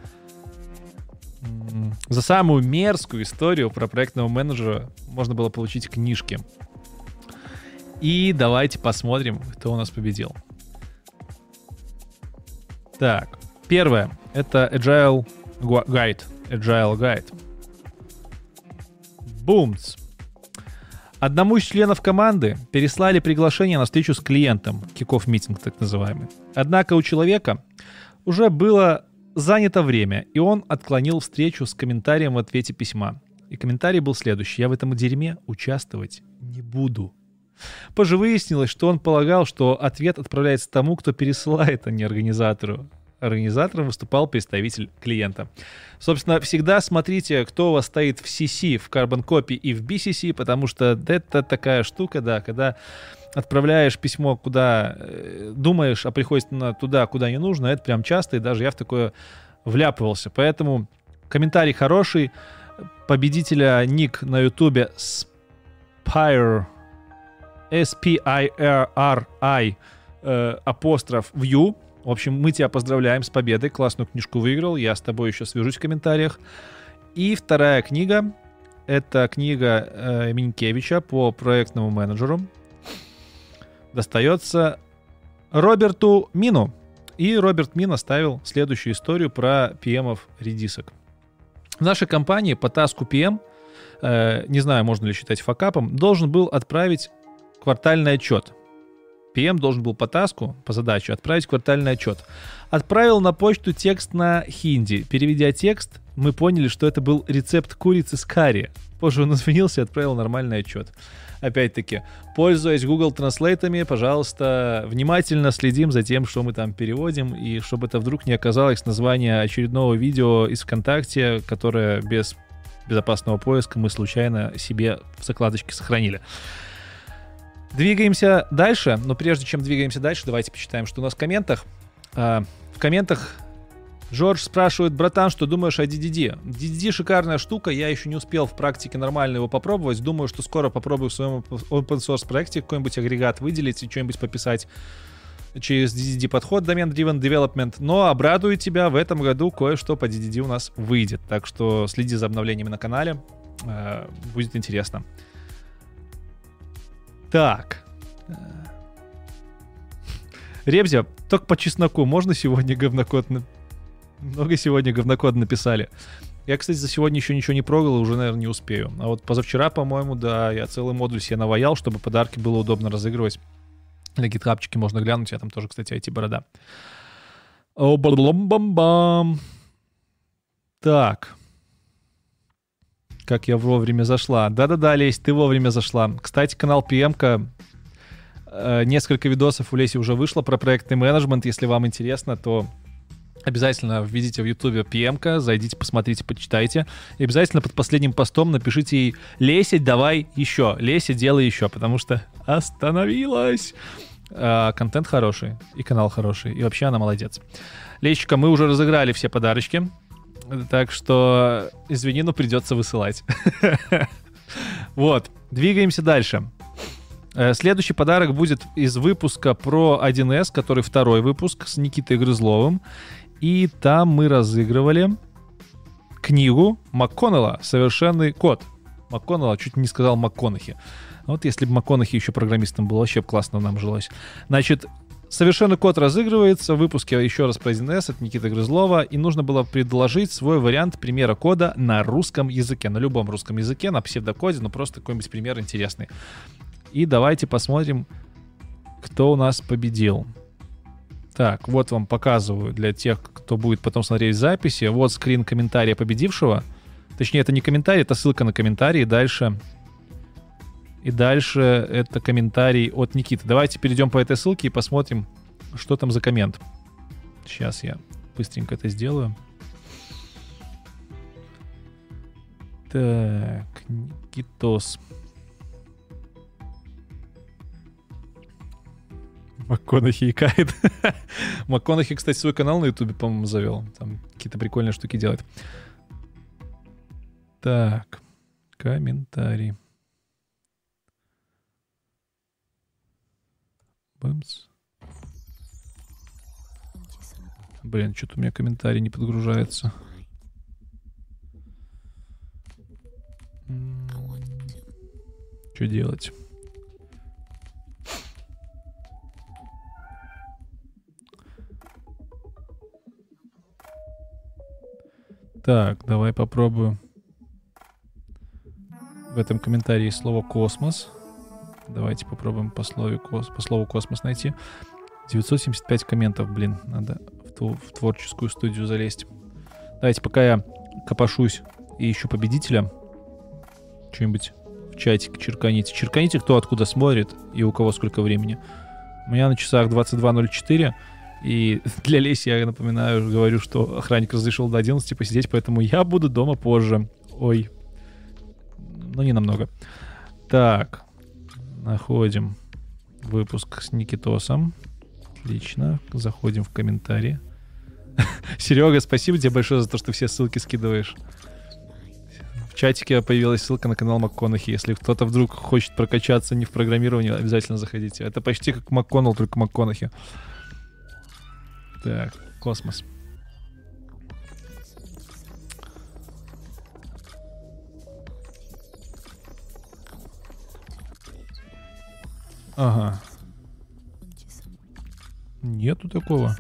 За самую мерзкую историю про проектного менеджера можно было получить книжки. И давайте посмотрим, кто у нас победил. Так, первое. Это Agile Guide. Agile Guide. Бумц. Одному из членов команды переслали приглашение на встречу с клиентом, kick-off митинг так называемый. Однако у человека уже было занято время, и он отклонил встречу с комментарием в ответе письма. И комментарий был следующий: «Я в этом дерьме участвовать не буду». Позже выяснилось, что он полагал, что ответ отправляется тому, кто пересылает, а не организатору. Организатором выступал представитель клиента. Собственно, всегда смотрите, кто у вас стоит в CC, в Carbon Copy и в BCC, потому что это такая штука, да, когда отправляешь письмо, куда думаешь, а приходит туда, куда не нужно, это прям часто, и даже я в такое вляпывался. Поэтому комментарий хороший. Победителя ник на ютубе Spire, S-P-I-R-R-I, апостроф View. В общем, мы тебя поздравляем с победой. Классную книжку выиграл. Я с тобой еще свяжусь в комментариях. И вторая книга. Это книга Минькевича по проектному менеджеру. Достается Роберту Мину. И Роберт Мин оставил следующую историю про PM-ов редисок. В нашей компании по таску PM, не знаю, можно ли считать факапом, должен был отправить квартальный отчет. PM должен был по таску, по задаче, отправить квартальный отчет. Отправил на почту текст на хинди. Переведя текст, мы поняли, что это был рецепт курицы с карри. Позже он извинился и отправил нормальный отчет. Опять-таки, пользуясь Google Translate'ами, пожалуйста, внимательно следим за тем, что мы там переводим, и чтобы это вдруг не оказалось название очередного видео из ВКонтакте, которое без безопасного поиска мы случайно себе в закладочке сохранили. Двигаемся дальше, но прежде чем двигаемся дальше, давайте почитаем, что у нас в комментах. В комментах Джордж спрашивает: братан, что думаешь о DDD? DDD шикарная штука, я еще не успел в практике нормально его попробовать. Думаю, что скоро попробую в своем open source проекте какой-нибудь агрегат выделить и что-нибудь пописать через DDD подход, Domain Driven Development. Но обрадую тебя, в этом году кое-что по DDD у нас выйдет. Так что следи за обновлениями на канале, будет интересно. Так. Ребзя, только по чесноку. Можно сегодня говнокод? Много сегодня говнокод написали. Я, кстати, за сегодня еще ничего не прогал и уже, наверное, не успею. А вот позавчера, по-моему, да, я целый модуль себе наваял, чтобы подарки было удобно разыгрывать. На гитхабчике можно глянуть. Я там тоже, кстати, IT-борода. Так. Как я вовремя зашла. Да-да-да, Лесь, ты вовремя зашла. Кстати, канал PM-ка. Несколько видосов у Леси уже вышло про проектный менеджмент. Если вам интересно, то обязательно введите в Ютубе PM-ка, зайдите, посмотрите, почитайте. И обязательно под последним постом напишите ей: Леся, давай еще. Леся, делай еще, потому что остановилась. Контент хороший, и канал хороший, и вообще она молодец. Лесечка, мы уже разыграли все подарочки. Так что, извини, но придется высылать. Вот, двигаемся дальше. Следующий подарок будет из выпуска про 1С, который второй выпуск с Никитой Грызловым. И там мы разыгрывали книгу МакКоннелла «Совершенный код». МакКоннелла, чуть не сказал МакКонахи. Вот если бы МакКонахи еще программистом был, вообще классно нам жилось. Значит, «Совершенный код» разыгрывается в выпуске еще раз про 1С от Никиты Грызлова, и нужно было предложить свой вариант примера кода на русском языке, на любом русском языке, на псевдокоде, но просто какой-нибудь пример интересный. И давайте посмотрим, кто у нас победил. Так, вот вам показываю для тех, кто будет потом смотреть записи. Вот скрин комментария победившего. Точнее, это не комментарий, это ссылка на комментарий. И дальше это комментарий от Никиты. Давайте перейдем по этой ссылке и посмотрим, что там за коммент. Сейчас я быстренько это сделаю. Так, Никитос. МакКонахи икает. МакКонахи, кстати, свой канал на Ютубе, по-моему, завел. Там какие-то прикольные штуки делает. Так, комментарий. Бэмс. Блин, что-то у меня комментарий не подгружается. Что делать? Так, давай попробую. В этом комментарии есть слово «космос». Давайте попробуем по слову «космос» найти. 975 комментов, блин, надо в творческую студию залезть. Давайте, пока я копошусь и ищу победителя, что-нибудь в чатик черканите. Черканите, кто откуда смотрит и у кого сколько времени. У меня на часах 22:04. И для Леси я напоминаю, говорю, что охранник разрешил до 11 посидеть, поэтому я буду дома позже. Ой. Ну, не намного. Так. Находим выпуск с Никитосом. Отлично. Заходим в комментарии. Серега, спасибо тебе большое за то, что все ссылки скидываешь. В чатике появилась ссылка на канал МакКонахи. Если кто-то вдруг хочет прокачаться не в программировании, обязательно заходите. Это почти как МакКоннелл, только МакКонахи. Так, космос. Ага. Нету такого.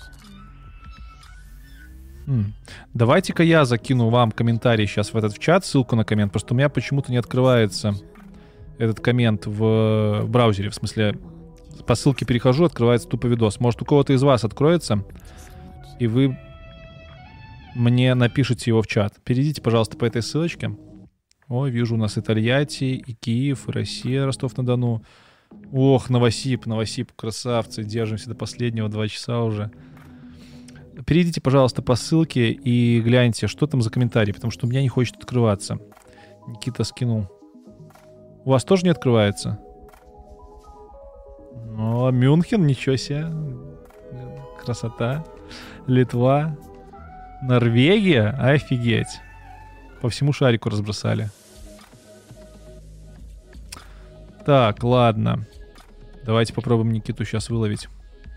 Давайте-ка я закину вам комментарий сейчас в этот чат, ссылку на коммент. Просто у меня почему-то не открывается этот коммент в браузере. В смысле, по ссылке перехожу, открывается тупо видос. Может, у кого-то из вас откроется, и вы мне напишите его в чат. Перейдите, пожалуйста, по этой ссылочке. Ой, вижу, у нас и Тольятти, и Киев, и Россия, Ростов-на-Дону. Ох, Новосиб, красавцы, держимся до последнего, 2 часа уже. Перейдите, пожалуйста, по ссылке и гляньте, что там за комментарий, потому что у меня не хочет открываться. Никита скинул. У вас тоже не открывается? О, Мюнхен, ничего себе. Красота. Литва. Норвегия? Офигеть. По всему шарику разбросали. Так, ладно. Давайте попробуем Никиту сейчас выловить.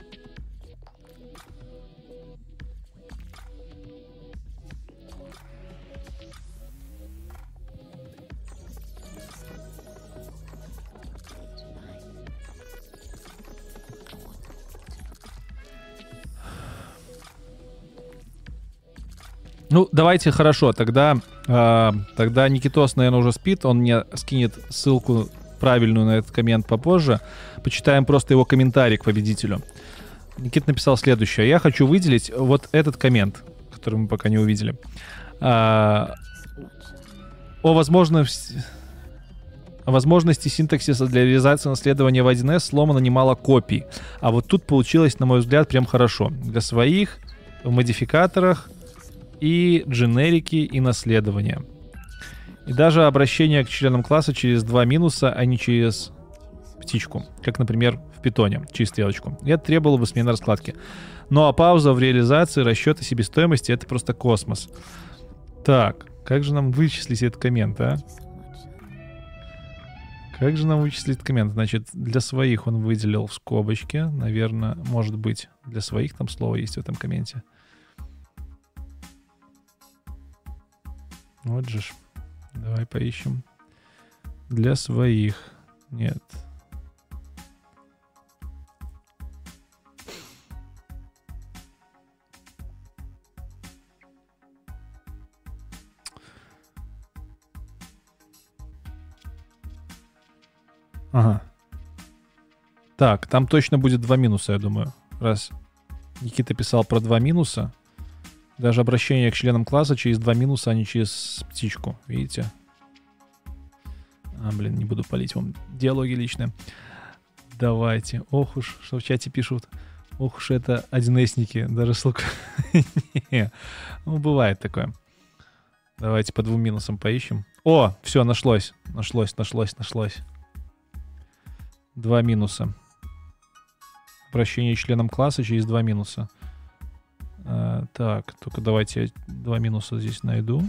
Ну, давайте, хорошо, тогда Никитос, наверное, уже спит, он мне скинет ссылку правильную на этот коммент попозже. Почитаем просто его комментарий к победителю. Никит написал следующее. Я хочу выделить вот этот коммент, который мы пока не увидели. О возможности синтаксиса для реализации наследования в 1С сломано немало копий. А вот тут получилось, на мой взгляд, прям хорошо. Для своих, в модификаторах, и дженерики, и наследования. И даже обращение к членам класса через 2 минуса, а не через птичку. Как, например, в питоне, через стрелочку. И это требовало бы смены раскладки. Ну а пауза в реализации, расчеты себестоимости — это просто космос. Так, как же нам вычислить этот коммент, а? Как же нам вычислить этот коммент? Значит, для своих он выделил в скобочке. Наверное, может быть, для своих там слово есть в этом комменте. Вот же ж. Давай поищем. Для своих. Нет. Ага. Так, там точно будет 2 минуса, я думаю. Раз Никита писал про 2 минуса. Даже обращение к членам класса через 2 минуса, а не через птичку. Видите? Блин, не буду палить вам диалоги личные. Давайте. Ох уж, что в чате пишут. Ох уж это 1С-ники. Даже ссылка. Ну, бывает такое. Давайте по 2 минусам поищем. О, все, нашлось. Нашлось. 2 минуса. Обращение к членам класса через 2 минуса. Так, только давайте я 2 минуса здесь найду.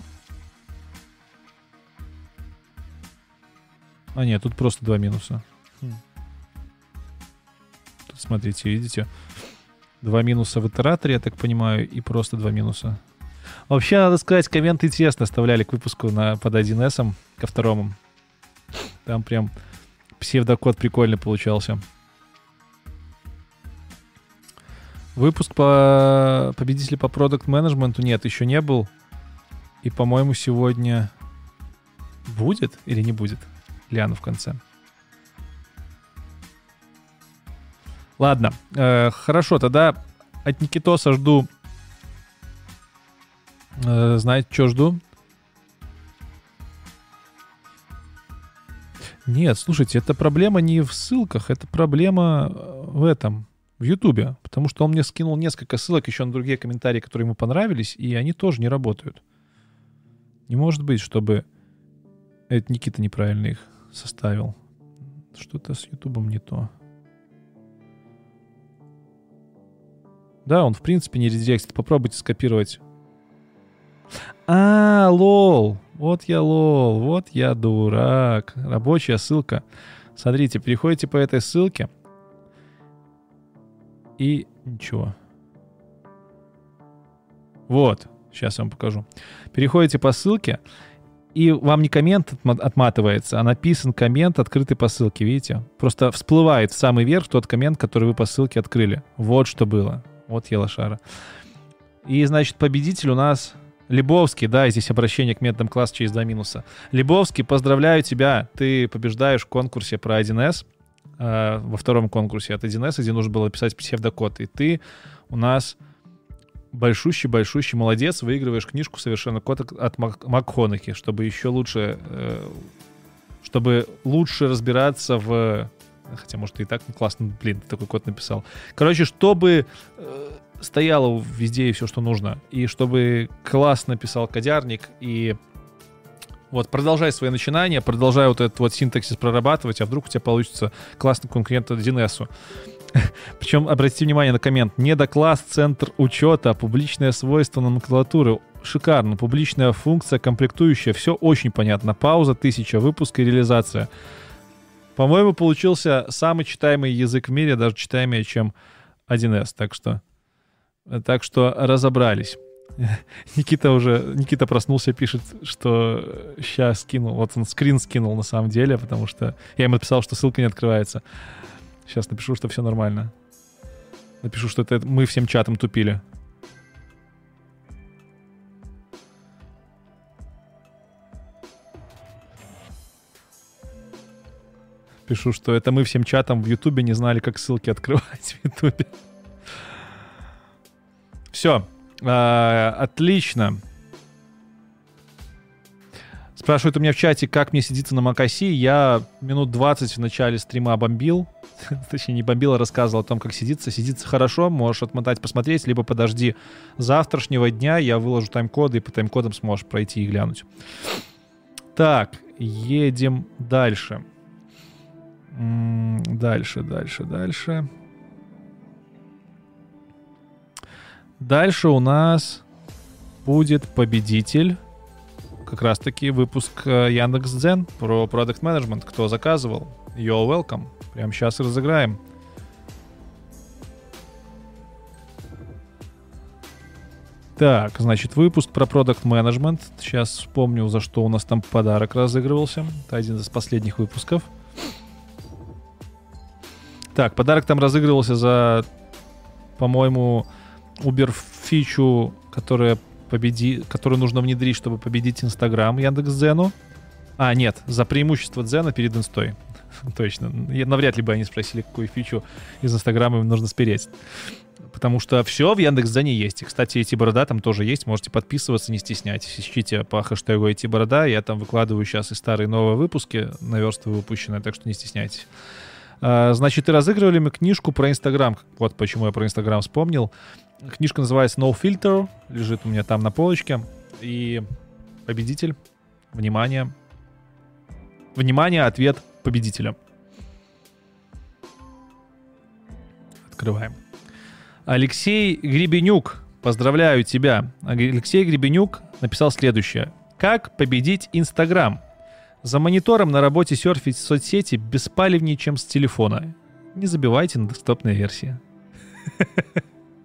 А нет, тут просто 2 минуса. Тут смотрите, видите? 2 минуса в итераторе, я так понимаю, и просто 2 минуса. Вообще, надо сказать, комменты интересно оставляли к выпуску под 1С, ко второму. Там прям псевдокод прикольный получался. Выпуск по победителю по продакт-менеджменту нет, еще не был. И, по-моему, сегодня будет или не будет? Гляну в конце. Ладно, хорошо, тогда от Никитоса жду. Знаете, что жду? Нет, слушайте, это проблема не в ссылках, это проблема в этом, в Ютубе. Потому что он мне скинул несколько ссылок еще на другие комментарии, которые ему понравились, и они тоже не работают. Не может быть, чтобы это Никита неправильно их составил. Что-то с Ютубом не то. Да, он в принципе не редиректит. Попробуйте скопировать. Лол. Вот я дурак. Рабочая ссылка. Смотрите, переходите по этой ссылке. И ничего. Вот. Сейчас я вам покажу. Переходите по ссылке. И вам не коммент отматывается, а написан коммент, открытый по ссылке. Видите? Просто всплывает в самый верх тот коммент, который вы по ссылке открыли. Вот что было. Вот я лошара. И, значит, победитель у нас Лебовский. Да, здесь обращение к методам класса через 2 минуса. Лебовский, поздравляю тебя. Ты побеждаешь в конкурсе про 1С. Во втором конкурсе от 1С, где нужно было писать псевдокод. И ты у нас большущий молодец. Выигрываешь книжку «Совершенно код» от МакКонахи, чтобы еще лучше... чтобы лучше разбираться в... Хотя, может, ты и так классно, ты такой код написал. Короче, чтобы стояло везде и все, что нужно. И чтобы классно писал кодярник. И вот, продолжай свои начинания, продолжай вот этот вот синтаксис прорабатывать, а вдруг у тебя получится классный конкурент 1С. Причем, обратите внимание на коммент. Недокласс, центр учета, публичное свойство номенклатуры. Шикарно. Публичная функция, комплектующая. Все очень понятно. Пауза 1000, выпуск и реализация. По-моему, получился самый читаемый язык в мире, даже читаемее, чем 1С. Так что разобрались. Никита проснулся, пишет, что сейчас скинул. Вот он скрин скинул на самом деле, потому что я ему написал, что ссылка не открывается. Сейчас напишу, что все нормально. Напишу, что это мы всем чатом тупили. Пишу, что это мы всем чатом в Ютубе не знали, как ссылки открывать в Ютубе. Все. Отлично. Спрашивают у меня в чате, как мне сидится на macOS. Я минут 20 в начале стрима бомбил. Точнее, не бомбил, а рассказывал о том, как сидится. Сидится хорошо, можешь отмотать, посмотреть, либо подожди завтрашнего дня, я выложу тайм-коды, и по тайм-кодам сможешь пройти и глянуть. Так, едем дальше. Дальше. Дальше у нас будет победитель. Как раз-таки выпуск Яндекс.Дзен про Product Management. Кто заказывал? You're welcome. Прямо сейчас и разыграем. Так, значит, выпуск про Product Management. Сейчас вспомню, за что у нас там подарок разыгрывался. Это один из последних выпусков. Так, подарок там разыгрывался за, по-моему, Uber-фичу, которую нужно внедрить, чтобы победить Инстаграм Яндекс.Дзену. Нет, за преимущество Дзена перед Инстой. Точно. Навряд ли бы они спросили, какую фичу из Инстаграма им нужно спереть. Потому что все в Яндекс.Дзене есть. И, кстати, IT-борода там тоже есть. Можете подписываться, не стесняйтесь. Ищите по хэштегу IT-борода. Я там выкладываю сейчас и старые, и новые выпуски, наверстываю выпущенные, так что не стесняйтесь. Значит, и разыгрывали мы книжку про Инстаграм. Вот почему я про Инстаграм вспомнил. Книжка называется No Filter. Лежит у меня там на полочке. И победитель. Внимание. Внимание, ответ победителя. Открываем. Алексей Гребенюк. Поздравляю тебя. Алексей Гребенюк написал следующее. Как победить Инстаграм? За монитором на работе серфить соцсети беспалевнее, чем с телефона. Не забивайте на десктопной версии.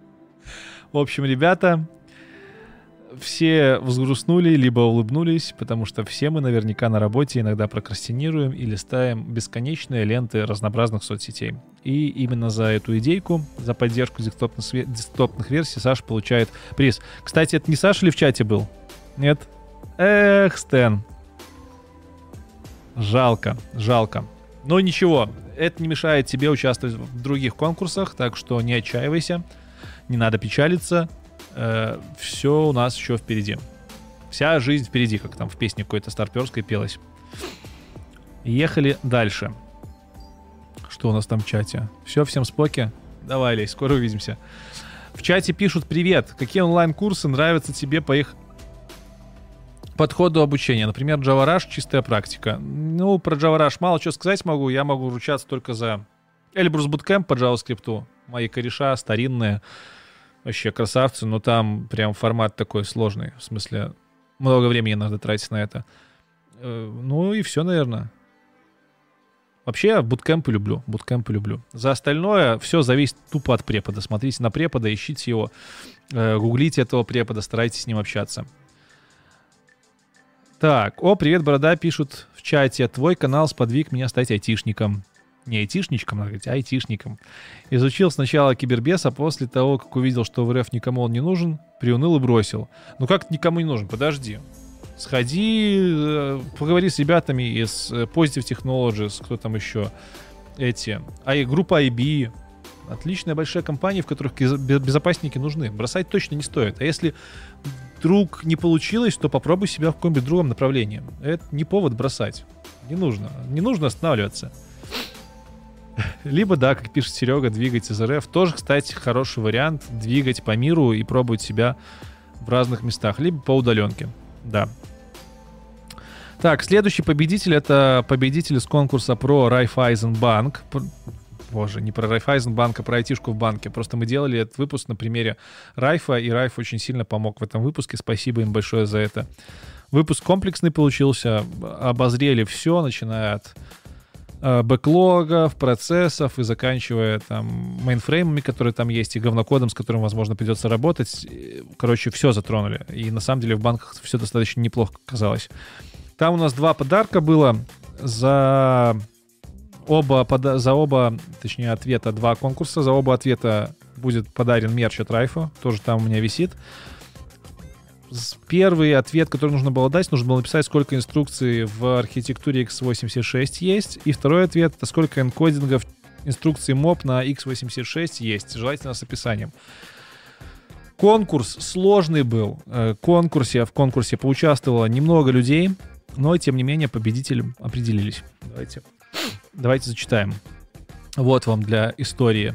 В общем, ребята, все взгрустнули, либо улыбнулись, потому что все мы наверняка на работе иногда прокрастинируем и листаем бесконечные ленты разнообразных соцсетей. И именно за эту идейку, за поддержку десктопных версий Саша получает приз. Кстати, это не Саша ли в чате был? Нет? Эх, Стэн. Жалко. Но ничего, это не мешает тебе участвовать в других конкурсах, так что не отчаивайся, не надо печалиться. Все у нас еще впереди. Вся жизнь впереди, как там в песне какой-то старперской пелось. Ехали дальше. Что у нас там в чате? Все, всем споки? Давай, Лесь, скоро увидимся. В чате пишут: привет, какие онлайн-курсы нравятся тебе по их подходу обучения? Например, Java Rush, чистая практика. Ну, про Java Rush мало что сказать могу. Я могу ручаться только за Эльбрус Bootcamp по JavaScript. Мои кореша старинные. Вообще красавцы, но там прям формат такой сложный. В смысле, много времени надо тратить на это. Ну и все, наверное. Вообще, я буткемпы люблю. За остальное все зависит тупо от препода. Смотрите на препода, ищите его, гуглите этого препода, старайтесь с ним общаться. Так, привет, Борода, пишут в чате. Твой канал сподвиг меня стать айтишником. Не айтишничком, надо говорить, а айтишником. Изучил сначала кибербес, а после того, как увидел, что в РФ никому он не нужен, приуныл и бросил. Ну как никому не нужен? Подожди. Сходи, поговори с ребятами из Positive Technologies, кто там еще, группа IB. Отличная большая компания, в которых безопасники нужны. Бросать точно не стоит. А если вдруг не получилось, то попробуй себя в каком-нибудь другом направлении. Это не повод бросать. Не нужно останавливаться. Либо, да, как пишет Серега, двигать из РФ. Тоже, кстати, хороший вариант. Двигать по миру и пробовать себя в разных местах. Либо по удаленке. Да. Так, следующий победитель — это победитель из конкурса про Райффайзенбанк. Боже, не про Райффайзенбанк, а про айтишку в банке. Просто мы делали этот выпуск на примере Райфа, и Райф очень сильно помог в этом выпуске. Спасибо им большое за это. Выпуск комплексный получился. Обозрели все, начиная от бэклогов, процессов и заканчивая там мейнфреймами, которые там есть, и говнокодом, с которым, возможно, придется работать. Короче, все затронули. И на самом деле в банках все достаточно неплохо казалось. Там у нас 2 подарка было за оба ответа 2 конкурса. За оба ответа будет подарен мерч от Райфа. Тоже там у меня висит. Первый ответ, который нужно было дать, нужно было написать, сколько инструкций в архитектуре x86 есть. И второй ответ — это сколько энкодингов инструкций MOP на x86 есть. Желательно с описанием. Конкурс сложный был. В конкурсе поучаствовало немного людей, но, тем не менее, победители определились. Давайте зачитаем. Вот вам для истории.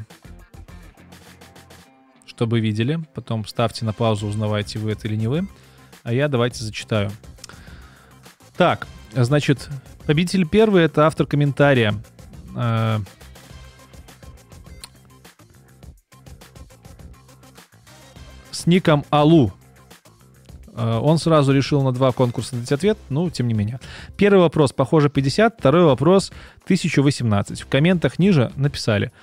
Чтобы видели. Потом ставьте на паузу, узнавайте, вы это или не вы. А я давайте зачитаю. Так, значит, победитель первый — это автор комментария. С ником Алу. Он сразу решил на 2 конкурса дать ответ, но тем не менее. Первый вопрос, похоже, 50, второй вопрос 1018. В комментах ниже написали.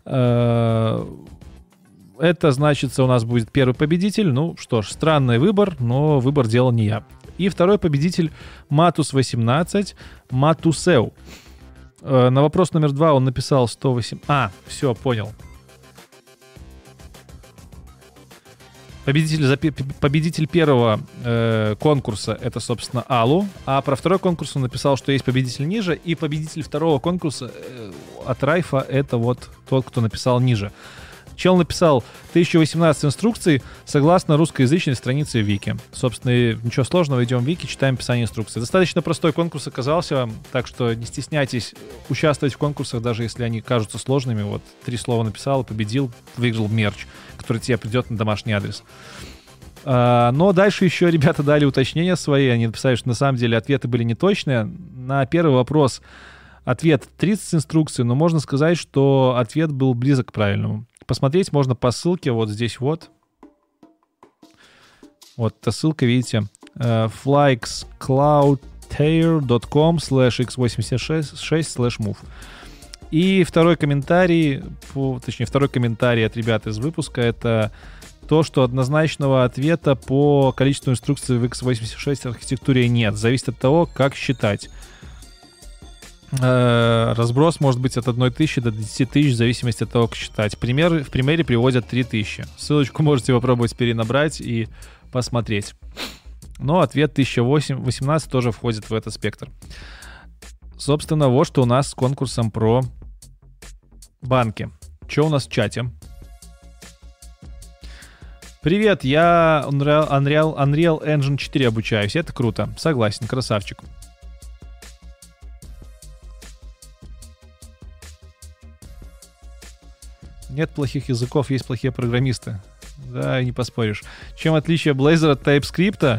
Это, значится, у нас будет первый победитель. Ну что ж, странный выбор, но выбор делал не я. И второй победитель Матус18 Матусеу. На вопрос номер 2 он написал 108... все, понял. Победитель первого конкурса — это, собственно, Алу. А про второй конкурс он написал, что есть победитель ниже. И победитель второго конкурса от Райфа — это вот тот, кто написал ниже. Чел написал 1018 инструкций согласно русскоязычной странице Вики. Собственно, ничего сложного, идем в Вики, читаем описание инструкции. Достаточно простой конкурс оказался, так что не стесняйтесь участвовать в конкурсах, даже если они кажутся сложными. Вот 3 слова написал, победил, выиграл мерч, который тебе придет на домашний адрес. Но дальше еще ребята дали уточнения свои. Они написали, что на самом деле ответы были неточные. На первый вопрос ответ 30 инструкций, но можно сказать, что ответ был близок к правильному. Посмотреть можно по ссылке вот здесь вот. Вот эта ссылка, видите, flykescloudtair.com/x86/move. И второй комментарий от ребят из выпуска — это то, что однозначного ответа по количеству инструкций в x86 архитектуре нет. Зависит от того, как считать. Разброс может быть от 1000 до 10 тысяч в зависимости от того, как считать. В примере приводят 3000. Ссылочку можете попробовать перенабрать и посмотреть. Но ответ 1018 тоже входит в этот спектр. Собственно, вот что у нас с конкурсом про банки. Что у нас в чате? Привет, я Unreal Engine 4 обучаюсь. Это круто. Согласен, красавчик. Нет плохих языков, есть плохие программисты. Да, и не поспоришь. Чем отличие Blazor от TypeScript?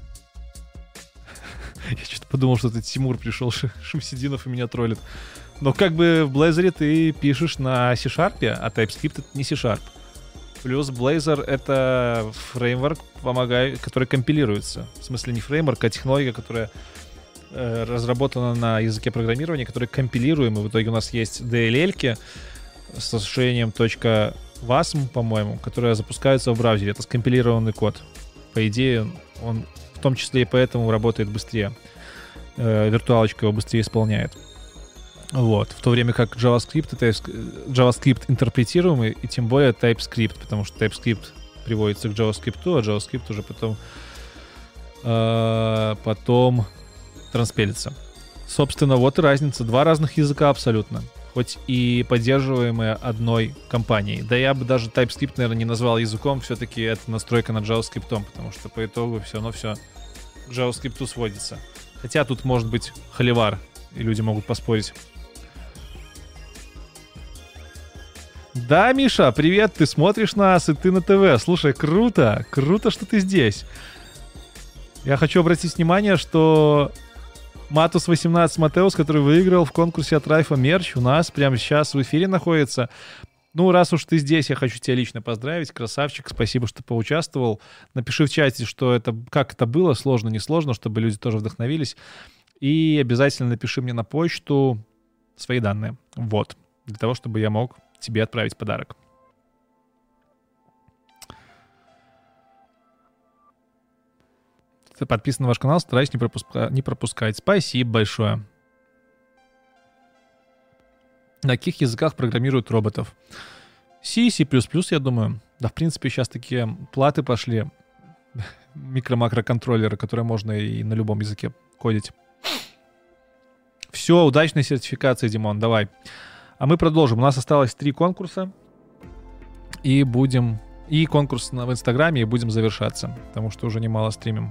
Я что-то подумал, что это Тимур пришел, Шамсидинов, и меня троллит. Но как бы в Blazor ты пишешь на C-Sharp, а TypeScript это не C-Sharp. Плюс Blazor — это фреймворк, который компилируется. В смысле не фреймворк, а технология, которая разработана на языке программирования, который компилируем. И в итоге у нас есть DLL-ки с расширением .wasm, по-моему, которые запускаются в браузере. Это скомпилированный код. По идее, он в том числе и поэтому работает быстрее. Виртуалочка его быстрее исполняет. Вот. В то время как JavaScript интерпретируемый, и тем более TypeScript, потому что TypeScript приводится к JavaScript, а JavaScript уже потом транспилится. Собственно, вот и разница. Два разных языка абсолютно. Хоть и поддерживаемые одной компанией. Да я бы даже TypeScript, наверное, не назвал языком. Все-таки это настройка над JavaScript, потому что по итогу все равно все к JavaScript сводится. Хотя тут может быть холивар, и люди могут поспорить. Да, Миша, привет, ты смотришь нас, и ты на ТВ. Слушай, круто, что ты здесь. Я хочу обратить внимание, что Матус 18 Матеус, который выиграл в конкурсе от Райфа мерч, у нас прямо сейчас в эфире находится. Ну, раз уж ты здесь, я хочу тебя лично поздравить. Красавчик, спасибо, что поучаствовал. Напиши в чате, как это было, сложно, не сложно, чтобы люди тоже вдохновились. И обязательно напиши мне на почту свои данные. Вот. Для того, чтобы я мог тебе отправить подарок. Ты подписан на ваш канал, стараюсь не пропускать. Спасибо большое. На каких языках программируют роботов? C, C++, я думаю. Да, в принципе, сейчас такие платы пошли. Микро-макроконтроллеры, которые можно и на любом языке кодить. Все, удачной сертификации, Димон, давай. А мы продолжим. У нас осталось 3 конкурса. И конкурс в Инстаграме, и будем завершаться. Потому что уже немало стримим.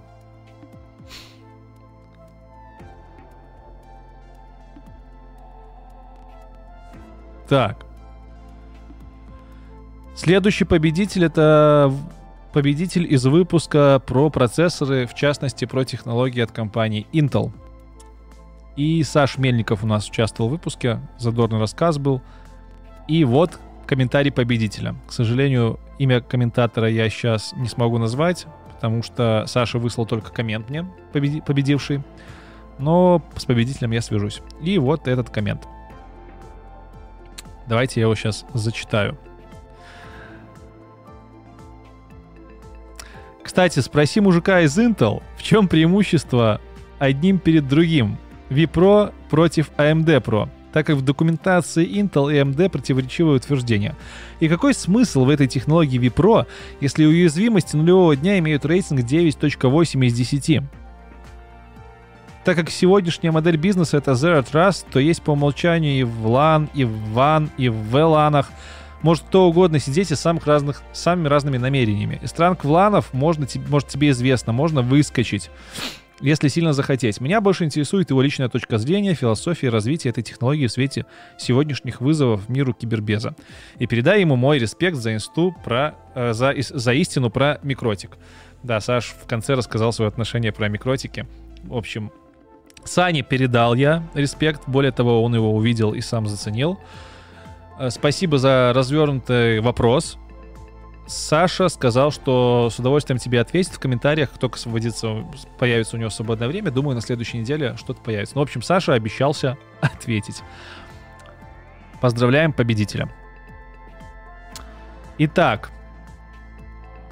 Так. Следующий победитель — это победитель из выпуска про процессоры, в частности, про технологии от компании Intel. И Саш Мельников у нас участвовал в выпуске, задорный рассказ был. И вот комментарий победителя. К сожалению, имя комментатора я сейчас не смогу назвать, потому что Саша выслал только коммент мне, победивший. Но с победителем я свяжусь. И вот этот коммент. Давайте я его сейчас зачитаю. Кстати, спроси мужика из Intel, в чем преимущество одним перед другим vPro против AMD Pro, так как в документации Intel и AMD противоречивые утверждения. И какой смысл в этой технологии vPro, если уязвимости нулевого дня имеют рейтинг 9.8 из 10? Так как сегодняшняя модель бизнеса — это Zero Trust, то есть по умолчанию и в LAN, и в WAN, и в VLAN. Может кто угодно сидеть из самыми разными намерениями. Из странг вланов может тебе известно, можно выскочить, если сильно захотеть. Меня больше интересует его личная точка зрения, философия развития этой технологии в свете сегодняшних вызовов миру кибербеза. И передай ему мой респект за истину про микротик. Да, Саш в конце рассказал свое отношение про микротики. В общем, Сане передал я респект. Более того, он его увидел и сам заценил. Спасибо за развернутый вопрос. Саша сказал, что с удовольствием тебе ответит в комментариях, как только появится у него свободное время. Думаю, на следующей неделе что-то появится. Ну, в общем, Саша обещался ответить. Поздравляем победителя. Итак,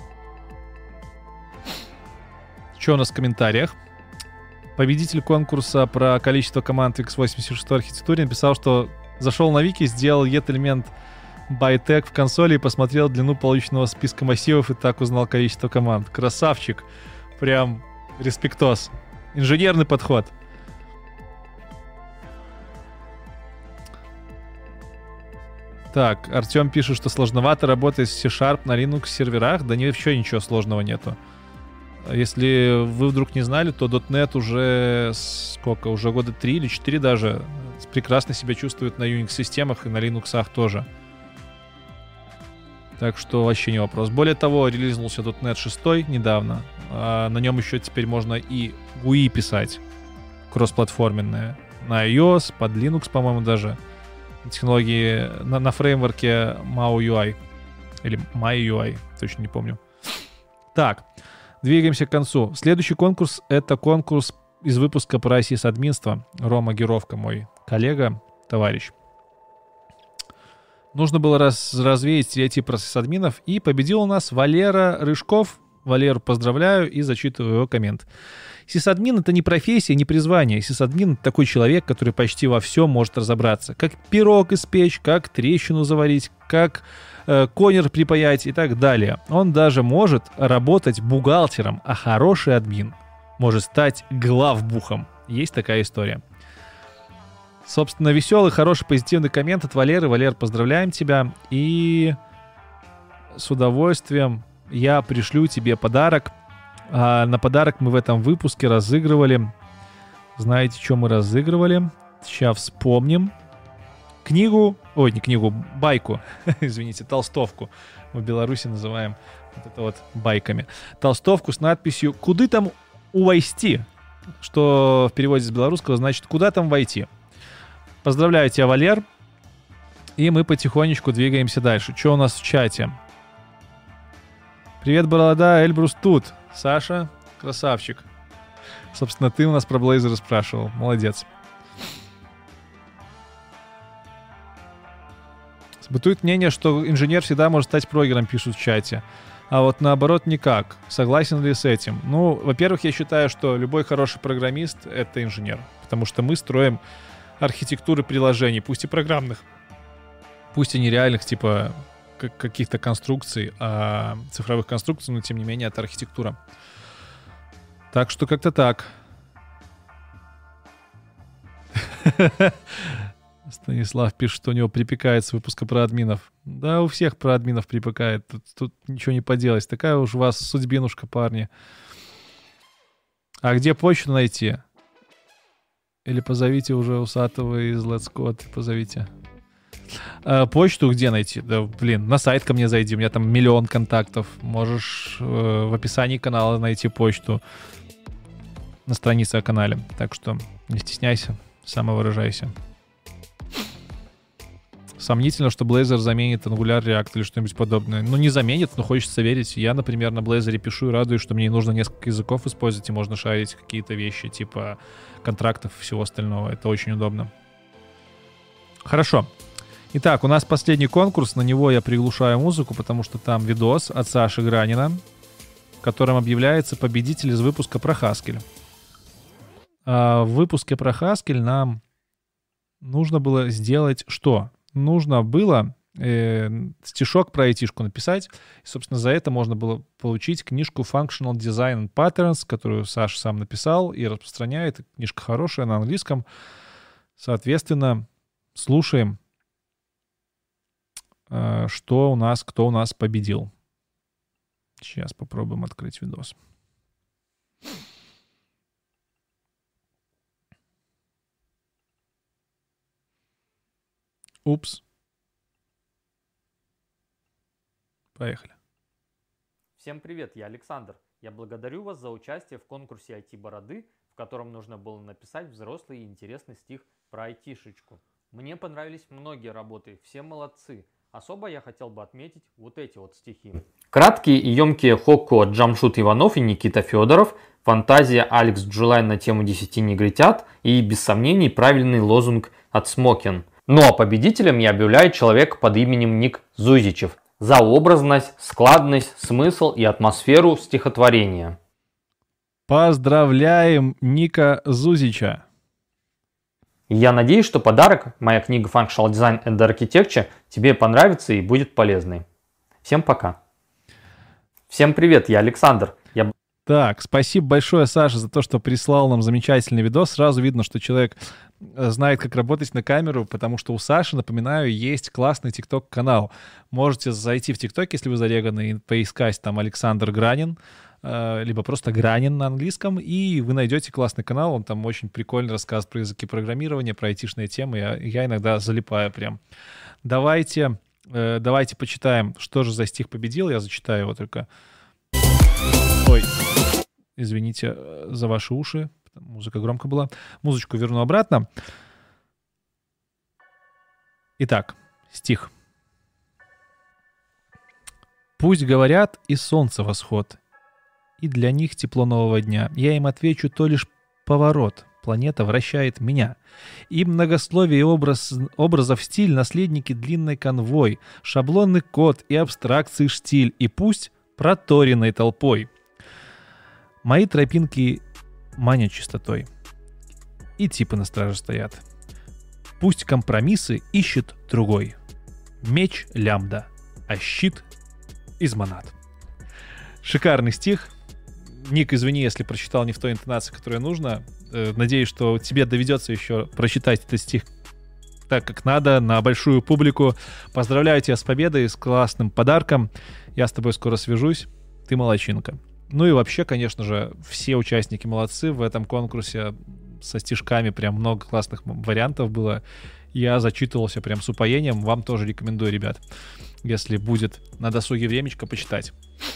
Что у нас в комментариях? Победитель конкурса про количество команд в x86 архитектуре написал, что зашел на вики, сделал get-элемент bytag в консоли и посмотрел длину полученного списка массивов и так узнал количество команд. Красавчик. Прям респектос. Инженерный подход. Так, Артем пишет, что сложновато работать с C# на Linux серверах. Да вообще ничего сложного нету. Если вы вдруг не знали, то .NET уже сколько? Уже года 3 или 4 даже прекрасно себя чувствует на Unix-системах и на Linux тоже. Так что вообще не вопрос. Более того, релизнулся .NET 6 недавно. На нем еще теперь можно и GUI писать. Кроссплатформенные. На iOS, под Linux, по-моему, даже. Технологии на фреймворке MauUI. Или MyUI, точно не помню. Так, двигаемся к концу. Следующий конкурс — это конкурс из выпуска про сисадминство. Рома Геровка, мой коллега, товарищ. Нужно было развеять стереотип про сисадминов, и победил у нас Валера Рыжков. Валеру поздравляю и зачитываю его коммент. Сисадмин — это не профессия, не призвание. Сисадмин — это такой человек, который почти во всем может разобраться. Как пирог испечь, как трещину заварить, как конер припаять и так далее. Он даже может работать бухгалтером, а хороший админ может стать главбухом. Есть такая история. Собственно, веселый, хороший, позитивный коммент от Валеры. Валер, поздравляем тебя. И с удовольствием я пришлю тебе подарок. На подарок мы в этом выпуске разыгрывали. Знаете, что мы разыгрывали? Сейчас вспомним. Книгу, ой, не книгу, байку, извините, толстовку. Мы в Беларуси называем вот это вот байками. Толстовку с надписью «Куды там увойти?», что в переводе с белорусского значит «Куда там войти?». Поздравляю тебя, Валер. И мы потихонечку двигаемся дальше. Что у нас в чате? Привет, Борода, Эльбрус тут. Саша, красавчик. Собственно, ты у нас про Blazor спрашивал. Молодец. Бытует мнение, что инженер всегда может стать прогером, пишут в чате. А вот наоборот никак. Согласен ли с этим? Ну, во-первых, я считаю, что любой хороший программист — это инженер. Потому что мы строим архитектуры приложений, пусть и программных, пусть и нереальных, типа каких-то конструкций, цифровых конструкций, но тем не менее это архитектура. Так что как-то так. Станислав пишет, что у него припекает с выпуска про админов. Да, у всех про админов припекает. Тут ничего не поделать. Такая уж у вас судьбинушка, парни. А где почту найти? Или позовите уже Усатого из Let's Code. Позовите. Почту где найти? Да, блин, на сайт ко мне зайди. У меня там 1 миллион контактов. Можешь в описании канала найти почту. На странице о канале. Так что не стесняйся, самовыражайся. Сомнительно, что Blazor заменит Angular, React или что-нибудь подобное. Ну, не заменит, но хочется верить. Я, например, на Blazor пишу и радуюсь, что мне не нужно несколько языков использовать, и можно шарить какие-то вещи, типа контрактов и всего остального. Это очень удобно. Хорошо. Итак, у нас последний конкурс. На него я приглушаю музыку, потому что там видос от Саши Гранина, в котором объявляется победитель из выпуска про Haskell. В выпуске про Haskell нам нужно было сделать что? Нужно было стишок про айтишку написать. И, собственно, за это можно было получить книжку Functional Design and Patterns, которую Саша сам написал и распространяет. Книжка хорошая, на английском. Соответственно, слушаем, что у нас, кто у нас победил. Сейчас попробуем открыть видос. Упс. Поехали. Всем привет, я Александр. Я благодарю вас за участие в конкурсе IT-бороды, в котором нужно было написать взрослый и интересный стих про айтишечку. Мне понравились многие работы, все молодцы. Особо я хотел бы отметить вот эти вот стихи. Краткие и емкие хокку от Джамшут Иванов и Никита Федоров, фантазия Алекс Джулайн на тему 10 негритят и, без сомнений, правильный лозунг от Смокин. Ну а победителем я объявляю человека под именем Ник Зузичев за образность, складность, смысл и атмосферу стихотворения. Поздравляем Ника Зузича. Я надеюсь, что подарок, моя книга Functional Design and Architecture, тебе понравится и будет полезной. Всем пока. Всем привет, я Александр. Так, спасибо большое, Саша, за то, что прислал нам замечательный видос. Сразу видно, что человек знает, как работать на камеру, потому что у Саши, напоминаю, есть классный ТикТок-канал. Можете зайти в ТикТок, если вы зареганы, и поискать там Александр Гранин, либо просто Гранин на английском, и вы найдете классный канал. Он там очень прикольно рассказывает про языки программирования, про айтишные темы. Я иногда залипаю прям. Давайте почитаем, что же за стих победил. Я зачитаю его только. Ой, извините за ваши уши. Музыка громко была. Музычку верну обратно. Итак, стих. «Пусть говорят, и солнце восход, и для них тепло нового дня. Я им отвечу, то лишь поворот. Планета вращает меня. И многословие и образов стиль, наследники длинной конвой, шаблонный код и абстракции штиль, и пусть проторенной толпой. Мои тропинки манят чистотой, и типы на страже стоят. Пусть компромиссы ищет другой. Меч лямбда, а щит из монад». Шикарный стих. Ник, извини, если прочитал не в той интонации, которая нужна. Надеюсь, что тебе доведется еще прочитать этот стих так, как надо, на большую публику. Поздравляю тебя с победой, с классным подарком. Я с тобой скоро свяжусь. Ты молодчинка. Ну и вообще, конечно же, все участники молодцы. В этом конкурсе со стишками прям много классных вариантов было. Я зачитывался прям с упоением. Вам тоже рекомендую, ребят, если будет на досуге времечко, почитать.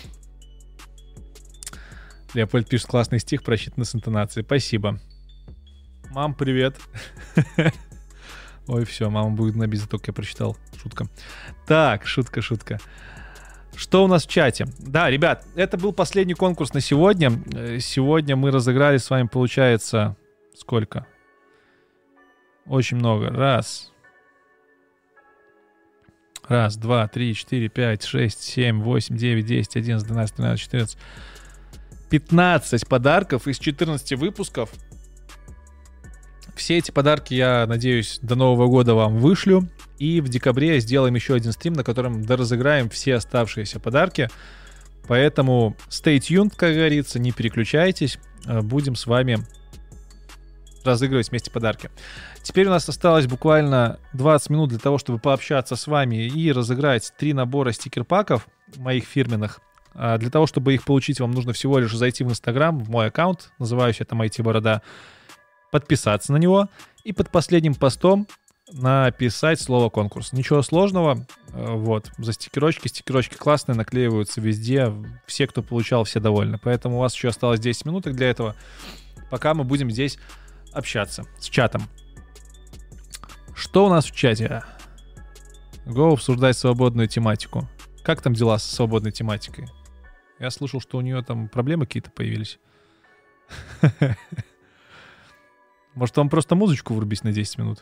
Леопольд пишет классный стих, прочитанный с интонацией. Спасибо. Мам, привет. Ой, все, мама будет набить, только я прочитал. Шутка. Так, шутка. Что у нас в чате? Да, ребят, это был последний конкурс на сегодня. Сегодня мы разыграли с вами, получается, сколько? Очень много. Раз, два, три, четыре, пять, шесть, семь, восемь, девять, 10, 11, 12, 13, 14... 15 подарков из 14 выпусков. Все эти подарки, я надеюсь, до Нового года вам вышлю. И в декабре сделаем еще один стрим, на котором доразыграем все оставшиеся подарки. Поэтому stay tuned, как говорится, не переключайтесь. Будем с вами разыгрывать вместе подарки. Теперь у нас осталось буквально 20 минут для того, чтобы пообщаться с вами и разыграть 3 набора стикер-паков моих фирменных. Для того, чтобы их получить, вам нужно всего лишь зайти в Инстаграм, в мой аккаунт, называюсь это IT Борода, подписаться на него и под последним постом написать слово «конкурс». Ничего сложного. Вот, за стикерочки. Стикерочки классные, наклеиваются везде. Все, кто получал, все довольны. Поэтому у вас еще осталось 10 минуток для этого, пока мы будем здесь общаться с чатом. Что у нас в чате? Go обсуждать свободную тематику. Как там дела со свободной тематикой? Я слышал, что у нее там проблемы какие-то появились. Может, вам просто музычку врубить на 10 минут?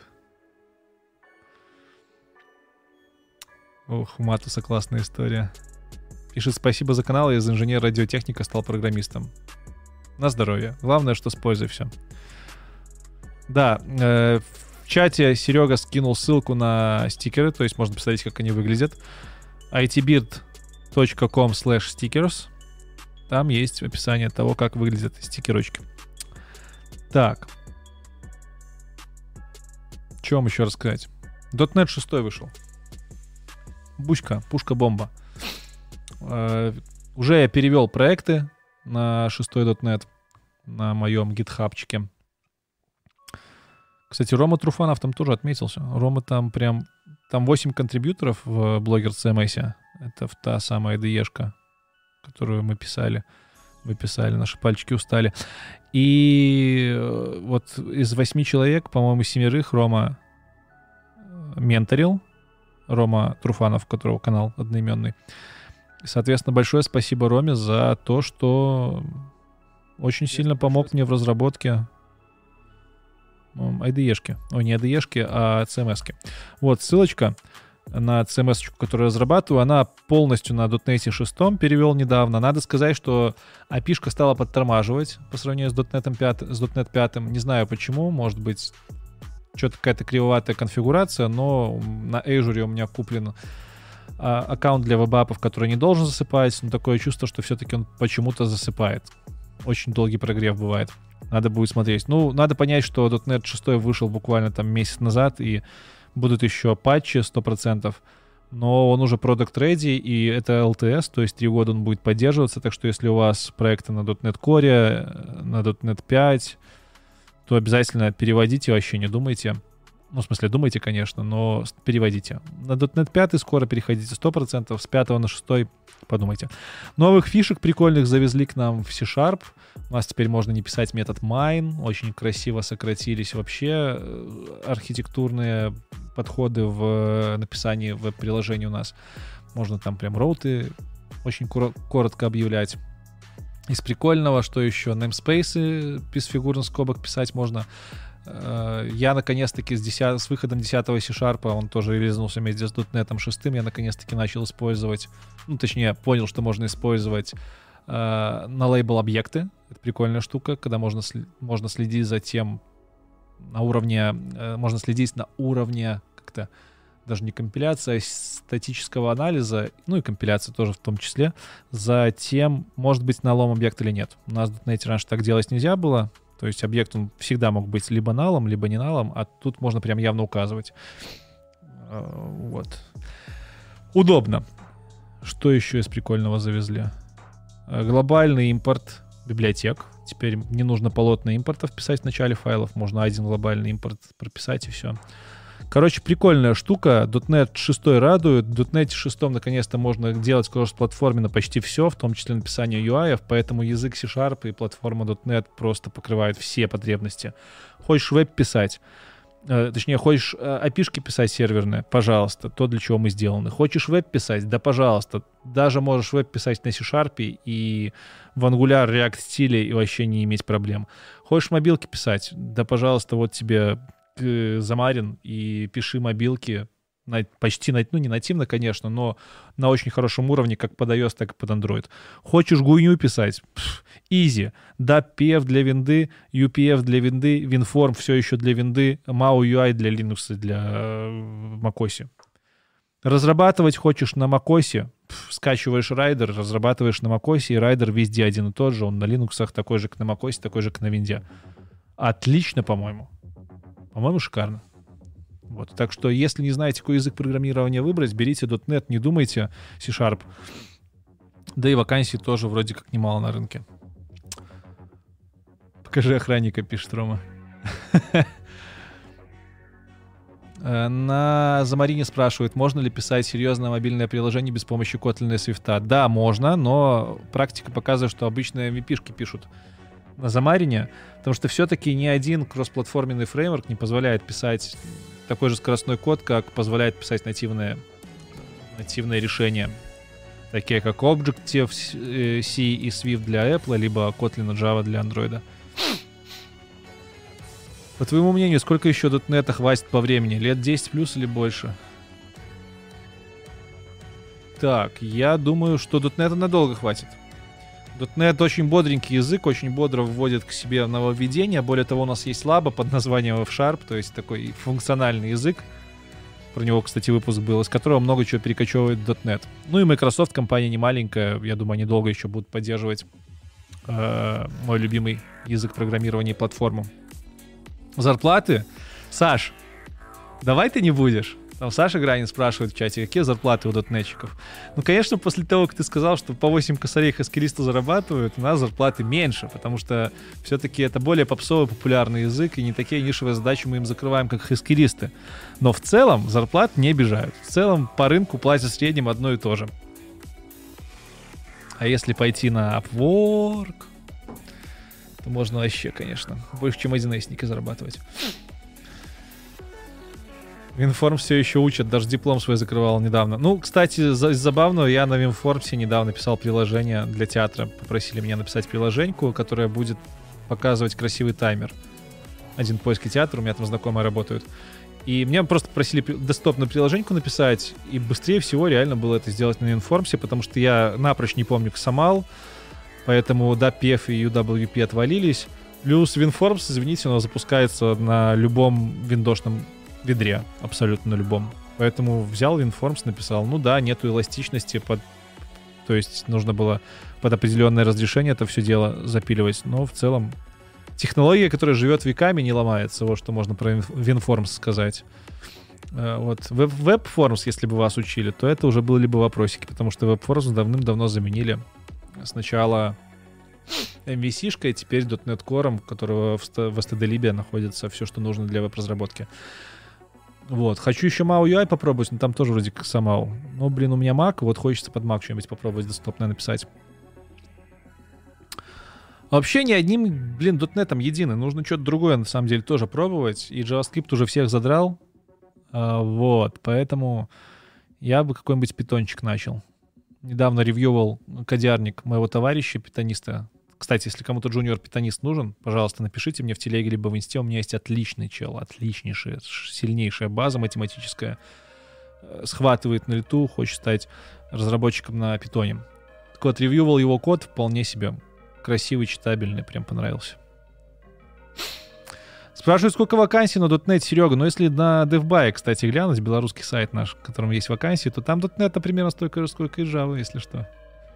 Ох, у Матуса классная история. Пишет: спасибо за канал, я из инженера-радиотехника стал программистом. На здоровье. Главное, что с пользой все. Да, в чате Серега скинул ссылку на стикеры, то есть можно посмотреть, как они выглядят. itbeard.com/stickers. Там есть описание того, как выглядят стикерочки. Так. Что вам еще рассказать? .NET 6 вышел. Бучка, пушка-бомба. Уже я перевел проекты на 6.NET на моем гитхабчике. Кстати, Рома Труфанов там тоже отметился. Рома там прям... Там 8 контрибьюторов в блогер CMS. Это та самая IDE-шка, которую мы писали. Вы писали, наши пальчики устали. И вот из 8 человек, по-моему, 7 Рома менторил. Рома Труфанов, у которого канал одноименный. Соответственно, большое спасибо Роме за то, что очень сильно помог мне в разработке IDE-шки. Ой, не IDE-шки, а CMS-ки. Вот, ссылочка. на CMS, которую разрабатываю, она полностью на .NET 6 перевел недавно. Надо сказать, что API-шка стала подтормаживать по сравнению с .NET 5. Не знаю почему, может быть, что-то какая-то кривоватая конфигурация, но на Azure у меня куплен аккаунт для веб-апов, который не должен засыпать, но такое чувство, что все-таки он почему-то засыпает. Очень долгий прогрев бывает. Надо будет смотреть. Ну, надо понять, что .NET 6 вышел буквально там месяц назад, и будут еще патчи 100%, но он уже product ready, и это LTS, то есть 3 года он будет поддерживаться, так что если у вас проекты на .NET Core, на .NET 5, то обязательно переводите, вообще не думайте. Ну, в смысле, думайте, конечно, но переводите. На .NET 5 скоро переходите 100%, с 5 на 6 подумайте. Новых фишек прикольных завезли к нам в C#. У нас теперь можно не писать метод mine. Очень красиво сократились вообще архитектурные подходы в написании веб-приложений у нас. Можно там прям роуты очень коротко объявлять. Из прикольного, что еще? Namespace без фигурных скобок писать можно. Я наконец-таки с выходом 10-го C#, он тоже релизнулся вместе с .NET 6, я наконец-таки начал использовать, ну, точнее, понял, что можно использовать на лейбл объекты. Это прикольная штука, когда можно следить за тем на уровне, можно следить на уровне как-то даже не компиляция, а статического анализа, ну и компиляция тоже в том числе, за тем, может быть налом объект или нет. У нас в .NET раньше так делать нельзя было. То есть объект, он всегда мог быть либо налом, либо не налом, а тут можно прям явно указывать. Вот. Удобно. Что еще из прикольного завезли? Глобальный импорт библиотек. Теперь не нужно полотна импортов писать в начале файлов. Можно один глобальный импорт прописать и все. Короче, прикольная штука. .NET 6 радует. В .NET 6 наконец-то можно делать кросс-платформенно почти все, в том числе написание UI, поэтому язык C# и платформа .NET просто покрывают все потребности. Хочешь веб писать, точнее, хочешь API-шки писать серверные, пожалуйста, то, для чего мы сделаны. Хочешь веб писать, да пожалуйста. Даже можешь веб писать на C# и в Angular, React стиле и вообще не иметь проблем. Хочешь мобилки писать, да пожалуйста, вот тебе Xamarin и пиши мобилки почти, ну не нативно, конечно, но на очень хорошем уровне, как под iOS, так и под Android. Хочешь гуйню писать? Easy. DAP для винды, UPF для винды, WinForm все еще для винды, MAUI для Linux, для macOS. Разрабатывать хочешь на macOS? Скачиваешь райдер, разрабатываешь на macOS, и райдер везде один и тот же, он на Linux такой же, как на macOS, такой же, как на винде. Отлично, по-моему. По-моему, шикарно. Вот. Так что, если не знаете, какой язык программирования выбрать, берите .NET, не думайте C#. Да и вакансий тоже вроде как немало на рынке. Покажи охранника, пишет Рома. На Xamarin спрашивают, можно ли писать серьезное мобильное приложение без помощи Kotlin и Swift. Да, можно, но практика показывает, что обычно MVP-шки пишут на Xamarin, потому что все-таки ни один кроссплатформенный фреймворк не позволяет писать такой же скоростной код, как позволяет писать нативные решения, такие как Objective-C и Swift для Apple, либо Kotlin и Java для Android. По твоему мнению, сколько еще .NET хватит по времени? Лет 10 плюс или больше? Так, я думаю, что .NET надолго хватит. .NET очень бодренький язык, очень бодро вводит к себе нововведения. Более того, у нас есть лаба под названием F#, то есть такой функциональный язык. Про него, кстати, выпуск был, из которого много чего перекочевывает .NET. Ну и Microsoft, компания не маленькая. Я думаю, они долго еще будут поддерживать мой любимый язык программирования и платформу. Зарплаты? Саш, давай ты не будешь. Там Саша Гранин спрашивает в чате, какие зарплаты у дотнетчиков. Ну, конечно, после того, как ты сказал, что по 8 косарей хаскилисты зарабатывают, у нас зарплаты меньше, потому что все-таки это более попсовый популярный язык, и не такие нишевые задачи мы им закрываем, как хаскилисты. Но в целом зарплат не обижают. В целом по рынку платят в среднем одно и то же. А если пойти на Upwork, то можно вообще, конечно, больше, чем 1С-ники зарабатывать. WinForm все еще учат, даже диплом свой закрывал недавно. Ну, кстати, из забавного, я на WinForm недавно писал приложение для театра. Попросили меня написать приложеньку, которая будет показывать красивый таймер. Один польский театр, у меня там знакомые работают. И меня просто просили десктопную приложеньку написать, и быстрее всего реально было это сделать на WinForms, потому что я напрочь не помню XML, поэтому DAPF и UWP отвалились. Плюс WinForms, извините, но запускается на любом виндошном ведре, абсолютно на любом. Поэтому взял WinForms, написал, ну да, нету эластичности, то есть нужно было под определенное разрешение это все дело запиливать, но в целом технология, которая живет веками, не ломается. Вот что можно про WinForms сказать. Вот. WebForms, если бы вас учили, то это уже были бы вопросики, потому что WebForms давным-давно заменили сначала MVC-шкой, теперь .NET Core, которого в stdlib находится все, что нужно для веб-разработки. Вот. Хочу еще MAU UI попробовать, но там тоже вроде как XML. Но, блин, у меня Mac, вот хочется под Mac что-нибудь попробовать десктопное написать. Вообще ни одним, блин, .NET единый. Нужно что-то другое, на самом деле, тоже пробовать. И JavaScript уже всех задрал. Вот, поэтому я бы какой-нибудь питончик начал. Недавно ревьювал кодярник моего товарища, питониста. Кстати, если кому-то джуниор-питонист нужен, пожалуйста, напишите мне в телеге либо в инсте. У меня есть отличный чел, отличнейшая, сильнейшая база математическая. Схватывает на лету, хочет стать разработчиком на питоне. Так вот, ревьювал его код вполне себе. Красивый, читабельный, прям понравился. Спрашивают, сколько вакансий на .NET, Серега. Но если на DevBuy, кстати, глянуть, белорусский сайт наш, в котором есть вакансии, то там .NET примерно столько же, сколько и Java, если что.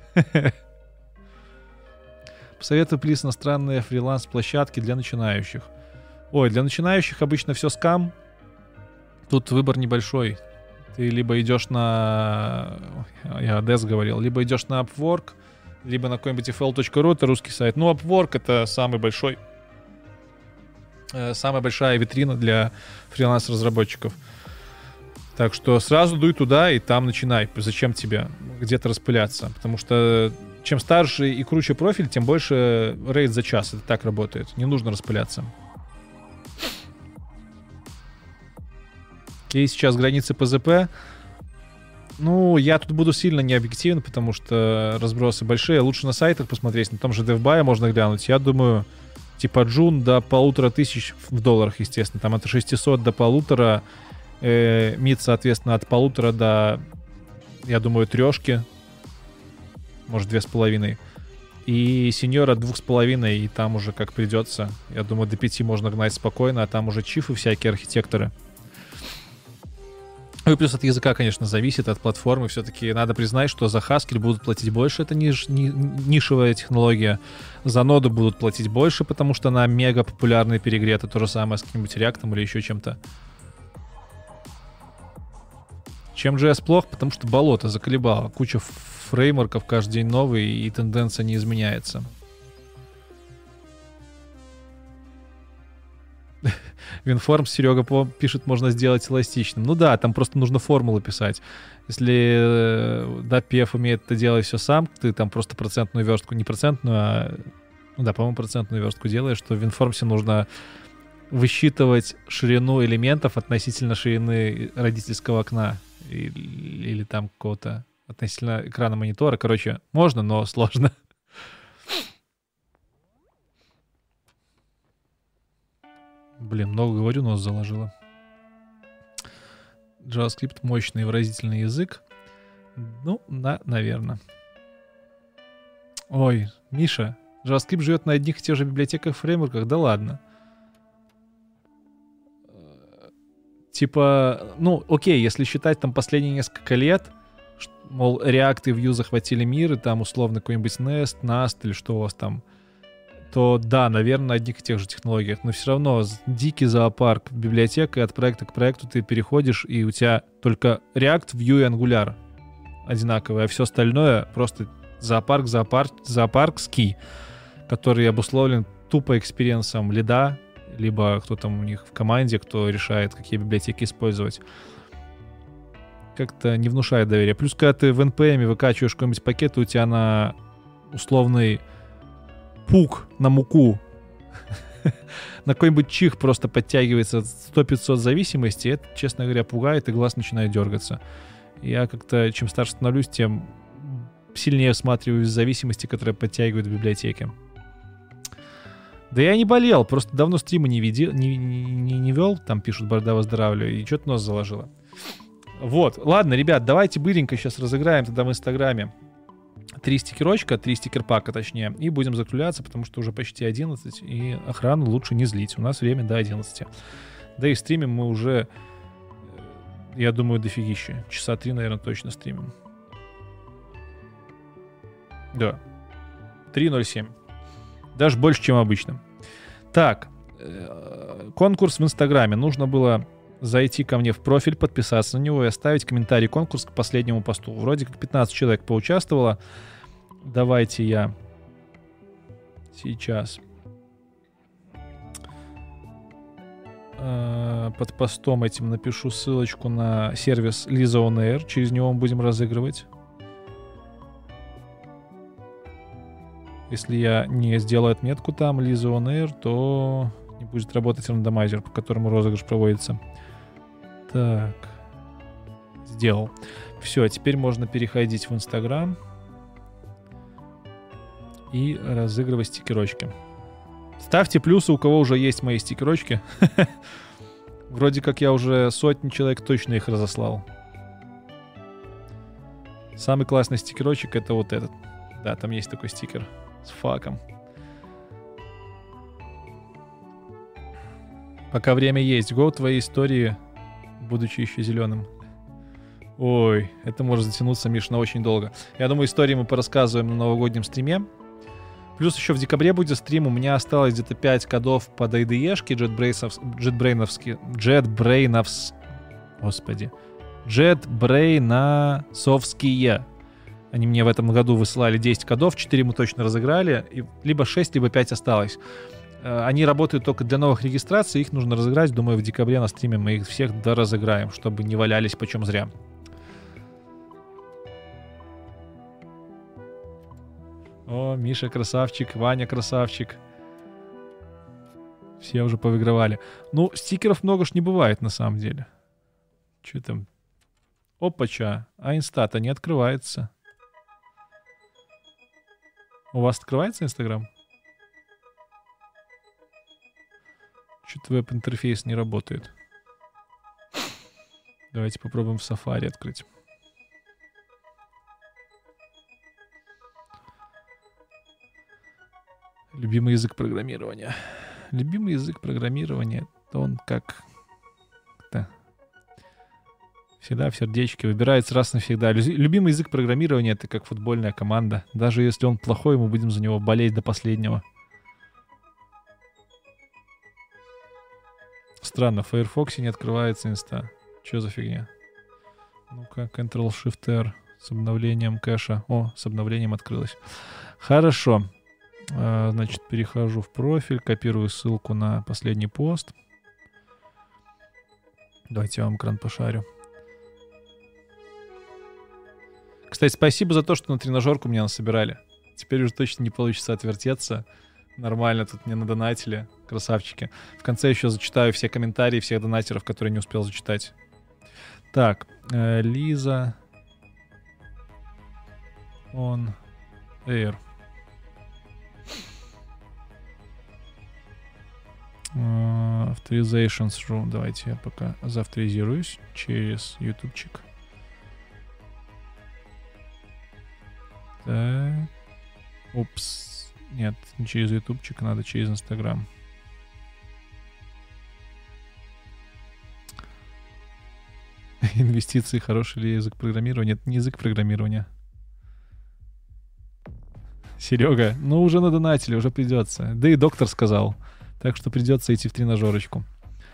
Посоветую, плиз, иностранные фриланс-площадки для начинающих. Ой, для начинающих обычно все скам. Тут выбор небольшой. Ты либо идешь на... Я Adesk говорил. Либо идешь на Upwork, либо на какой-нибудь fl.ru, это русский сайт. Ну, Upwork — это самая большая витрина для фриланс-разработчиков. Так что сразу дуй туда и там начинай. Зачем тебе где-то распыляться? Потому что чем старше и круче профиль, тем больше рейд за час. Это так работает. Не нужно распыляться. Какие сейчас границы ПЗП? Ну, я тут буду сильно необъективен, потому что разбросы большие. Лучше на сайтах посмотреть. На том же DevBuy можно глянуть. Я думаю, типа джун до 1500 в долларах, естественно. Там от 600 до 1500. Мид, соответственно, от 1500 до, я думаю, 3, может, 2,5. И сеньор от 2,5, и там уже как придется. Я думаю, до 5 можно гнать спокойно, а там уже чифы всякие, архитекторы. Ну и плюс от языка, конечно, зависит, от платформы. Все-таки надо признать, что за Haskell будут платить больше, это нишевая технология. За ноду будут платить больше, потому что она мега популярная, перегрета. То же самое с каким-нибудь React или еще чем-то. Чем JS плох? Потому что болото заколебало. Куча фреймворков, каждый день новый, и тенденция не изменяется. WinForms, Серега пишет, можно сделать эластичным. Ну да, там просто нужно формулу писать. Если DAPF умеет это делать все сам, ты там просто процентную верстку, не процентную, а, ну да, по-моему, процентную верстку делаешь, то в WinForms нужно высчитывать ширину элементов относительно ширины родительского окна или там какого-то относительно экрана монитора. Короче, можно, но сложно. Блин, много говорю, нос заложило. JavaScript — мощный выразительный язык. Ну, да, наверное. Ой, Миша, JavaScript живет на одних и тех же библиотеках, фреймворках? Да ладно. Типа, ну, окей, если считать там последние несколько лет, мол, React и Vue захватили мир, и там условно какой-нибудь Nest, Nast или что у вас там, то да, наверное, на одних и тех же технологиях. Но все равно дикий зоопарк библиотек, и от проекта к проекту ты переходишь, и у тебя только React, Vue и Angular одинаковые, а все остальное просто зоопаркский, который обусловлен тупо экспириенсом лида, либо кто там у них в команде, кто решает, какие библиотеки использовать. Как-то не внушает доверия. Плюс, когда ты в NPM выкачиваешь какой-нибудь пакет, у тебя на условный пук, на муку, на какой-нибудь чих просто подтягивается 100-500 зависимостей, это, честно говоря, пугает, и глаз начинает дергаться. Я как-то, чем старше становлюсь, тем сильнее всматриваюсь в зависимости, которые подтягивают в библиотеке. Да я не болел, просто давно стримы не вел, там пишут «Борода выздоравливай», и что-то нос заложило. Вот, ладно, ребят, давайте быренько сейчас разыграем тогда в Инстаграме 3 стикерочка, 3 стикер-пака точнее, и будем закругляться, потому что уже почти 11, и охрану лучше не злить. У нас время до 11. Да и стримим мы уже, я думаю, дофигища. Часа 3, наверное, точно стримим. Да. 3:07. Даже больше, чем обычно. Так, конкурс в Инстаграме. Нужно было зайти ко мне в профиль, подписаться на него и оставить комментарий конкурс к последнему посту. Вроде как 15 человек поучаствовало. Давайте я сейчас под постом этим напишу ссылочку на сервис Лиза On Air. Через него мы будем разыгрывать. Если я не сделаю отметку там, Лиза On Air, то не будет работать рандомайзер, по которому розыгрыш проводится. Так. Сделал. Все, теперь можно переходить в Инстаграм и разыгрывать стикерочки. Ставьте плюсы, у кого уже есть мои стикерочки. Вроде как я уже сотни человек точно их разослал. Самый классный стикерочек — это вот этот. Да, там есть такой стикер с факом. Пока время есть. Го твои истории, будучи еще зеленым. Ой, это может затянуться, Миш, на очень долго. Я думаю, истории мы порассказываем на новогоднем стриме. Плюс еще в декабре будет стрим. У меня осталось где-то 5 кодов под IDE-шки JetBrainовские. Они мне в этом году высылали 10 кодов, 4 мы точно разыграли, и либо 6, либо 5 осталось. Они работают только для новых регистраций, их нужно разыграть. Думаю, в декабре на стриме мы их всех доразыграем, чтобы не валялись почем зря. О, Миша красавчик, Ваня красавчик. Все уже повыигрывали. Ну, стикеров много ж не бывает на самом деле. Че там? Опача, а инста-то не открывается. У вас открывается Инстаграм? Что-то веб-интерфейс не работает. Давайте попробуем в Safari открыть. Любимый язык программирования. Любимый язык программирования — это он как-то всегда в сердечке выбирается раз навсегда. Любимый язык программирования — это как футбольная команда. Даже если он плохой, мы будем за него болеть до последнего. Странно, в Firefox не открывается инста. Что за фигня? Ну-ка, Ctrl-Shift-R с обновлением кэша. О, с обновлением открылось. Хорошо. Значит, перехожу в профиль, копирую ссылку на последний пост. Давайте я вам экран пошарю. Кстати, спасибо за то, что на тренажерку меня насобирали. Теперь уже точно не получится отвертеться. Нормально тут мне надонатили. Красавчики. В конце еще зачитаю все комментарии всех донатеров, которые не успел зачитать. Так, Лиза On Air. Authorizations room. Давайте я пока заавторизируюсь через ютубчик. Так. Упс. Нет, не через ютубчик, надо через Инстаграм. Инвестиции — хороший ли язык программирования? Это не язык программирования. Серега, ну уже надонатили, уже придется. Да и доктор сказал. Так что придется идти в тренажерочку.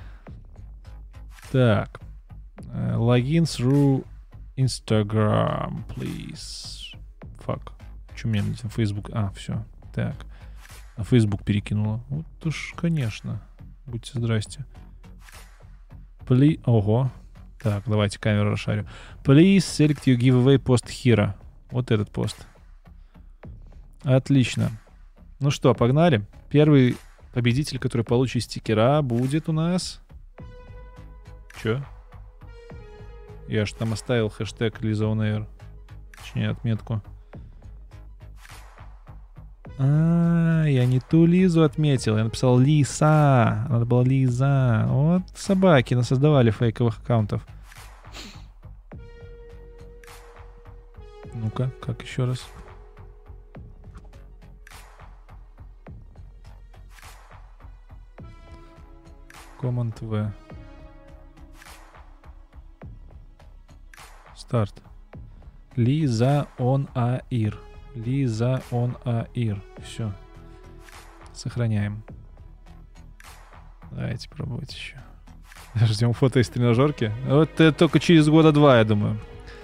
Так. Login through Instagram, please. Fuck. Что мне на Facebook? А, все. Так. На Facebook перекинула. Вот уж, конечно. Будьте здрасте. Ого. Так, давайте камеру расшарю. Please select your giveaway post here. Вот этот пост. Отлично. Ну что, погнали. Первый победитель, который получит стикера, будет у нас... Чё? Я ж там оставил хэштег Lisa On Air. Точнее, отметку. Я не ту Лизу отметил. Я написал Лиса. Надо было Лиза. Вот собаки насоздавали фейковых аккаунтов. Ну-ка, как еще раз? Command V. Старт. Лиза он Аир. Лиза он Аир. Все. Сохраняем. Давайте пробовать еще. Ждем фото из тренажерки. Вот это только через года 2, я думаю.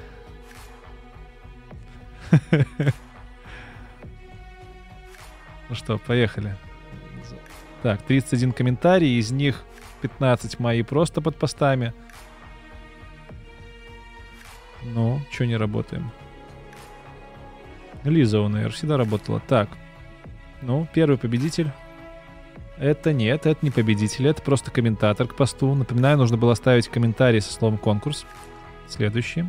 Ну что, поехали. Так, 31 комментарий, из них 15 мои просто под постами. Ну, что не работаем? Лиза он, наверное, всегда работала. Так, ну, первый победитель. Это нет, это не победитель, это просто комментатор к посту. Напоминаю, нужно было ставить комментарий со словом «конкурс». Следующий.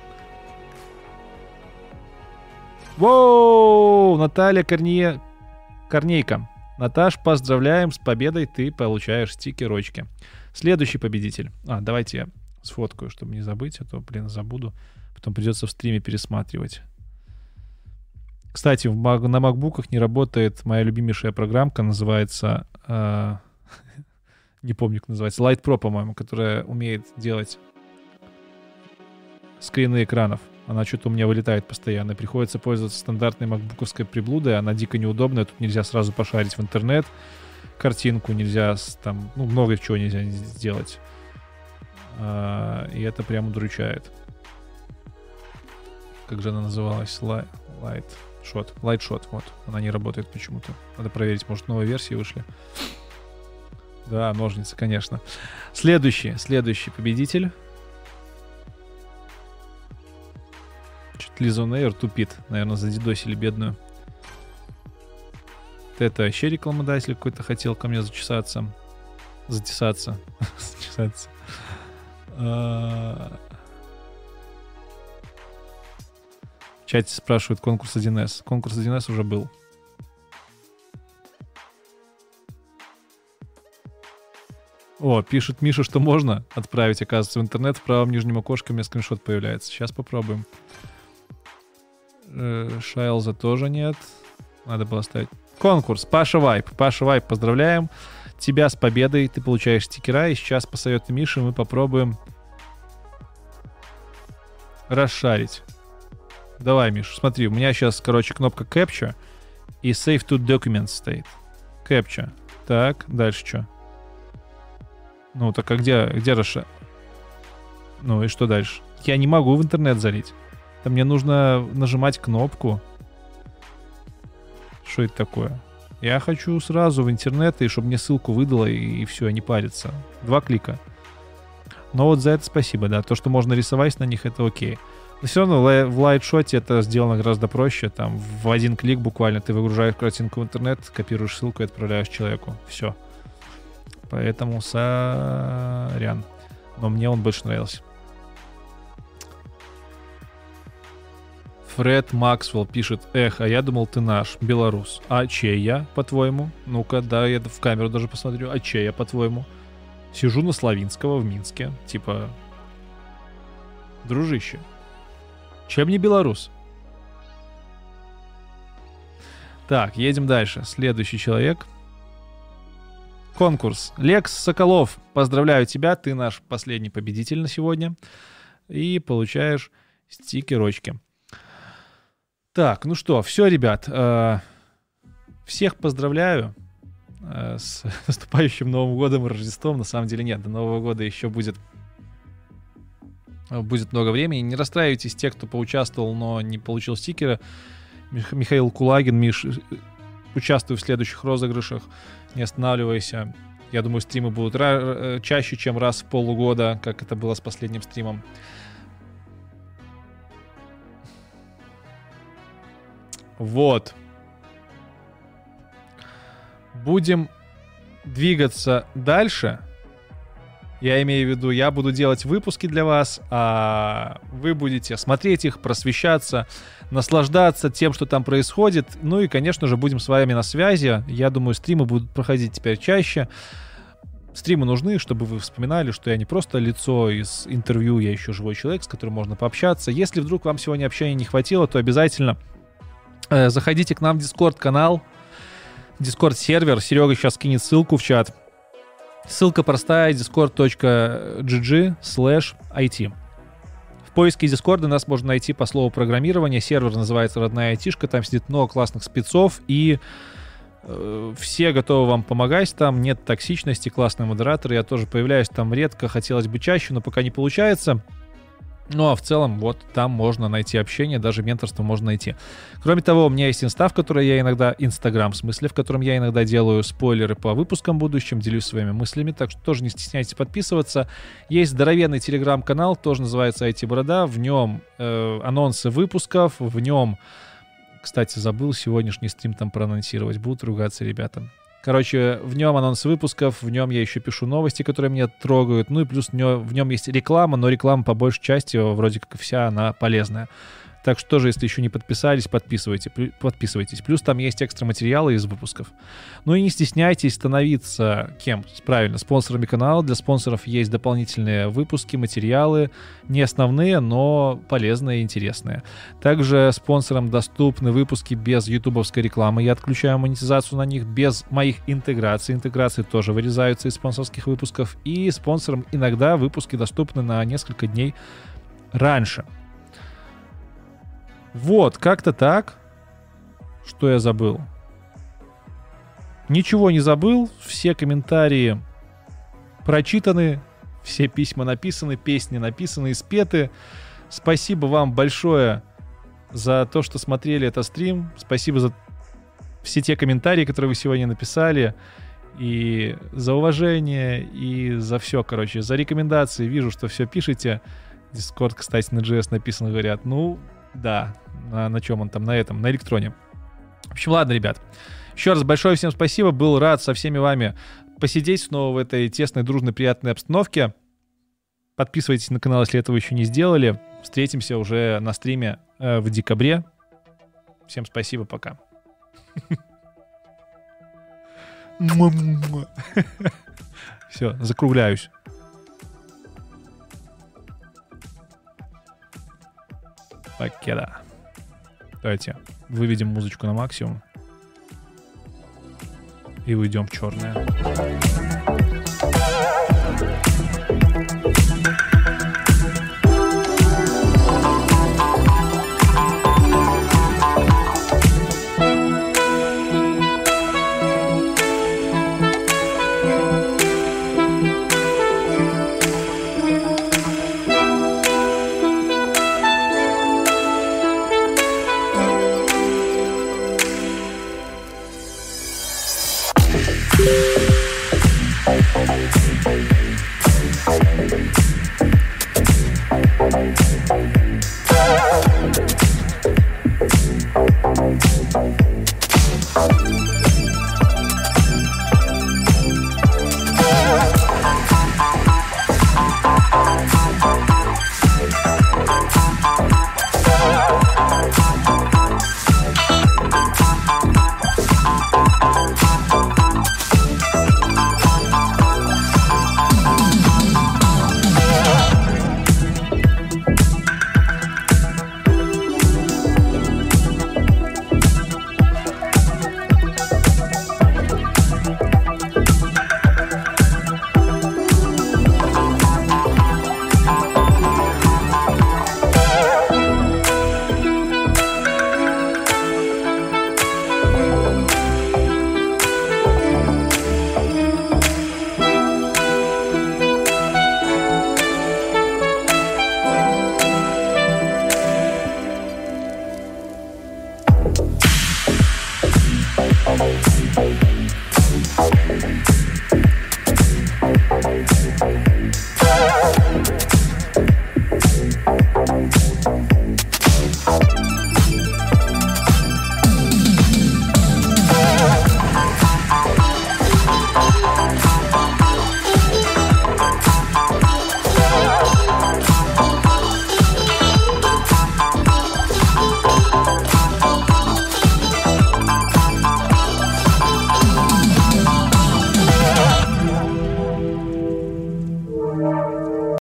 Воу! Наталья Корнейка. Наташ, поздравляем с победой, ты получаешь стикерочки. Следующий победитель. Давайте я сфоткаю, чтобы не забыть, а то, блин, забуду. Потом придется в стриме пересматривать. Кстати, на макбуках не работает моя любимейшая программка, называется... не помню, как называется. Light Pro, по-моему, которая умеет делать скрины экранов. Она что-то у меня вылетает постоянно. Приходится пользоваться стандартной макбуковской приблудой. Она дико неудобная. Тут нельзя сразу пошарить в интернет. Картинку нельзя там... Ну, много чего нельзя сделать. И это прям удручает. Как же она называлась? Light Shot. Вот. Она не работает почему-то. Надо проверить. Может, новые версии вышли. Да, ножницы, конечно. Следующий победитель. Лиза Нейр тупит. Наверное, задидосили бедную. Это вообще рекламодатель какой-то хотел ко мне затесаться. В чате спрашивают конкурс 1С. Конкурс 1С уже был. Пишет Миша, что можно отправить, оказывается, в интернет. В правом нижнем окошке у меня скриншот появляется. Сейчас попробуем. Шайлза тоже нет. Надо было ставить. Конкурс. Паша Вайп, поздравляем тебя с победой. Ты получаешь стикера. И сейчас по совету Миши мы попробуем расшарить. Давай, Миш, смотри. У меня сейчас, кнопка Capture и Save to Documents стоит. Capture. Так, дальше что? Ну, так а где расшарить? Ну и что дальше? Я не могу в интернет залить. Там мне нужно нажимать кнопку. Что это такое? Я хочу сразу в интернет, и чтобы мне ссылку выдало, и все, не париться. 2 клика. Но вот за это спасибо, да. То, что можно рисовать на них, это окей. Но все равно в лайтшоте это сделано гораздо проще. Там в 1 клик буквально ты выгружаешь картинку в интернет, копируешь ссылку и отправляешь человеку. Все. Поэтому сорян. Но мне он больше нравился. Фред Максвелл пишет: а я думал, ты наш, белорус. А чей я, по-твоему? Ну-ка, да, я в камеру даже посмотрю. А чей я, по-твоему? Сижу на Славинского в Минске. Типа, дружище, чем не белорус? Так, едем дальше. Следующий человек. Конкурс. Лекс Соколов, поздравляю тебя, ты наш последний победитель на сегодня. И получаешь стикерочки. Так, ну что, все, ребят. Всех поздравляю с наступающим Новым годом и Рождеством. На самом деле нет, до Нового года еще будет много времени. Не расстраивайтесь те, кто поучаствовал, но не получил стикера. Михаил Кулагин, Миш, участвуй в следующих розыгрышах. Не останавливайся. Я думаю, стримы будут чаще, чем раз в полугода, как это было с последним стримом. Вот. Будем двигаться дальше. Я имею в виду, я буду делать выпуски для вас, а вы будете смотреть их, просвещаться, наслаждаться тем, что там происходит. Ну и, конечно же, будем с вами на связи. Я думаю, стримы будут проходить теперь чаще. Стримы нужны, чтобы вы вспоминали, что я не просто лицо из интервью, я еще живой человек, с которым можно пообщаться. Если вдруг вам сегодня общения не хватило, то обязательно заходите к нам в Discord-канал, Discord-сервер. Серега сейчас кинет ссылку в чат. Ссылка простая: discord.gg/it. В поиске Discord нас можно найти по слову программирование. Сервер называется «Родная айтишка». Там сидит много классных спецов, и все готовы вам помогать. Там нет токсичности, классные модераторы. Я тоже появляюсь там редко, хотелось бы чаще, но пока не получается. Ну а в целом вот там можно найти общение, даже менторство можно найти. Кроме того, у меня есть инста, в которой я иногда, Инстаграм в смысле, в котором я иногда делаю спойлеры по выпускам будущим, делюсь своими мыслями, так что тоже не стесняйтесь подписываться. Есть здоровенный телеграм-канал, тоже называется IT-борода, в нем анонсы выпусков, в нем, кстати, забыл сегодняшний стрим там проанонсировать, будут ругаться ребята. Короче, в нем анонс выпусков, в нем я еще пишу новости, которые меня трогают, ну и плюс в нем есть реклама, но реклама по большей части, вроде как и вся, она полезная. Так что тоже, если еще не подписались, подписывайтесь. Плюс там есть экстра материалы из выпусков. Ну и не стесняйтесь становиться кем? Правильно, спонсорами канала. Для спонсоров есть дополнительные выпуски, материалы. Не основные, но полезные и интересные. Также спонсорам доступны выпуски без ютубовской рекламы. Я отключаю монетизацию на них, без моих интеграций. Интеграции тоже вырезаются из спонсорских выпусков. И спонсорам иногда выпуски доступны на несколько дней раньше. Вот, как-то так. Что я забыл? Ничего не забыл. Все комментарии прочитаны. Все письма написаны, песни написаны и спеты. Спасибо вам большое за то, что смотрели этот стрим. Спасибо за все те комментарии, которые вы сегодня написали. И за уважение, и за все, короче. За рекомендации. Вижу, что все пишете. Discord, кстати, на JS написано, говорят. Ну, да. На чем он там? На этом, на электроне. В общем, ладно, ребят. Еще раз большое всем спасибо. Был рад со всеми вами посидеть снова в этой тесной, дружной, приятной обстановке. Подписывайтесь на канал, если этого еще не сделали. Встретимся уже на стриме в декабре. Всем спасибо, пока. Все, закругляюсь. Покеда. Давайте выведем музычку на максимум и уйдем в черное.